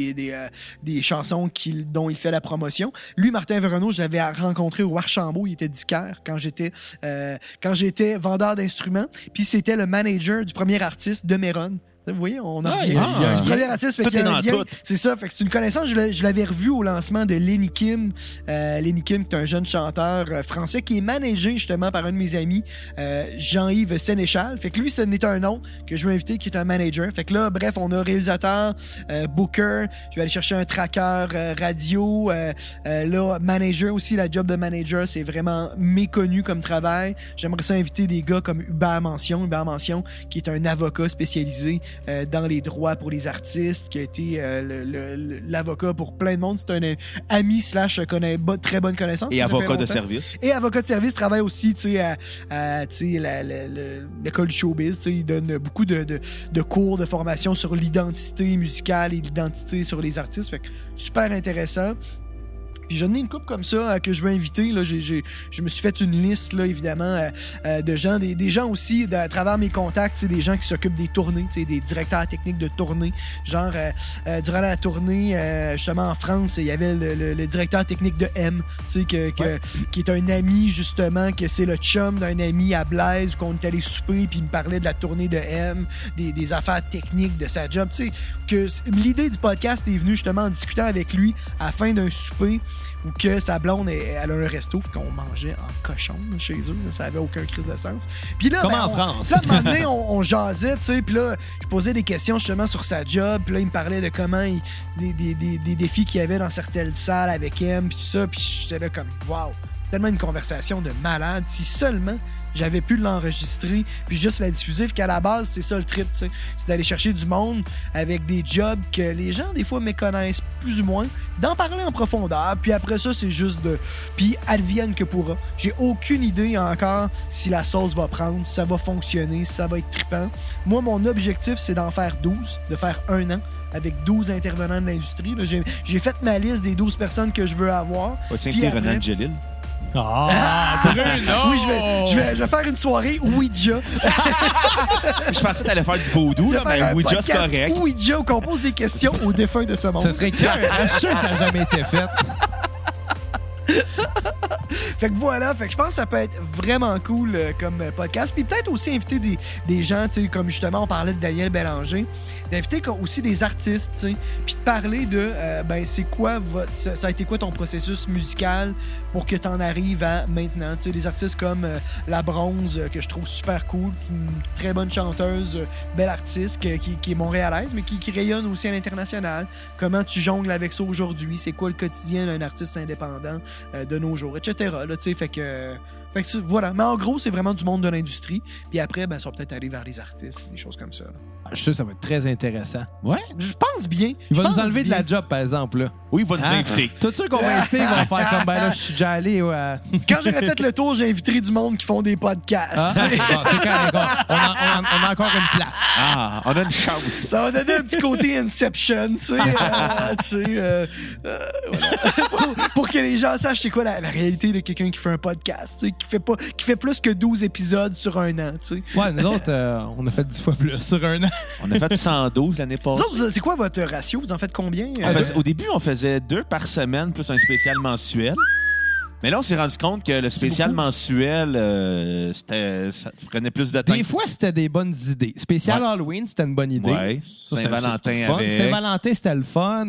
des chansons dont il fait la promotion. Lui, Martin Véronneau, je l'avais rencontré au Archambault. Il était disquaire quand j'étais vendeur d'instruments. Puis c'était le manager du premier artiste de Méron. Vous voyez, on a premier artiste, tout est dans tout. C'est ça, fait que c'est une connaissance. Je l'avais revu au lancement de Lenny Kim. Lenny Kim, qui est un jeune chanteur français qui est managé justement par un de mes amis, Jean-Yves Sénéchal. Fait que lui, ce n'est un autre que je vais inviter qui est un manager. Fait que là, bref, on a réalisateur, booker. Je vais aller chercher un tracker radio. Là, manager aussi. La job de manager, c'est vraiment méconnu comme travail. J'aimerais ça inviter des gars comme Hubert Mention, qui est un avocat spécialisé dans les droits pour les artistes, qui a été l'avocat pour plein de monde. C'est un ami / connaît très bonne connaissance. Et avocat de service. Et avocat de service, travaille aussi à l'école du showbiz. Il donne beaucoup de cours de formation sur l'identité musicale et l'identité sur les artistes. Fait que super intéressant. Puis j'en ai une couple comme ça que je veux inviter. Là, je me suis fait une liste, là, évidemment, de gens, des gens aussi, à travers mes contacts, des gens qui s'occupent des tournées, des directeurs techniques de tournée. Genre, durant la tournée, justement, en France, il y avait le directeur technique de M, qui est un ami, justement, que c'est le chum d'un ami à Blaise, qu'on est allé souper, puis il me parlait de la tournée de M, des affaires techniques de sa job. Que l'idée du podcast est venue justement en discutant avec lui à la fin d'un souper où que sa blonde, elle a un resto qu'on mangeait en cochon là, chez eux. Là, ça avait aucun crise de sens. Puis là, comme en France. Là, à un moment donné, on jasait, tu sais, puis là, je posais des questions justement sur sa job, puis là, il me parlait de comment des défis qu'il y avait dans certaines salles avec M, puis tout ça, puis j'étais là comme, wow, tellement une conversation de malade. Si seulement j'avais pu l'enregistrer puis juste la diffuser, qu'à la base, c'est ça le trip, tu sais. C'est d'aller chercher du monde avec des jobs que les gens, des fois, méconnaissent plus ou moins, d'en parler en profondeur, puis après ça, c'est juste de... Puis advienne que pourra. J'ai aucune idée encore si la sauce va prendre, si ça va fonctionner, si ça va être trippant. Moi, mon objectif, c'est d'en faire 12, de faire 1 an, avec 12 intervenants de l'industrie. Là, j'ai fait ma liste des 12 personnes que je veux avoir. Vas-tu inviter Renan Angelil? Bruno! Oui, je vais faire une soirée Ouija. Je pensais que t'allais faire du vaudou, là, mais Ouija, c'est correct. Ouija, où on pose des questions aux défunts de ce monde. Ça serait clair. Je suis sûr que ça n'a jamais été fait. Fait que voilà, fait que je pense que ça peut être vraiment cool comme podcast. Puis peut-être aussi inviter des gens, tu sais, comme justement on parlait de Daniel Bélanger, d'inviter aussi des artistes, tu sais, puis de parler de, c'est quoi ça a été quoi ton processus musical pour que t'en arrives à maintenant, tu sais, des artistes comme La Bronze, que je trouve super cool, une très bonne chanteuse, belle artiste, qui est montréalaise, mais qui rayonne aussi à l'international. Comment tu jongles avec ça aujourd'hui? C'est quoi le quotidien d'un artiste indépendant de nos jours, etc. Là, tu sais, fait que voilà. Mais en gros, c'est vraiment du monde de l'industrie. Puis après, ça va peut-être aller vers les artistes, des choses comme ça. Là. Je suis sûr que ça va être très intéressant. Ouais, je pense bien. Il va nous enlever de la job, par exemple. Là. Oui, il va nous inviter. Tout ceux qu'on va inviter, ils vont faire comme, là, je suis déjà allé. Quand j'aurai fait le tour, j'inviterai du monde qui font des podcasts. C'est correct. On a encore une place. Ah, on a une chance. Ça va donner un petit côté Inception, tu sais. Pour que les gens sachent c'est quoi la réalité de quelqu'un qui fait un podcast, tu sais, qui fait plus que 12 épisodes sur un an, tu sais. Ouais, nous autres, on a fait 10 fois plus sur un an. On a fait 112 l'année passée. C'est quoi votre ratio? Vous en faites combien? Au début, on faisait 2 par semaine plus un spécial mensuel. Mais là, on s'est rendu compte que le spécial mensuel, ça prenait plus de temps. Des fois, c'était des bonnes idées. Spécial Halloween, c'était une bonne idée. Ouais. Saint-Valentin avec. Saint-Valentin, c'était le fun.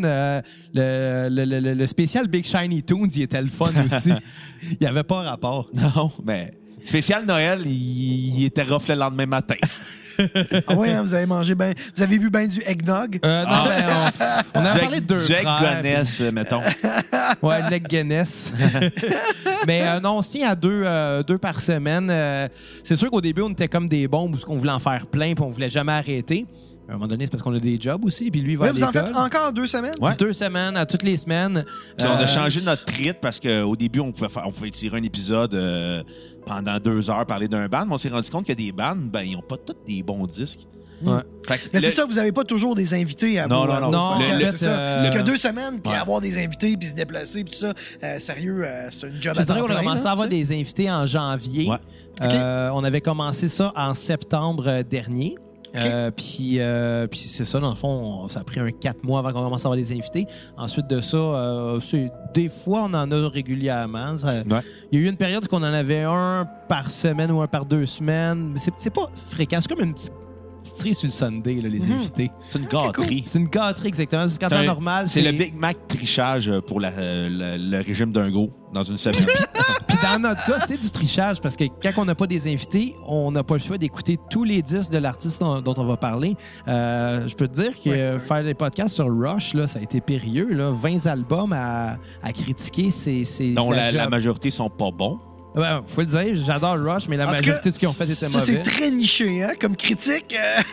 Le spécial Big Shiny Toons, il était le fun aussi. Il n'y avait pas rapport. Non, mais spécial Noël, il était rough le lendemain matin. Ah ouais, hein, vous avez mangé ben, vous avez bu ben du eggnog? Non, on a parlé de 2 frères. Du egg Guinness, mettons. Ouais, l'egg Guinness. Mais non, aussi à 2 par semaine. C'est sûr qu'au début, on était comme des bombes parce qu'on voulait en faire plein puis on voulait jamais arrêter. À un moment donné, c'est parce qu'on a des jobs aussi, puis lui, il va à l'école. Vous en faites encore 2 semaines? Ouais. 2 semaines, à toutes les semaines. Puis on a changé notre rythme parce qu'au début, on pouvait tirer un épisode pendant 2 heures, parler d'un band, mais on s'est rendu compte que des bands, ils n'ont pas tous des bons disques. Ouais. Mais c'est ça, vous n'avez pas toujours des invités à non, vous. Non, c'est ça. Parce que 2 semaines, puis avoir des invités, puis se déplacer, puis tout ça, sérieux, c'est une job à temps plein. On a commencé à avoir des invités en janvier. Ouais. On avait commencé ça en septembre dernier. Puis c'est ça, dans le fond, ça a pris 4 mois avant qu'on commence à avoir des invités. Ensuite de ça, des fois, on en a régulièrement. Il y a eu une période où on en avait 1 par semaine ou 1 par 2 semaines. Mais c'est pas fréquent. C'est comme une petite cerise sur le Sunday, là, les invités. C'est une gâterie. C'est une gâterie, exactement. C'est quand normal. C'est le Big Mac trichage pour le régime d'un go dans une semaine. Puis dans notre cas, c'est du trichage parce que quand on n'a pas des invités, on n'a pas le choix d'écouter tous les disques de l'artiste dont on va parler. Je peux te dire que faire des podcasts sur Rush, là, ça a été périlleux. Là. 20 albums à critiquer, c'est dont la majorité sont pas bons. Ouais, faut le dire, j'adore Rush, mais la majorité de ce qu'ils ont fait était mauvais. C'est très niché, hein, comme critique.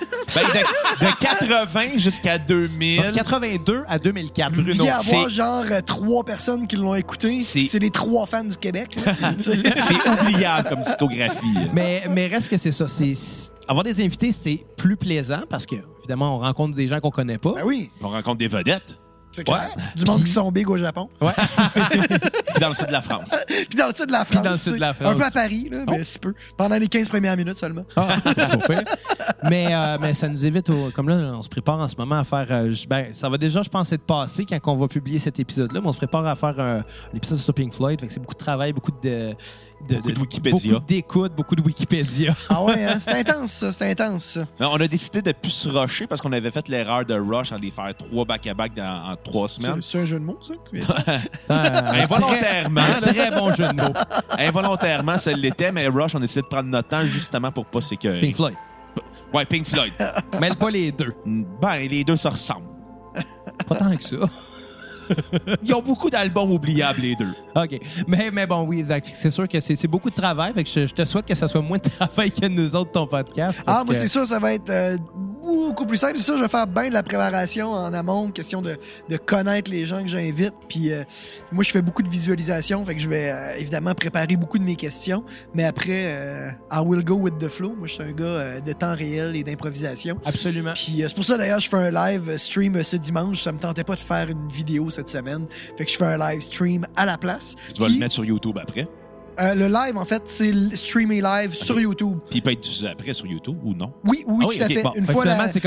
De 80 jusqu'à 2000. 82 à 2004. Bruno, il y a avoir genre 3 personnes qui l'ont écouté. C'est les 3 fans du Québec. C'est oubliable comme discographie. Mais reste que c'est ça. Avoir des invités, c'est plus plaisant parce que, évidemment, on rencontre des gens qu'on connaît pas. Ben oui. On rencontre des vedettes. C'est clair. Du monde qui sont big au Japon. Ouais. Puis dans le sud de la France. Puis dans le sud de la France. Un peu à Paris, là, mais si peu. Pendant les 15 premières minutes seulement. Ah, trop fait. Mais ça nous évite, comme là, on se prépare en ce moment à faire... ça va déjà, je pense, être passé quand on va publier cet épisode-là, mais on se prépare à faire un épisode sur Pink Floyd. Fait que c'est beaucoup de travail, beaucoup de Wikipédia. Beaucoup d'écoute, beaucoup de Wikipédia. Ah ouais, hein? C'est intense, ça. C'est intense, ça. On a décidé de plus se rusher parce qu'on avait fait l'erreur de rush en les faire 3 back-à-back en 3 semaines. C'est un jeu de mots, ça? Involontairement. Très bon jeu de mots. Involontairement, ça l'était, mais rush, on a essayé de prendre notre temps justement pour pas s'écœurer. Pink Floyd. Ouais, Pink Floyd. Mêle pas les deux. Ben, les deux se ressemblent. Pas tant que ça. Ils ont beaucoup d'albums oubliables, les deux. OK. Mais bon, oui, exact. C'est sûr que c'est beaucoup de travail. Fait que je te souhaite que ça soit moins de travail que nous autres, ton podcast. Moi, c'est sûr, ça va être beaucoup plus simple. C'est sûr, je vais faire bien de la préparation en amont, question de connaître les gens que j'invite. Puis moi, je fais beaucoup de visualisation. Fait que je vais évidemment préparer beaucoup de mes questions. Mais après, I will go with the flow. Moi, je suis un gars de temps réel et d'improvisation. Absolument. Puis c'est pour ça, d'ailleurs, je fais un live stream ce dimanche. Ça me tentait pas de faire une vidéo cette semaine. Fait que je fais un live stream à la place. Tu vas le mettre sur YouTube après? Le live, en fait, c'est streamé live sur YouTube. Puis il peut être diffusé après sur YouTube ou non? Oui, tout à fait. Bon, une fois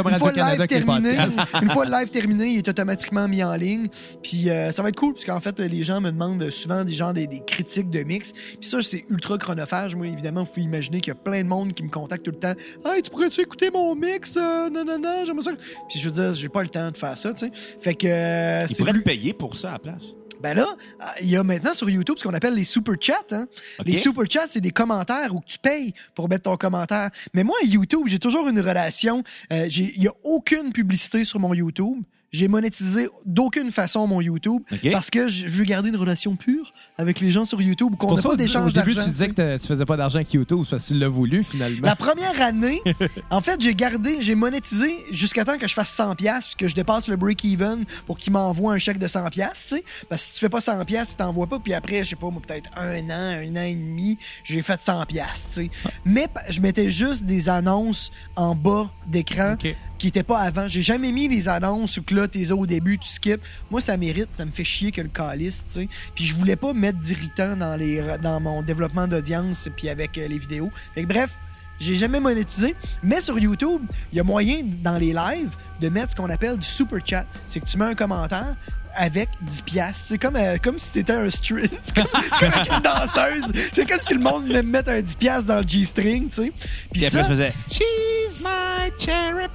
le live terminé, il est automatiquement mis en ligne. Puis ça va être cool, parce qu'en fait, les gens me demandent souvent des critiques de mix. Puis ça, c'est ultra chronophage. Moi, évidemment, vous pouvez imaginer qu'il y a plein de monde qui me contacte tout le temps. « Hey, tu pourrais-tu écouter mon mix? Non, j'aime ça. » Puis je veux dire, j'ai pas le temps de faire ça, tu sais. Fait que... Il pourrait te payer pour ça à la place. Ben là, il y a maintenant sur YouTube ce qu'on appelle les super chats. Hein? Okay. Les super chats, c'est des commentaires où tu payes pour mettre ton commentaire. Mais moi, à YouTube, j'ai toujours une relation. Il n'y a aucune publicité sur mon YouTube. J'ai monétisé d'aucune façon mon YouTube parce que je veux garder une relation pure avec les gens sur YouTube, qu'on n'a pas d'échange d'argent. Au début, tu disais que tu faisais pas d'argent avec YouTube parce que tu l'as voulu, finalement. La première année, en fait, j'ai monétisé jusqu'à temps que je fasse 100$, puis que je dépasse le break-even pour qu'ils m'envoient un chèque de 100$, tu sais. Parce que si tu fais pas 100$, tu t'envoies pas, puis après, je sais pas, moi, peut-être un an et demi, j'ai fait 100$, tu sais. Mais je mettais juste des annonces en bas d'écran. Qui n'était pas avant. J'ai jamais mis les annonces où que là, t'es au début, tu skips. Moi, ça mérite, ça me fait chier que le calice, tu sais. Puis je voulais pas mettre d'irritant dans mon développement d'audience puis avec les vidéos. Fait que bref, j'ai jamais monétisé. Mais sur YouTube, il y a moyen, dans les lives, de mettre ce qu'on appelle du super chat. C'est que tu mets un commentaire avec 10$. C'est comme si t'étais un string. C'est comme avec une danseuse. C'est comme si le monde me mettait un 10$ dans le G-string, tu sais. Puis après, je faisais « She's my cherry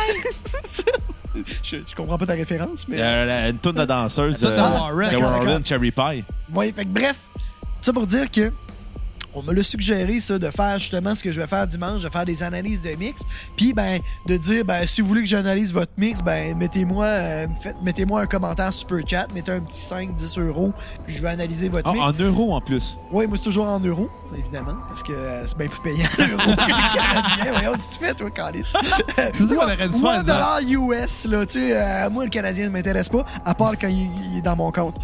pie ». Je comprends pas ta référence, mais... une toune de danseuse. De Warren, Cherry Pie. Oui, fait que bref, ça pour dire que on me l'a suggéré, ça, de faire justement ce que je vais faire dimanche, de faire des analyses de mix. Puis, de dire, si vous voulez que j'analyse votre mix, mettez-moi un commentaire super chat, mettez un petit 5-10 €, puis je vais analyser votre mix. En euros en plus? Oui, moi, c'est toujours en euros, évidemment, parce que c'est bien plus payant en euros que les Canadiens. Voyons, si tu fais, toi, Calice. C'est ça qu'on aurait dû faire. $US, là, tu sais, moi, le Canadien ne m'intéresse pas, à part quand il est dans mon compte.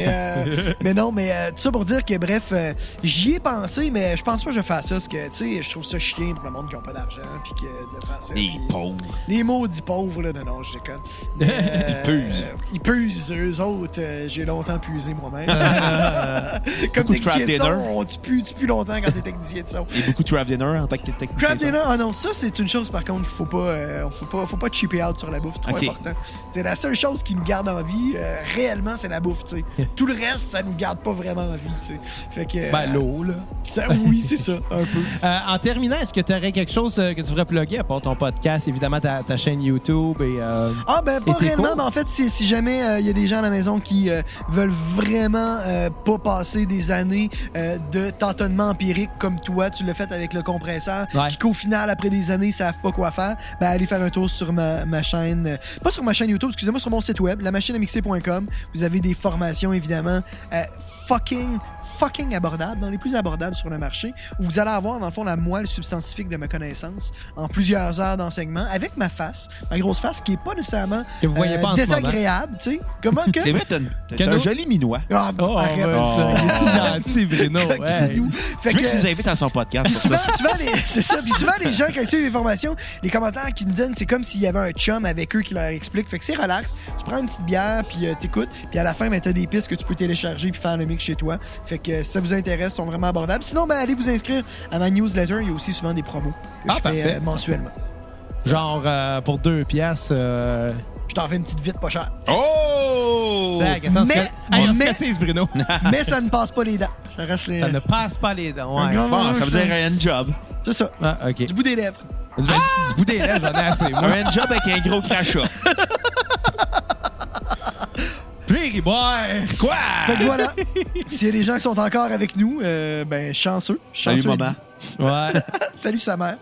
Mais non, tout ça pour dire que, bref, j'y ai pensé, mais je pense pas que je vais faire ça parce que, tu sais, je trouve ça chiant pour le monde qui n'a pas d'argent puis que de faire ça. Les pauvres. Les maudits pauvres, là. Non, je déconne. Ils pusent. Ils pusent, eux autres. J'ai longtemps pusé moi-même. Comme technicien de son, tu pues longtemps quand t'es technicien de son. Et beaucoup de craft dinner en tant que technicien de son. Craft dinner, non, ça, c'est une chose, par contre, qu'il faut pas cheaper out sur la bouffe. C'est trop important. C'est la seule chose qui nous garde en vie, réellement, c'est la bouffe, tu sais. Tout le reste, ça nous garde pas vraiment en vie, tu sais. Fait que... l'eau, là. Oui, c'est ça, un peu. En terminant, est-ce que tu aurais quelque chose que tu voudrais plugger, à part ton podcast, évidemment, ta chaîne YouTube et... pas réellement, mais en fait, si jamais il y a des gens à la maison qui veulent vraiment pas passer des années de tâtonnement empirique comme toi, tu l'as fait avec le compresseur, puis qu'au final, après des années, ils savent pas quoi faire, allez faire un tour sur ma chaîne, pas sur ma chaîne YouTube, excusez-moi, sur mon site web, lamachineamixer.com. Vous avez des formations, évidemment, fucking fucking abordable, dans les plus abordables sur le marché, où vous allez avoir, dans le fond, la moelle substantifique de ma connaissance en plusieurs heures d'enseignement, avec ma face, ma grosse face, qui est pas nécessairement que vous voyez pas en désagréable, tu sais. Comment que... C'est vrai, t'as un joli minois. Ah, arrête. Il est gentil, Bruno. Ouais. Je veux qu'il nous invite à son podcast. Souvent, c'est ça. Puis souvent, les gens, quand ils suivent l'information, les commentaires qu'ils nous donnent, c'est comme s'il y avait un chum avec eux qui leur explique. Fait que c'est relax. Tu prends une petite bière, puis t'écoutes. Puis à la fin, t'as des pistes que tu peux télécharger puis faire le mix chez toi. Fait que si ça vous intéresse, ils sont vraiment abordables. Sinon, allez vous inscrire à ma newsletter. Il y a aussi souvent des promos que je fais mensuellement. Genre, pour 2 piastres... Je t'en fais une petite vite pas chère. Oh! Attends, Bruno. Mais ça ne passe pas les dents. Ça reste les... Ça ne passe pas les dents. Ouais. Bon, ça veut dire un job. C'est ça. Ah, OK. Du bout des lèvres. Du bout des lèvres, j'en ai assez. Un job avec un gros crachat. Pretty boy! Quoi? Fait que voilà. S'il y a des gens qui sont encore avec nous, chanceux. Salut, maman. Ouais. Salut, sa mère.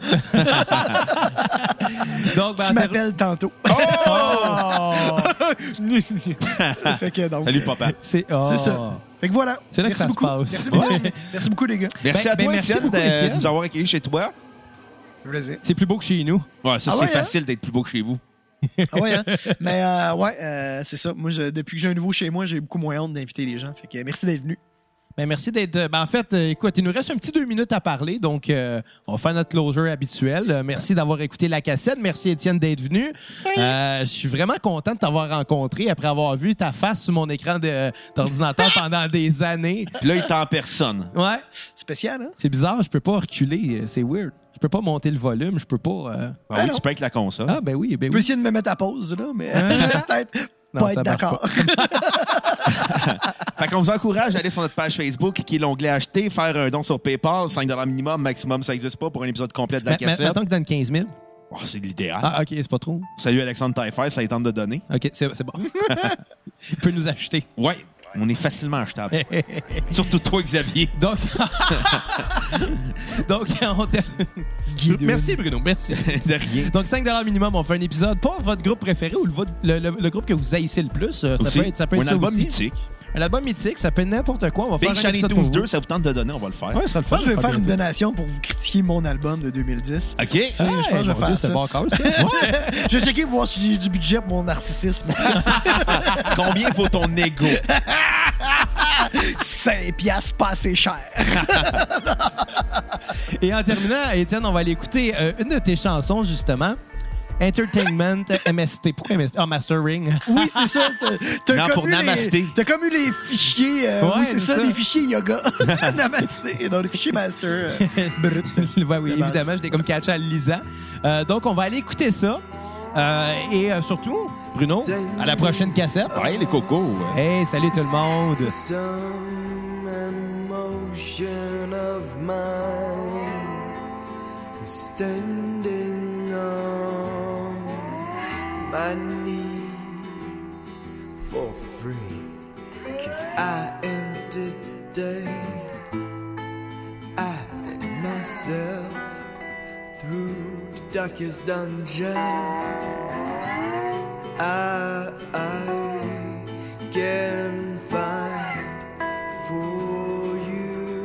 Donc, tu m'appelles tantôt. Oh! Fait que donc. Salut, papa. C'est ça. Fait que voilà. C'est là que ça se passe. Merci beaucoup. Merci beaucoup, les gars. Merci à toi, Étienne, de nous avoir accueillis chez toi. Plaisir. C'est plus beau que chez nous. Ouais, ça, c'est facile d'être plus beau que chez vous. Ah ouais, hein? Mais c'est ça. Moi, depuis que j'ai un nouveau chez moi, j'ai beaucoup moins honte d'inviter les gens. Fait que merci d'être venu. Ben, merci d'être... en fait, écoute, il nous reste un petit 2 minutes à parler, donc on va faire notre closure habituel. Merci d'avoir écouté la cassette. Merci, Étienne, d'être venu. Je suis vraiment content de t'avoir rencontré après avoir vu ta face sur mon écran d'ordinateur pendant des années. Puis là, il est en personne. Ouais. Spécial, hein? C'est bizarre, je peux pas reculer. C'est weird. Je peux pas monter le volume, je peux pas... Ah oui, tu peux avec la console. Ah, ben oui, ben je peux essayer de me mettre à pause, là, mais peut-être pas être d'accord. Fait qu'on vous encourage à aller sur notre page Facebook qui est l'onglet Acheter, faire un don sur PayPal, 5$ minimum, maximum, ça n'existe pas pour un épisode complet de la cassette. Mettons que donne 15 000. Oh, c'est l'idéal. Ah, OK, c'est pas trop. Salut Alexandre Taillefer, ça lui tente de donner. OK, c'est bon. Il peut nous acheter. Ouais, on est facilement achetable. Surtout toi, Xavier. Donc, merci Bruno, merci. De rien. Donc 5$ minimum, on fait un épisode. Pas votre groupe préféré ou le groupe que vous haïssez le plus. Ça peut être ça un album aussi. mythique. Un album mythique, ça peut être n'importe quoi. On va Big faire un Shiny Tunes 2, ça vous tente de donner, on va le faire. Ouais, ça sera le fun. Moi, je vais faire une donation pour vous critiquer mon album de 2010. OK. Je pense que je vais faire ça. C'est bon encore, ça. Je vais checker pour voir si j'ai du budget pour mon narcissisme. Combien vaut ton ego? 5$, pas assez cher. Et en terminant, Étienne, on va aller écouter une de tes chansons, justement. Entertainment MST. Pourquoi MST? Ah, Mastering. Oui, c'est ça. Non, pour Namasté. T'as comme eu les fichiers. Oui, c'est ça, les fichiers yoga. Namasté. Non, les fichiers master. Brut. Oui, évidemment, je l'ai comme catché en le lisant. Donc, on va aller écouter ça. Et surtout, Bruno, à la prochaine cassette. Ouais, les cocos. Hey, salut tout le monde. Some emotion of mine standing on my knees for free, 'cause I am today. I set myself through the darkest dungeon. I can find for you.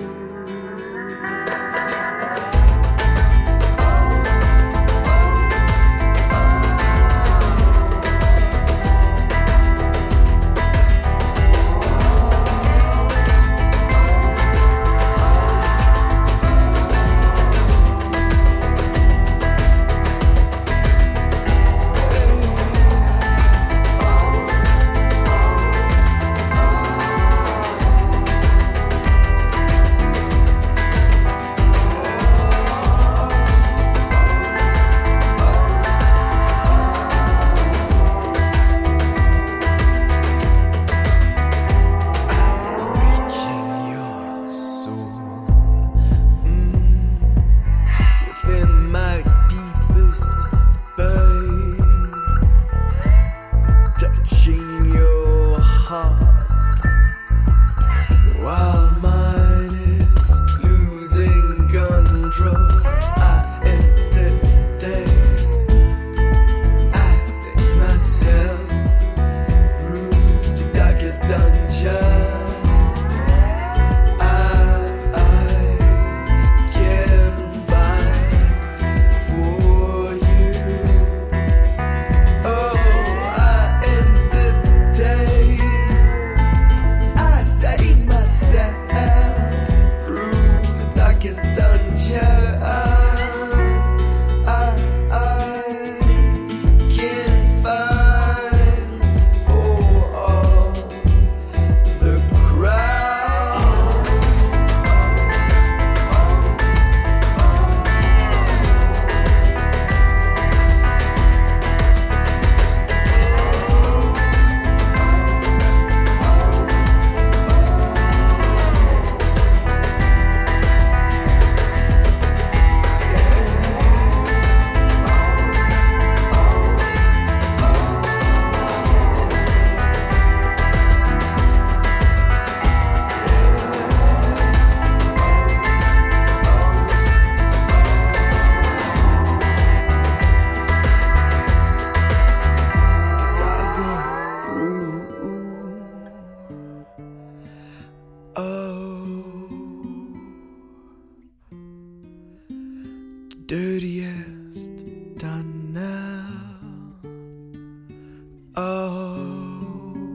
Oh,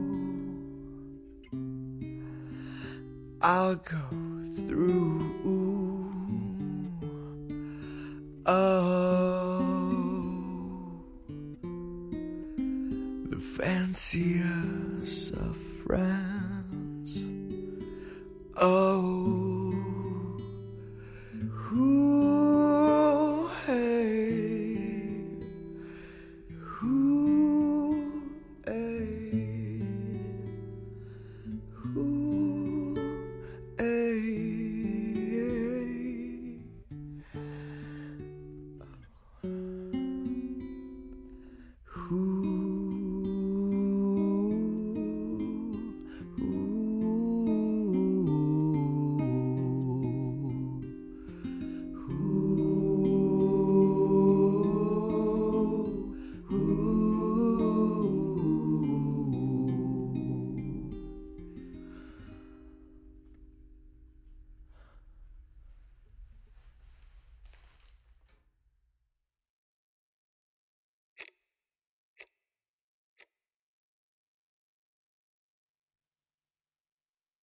I'll go through. Oh, the fanciest of friends. Oh,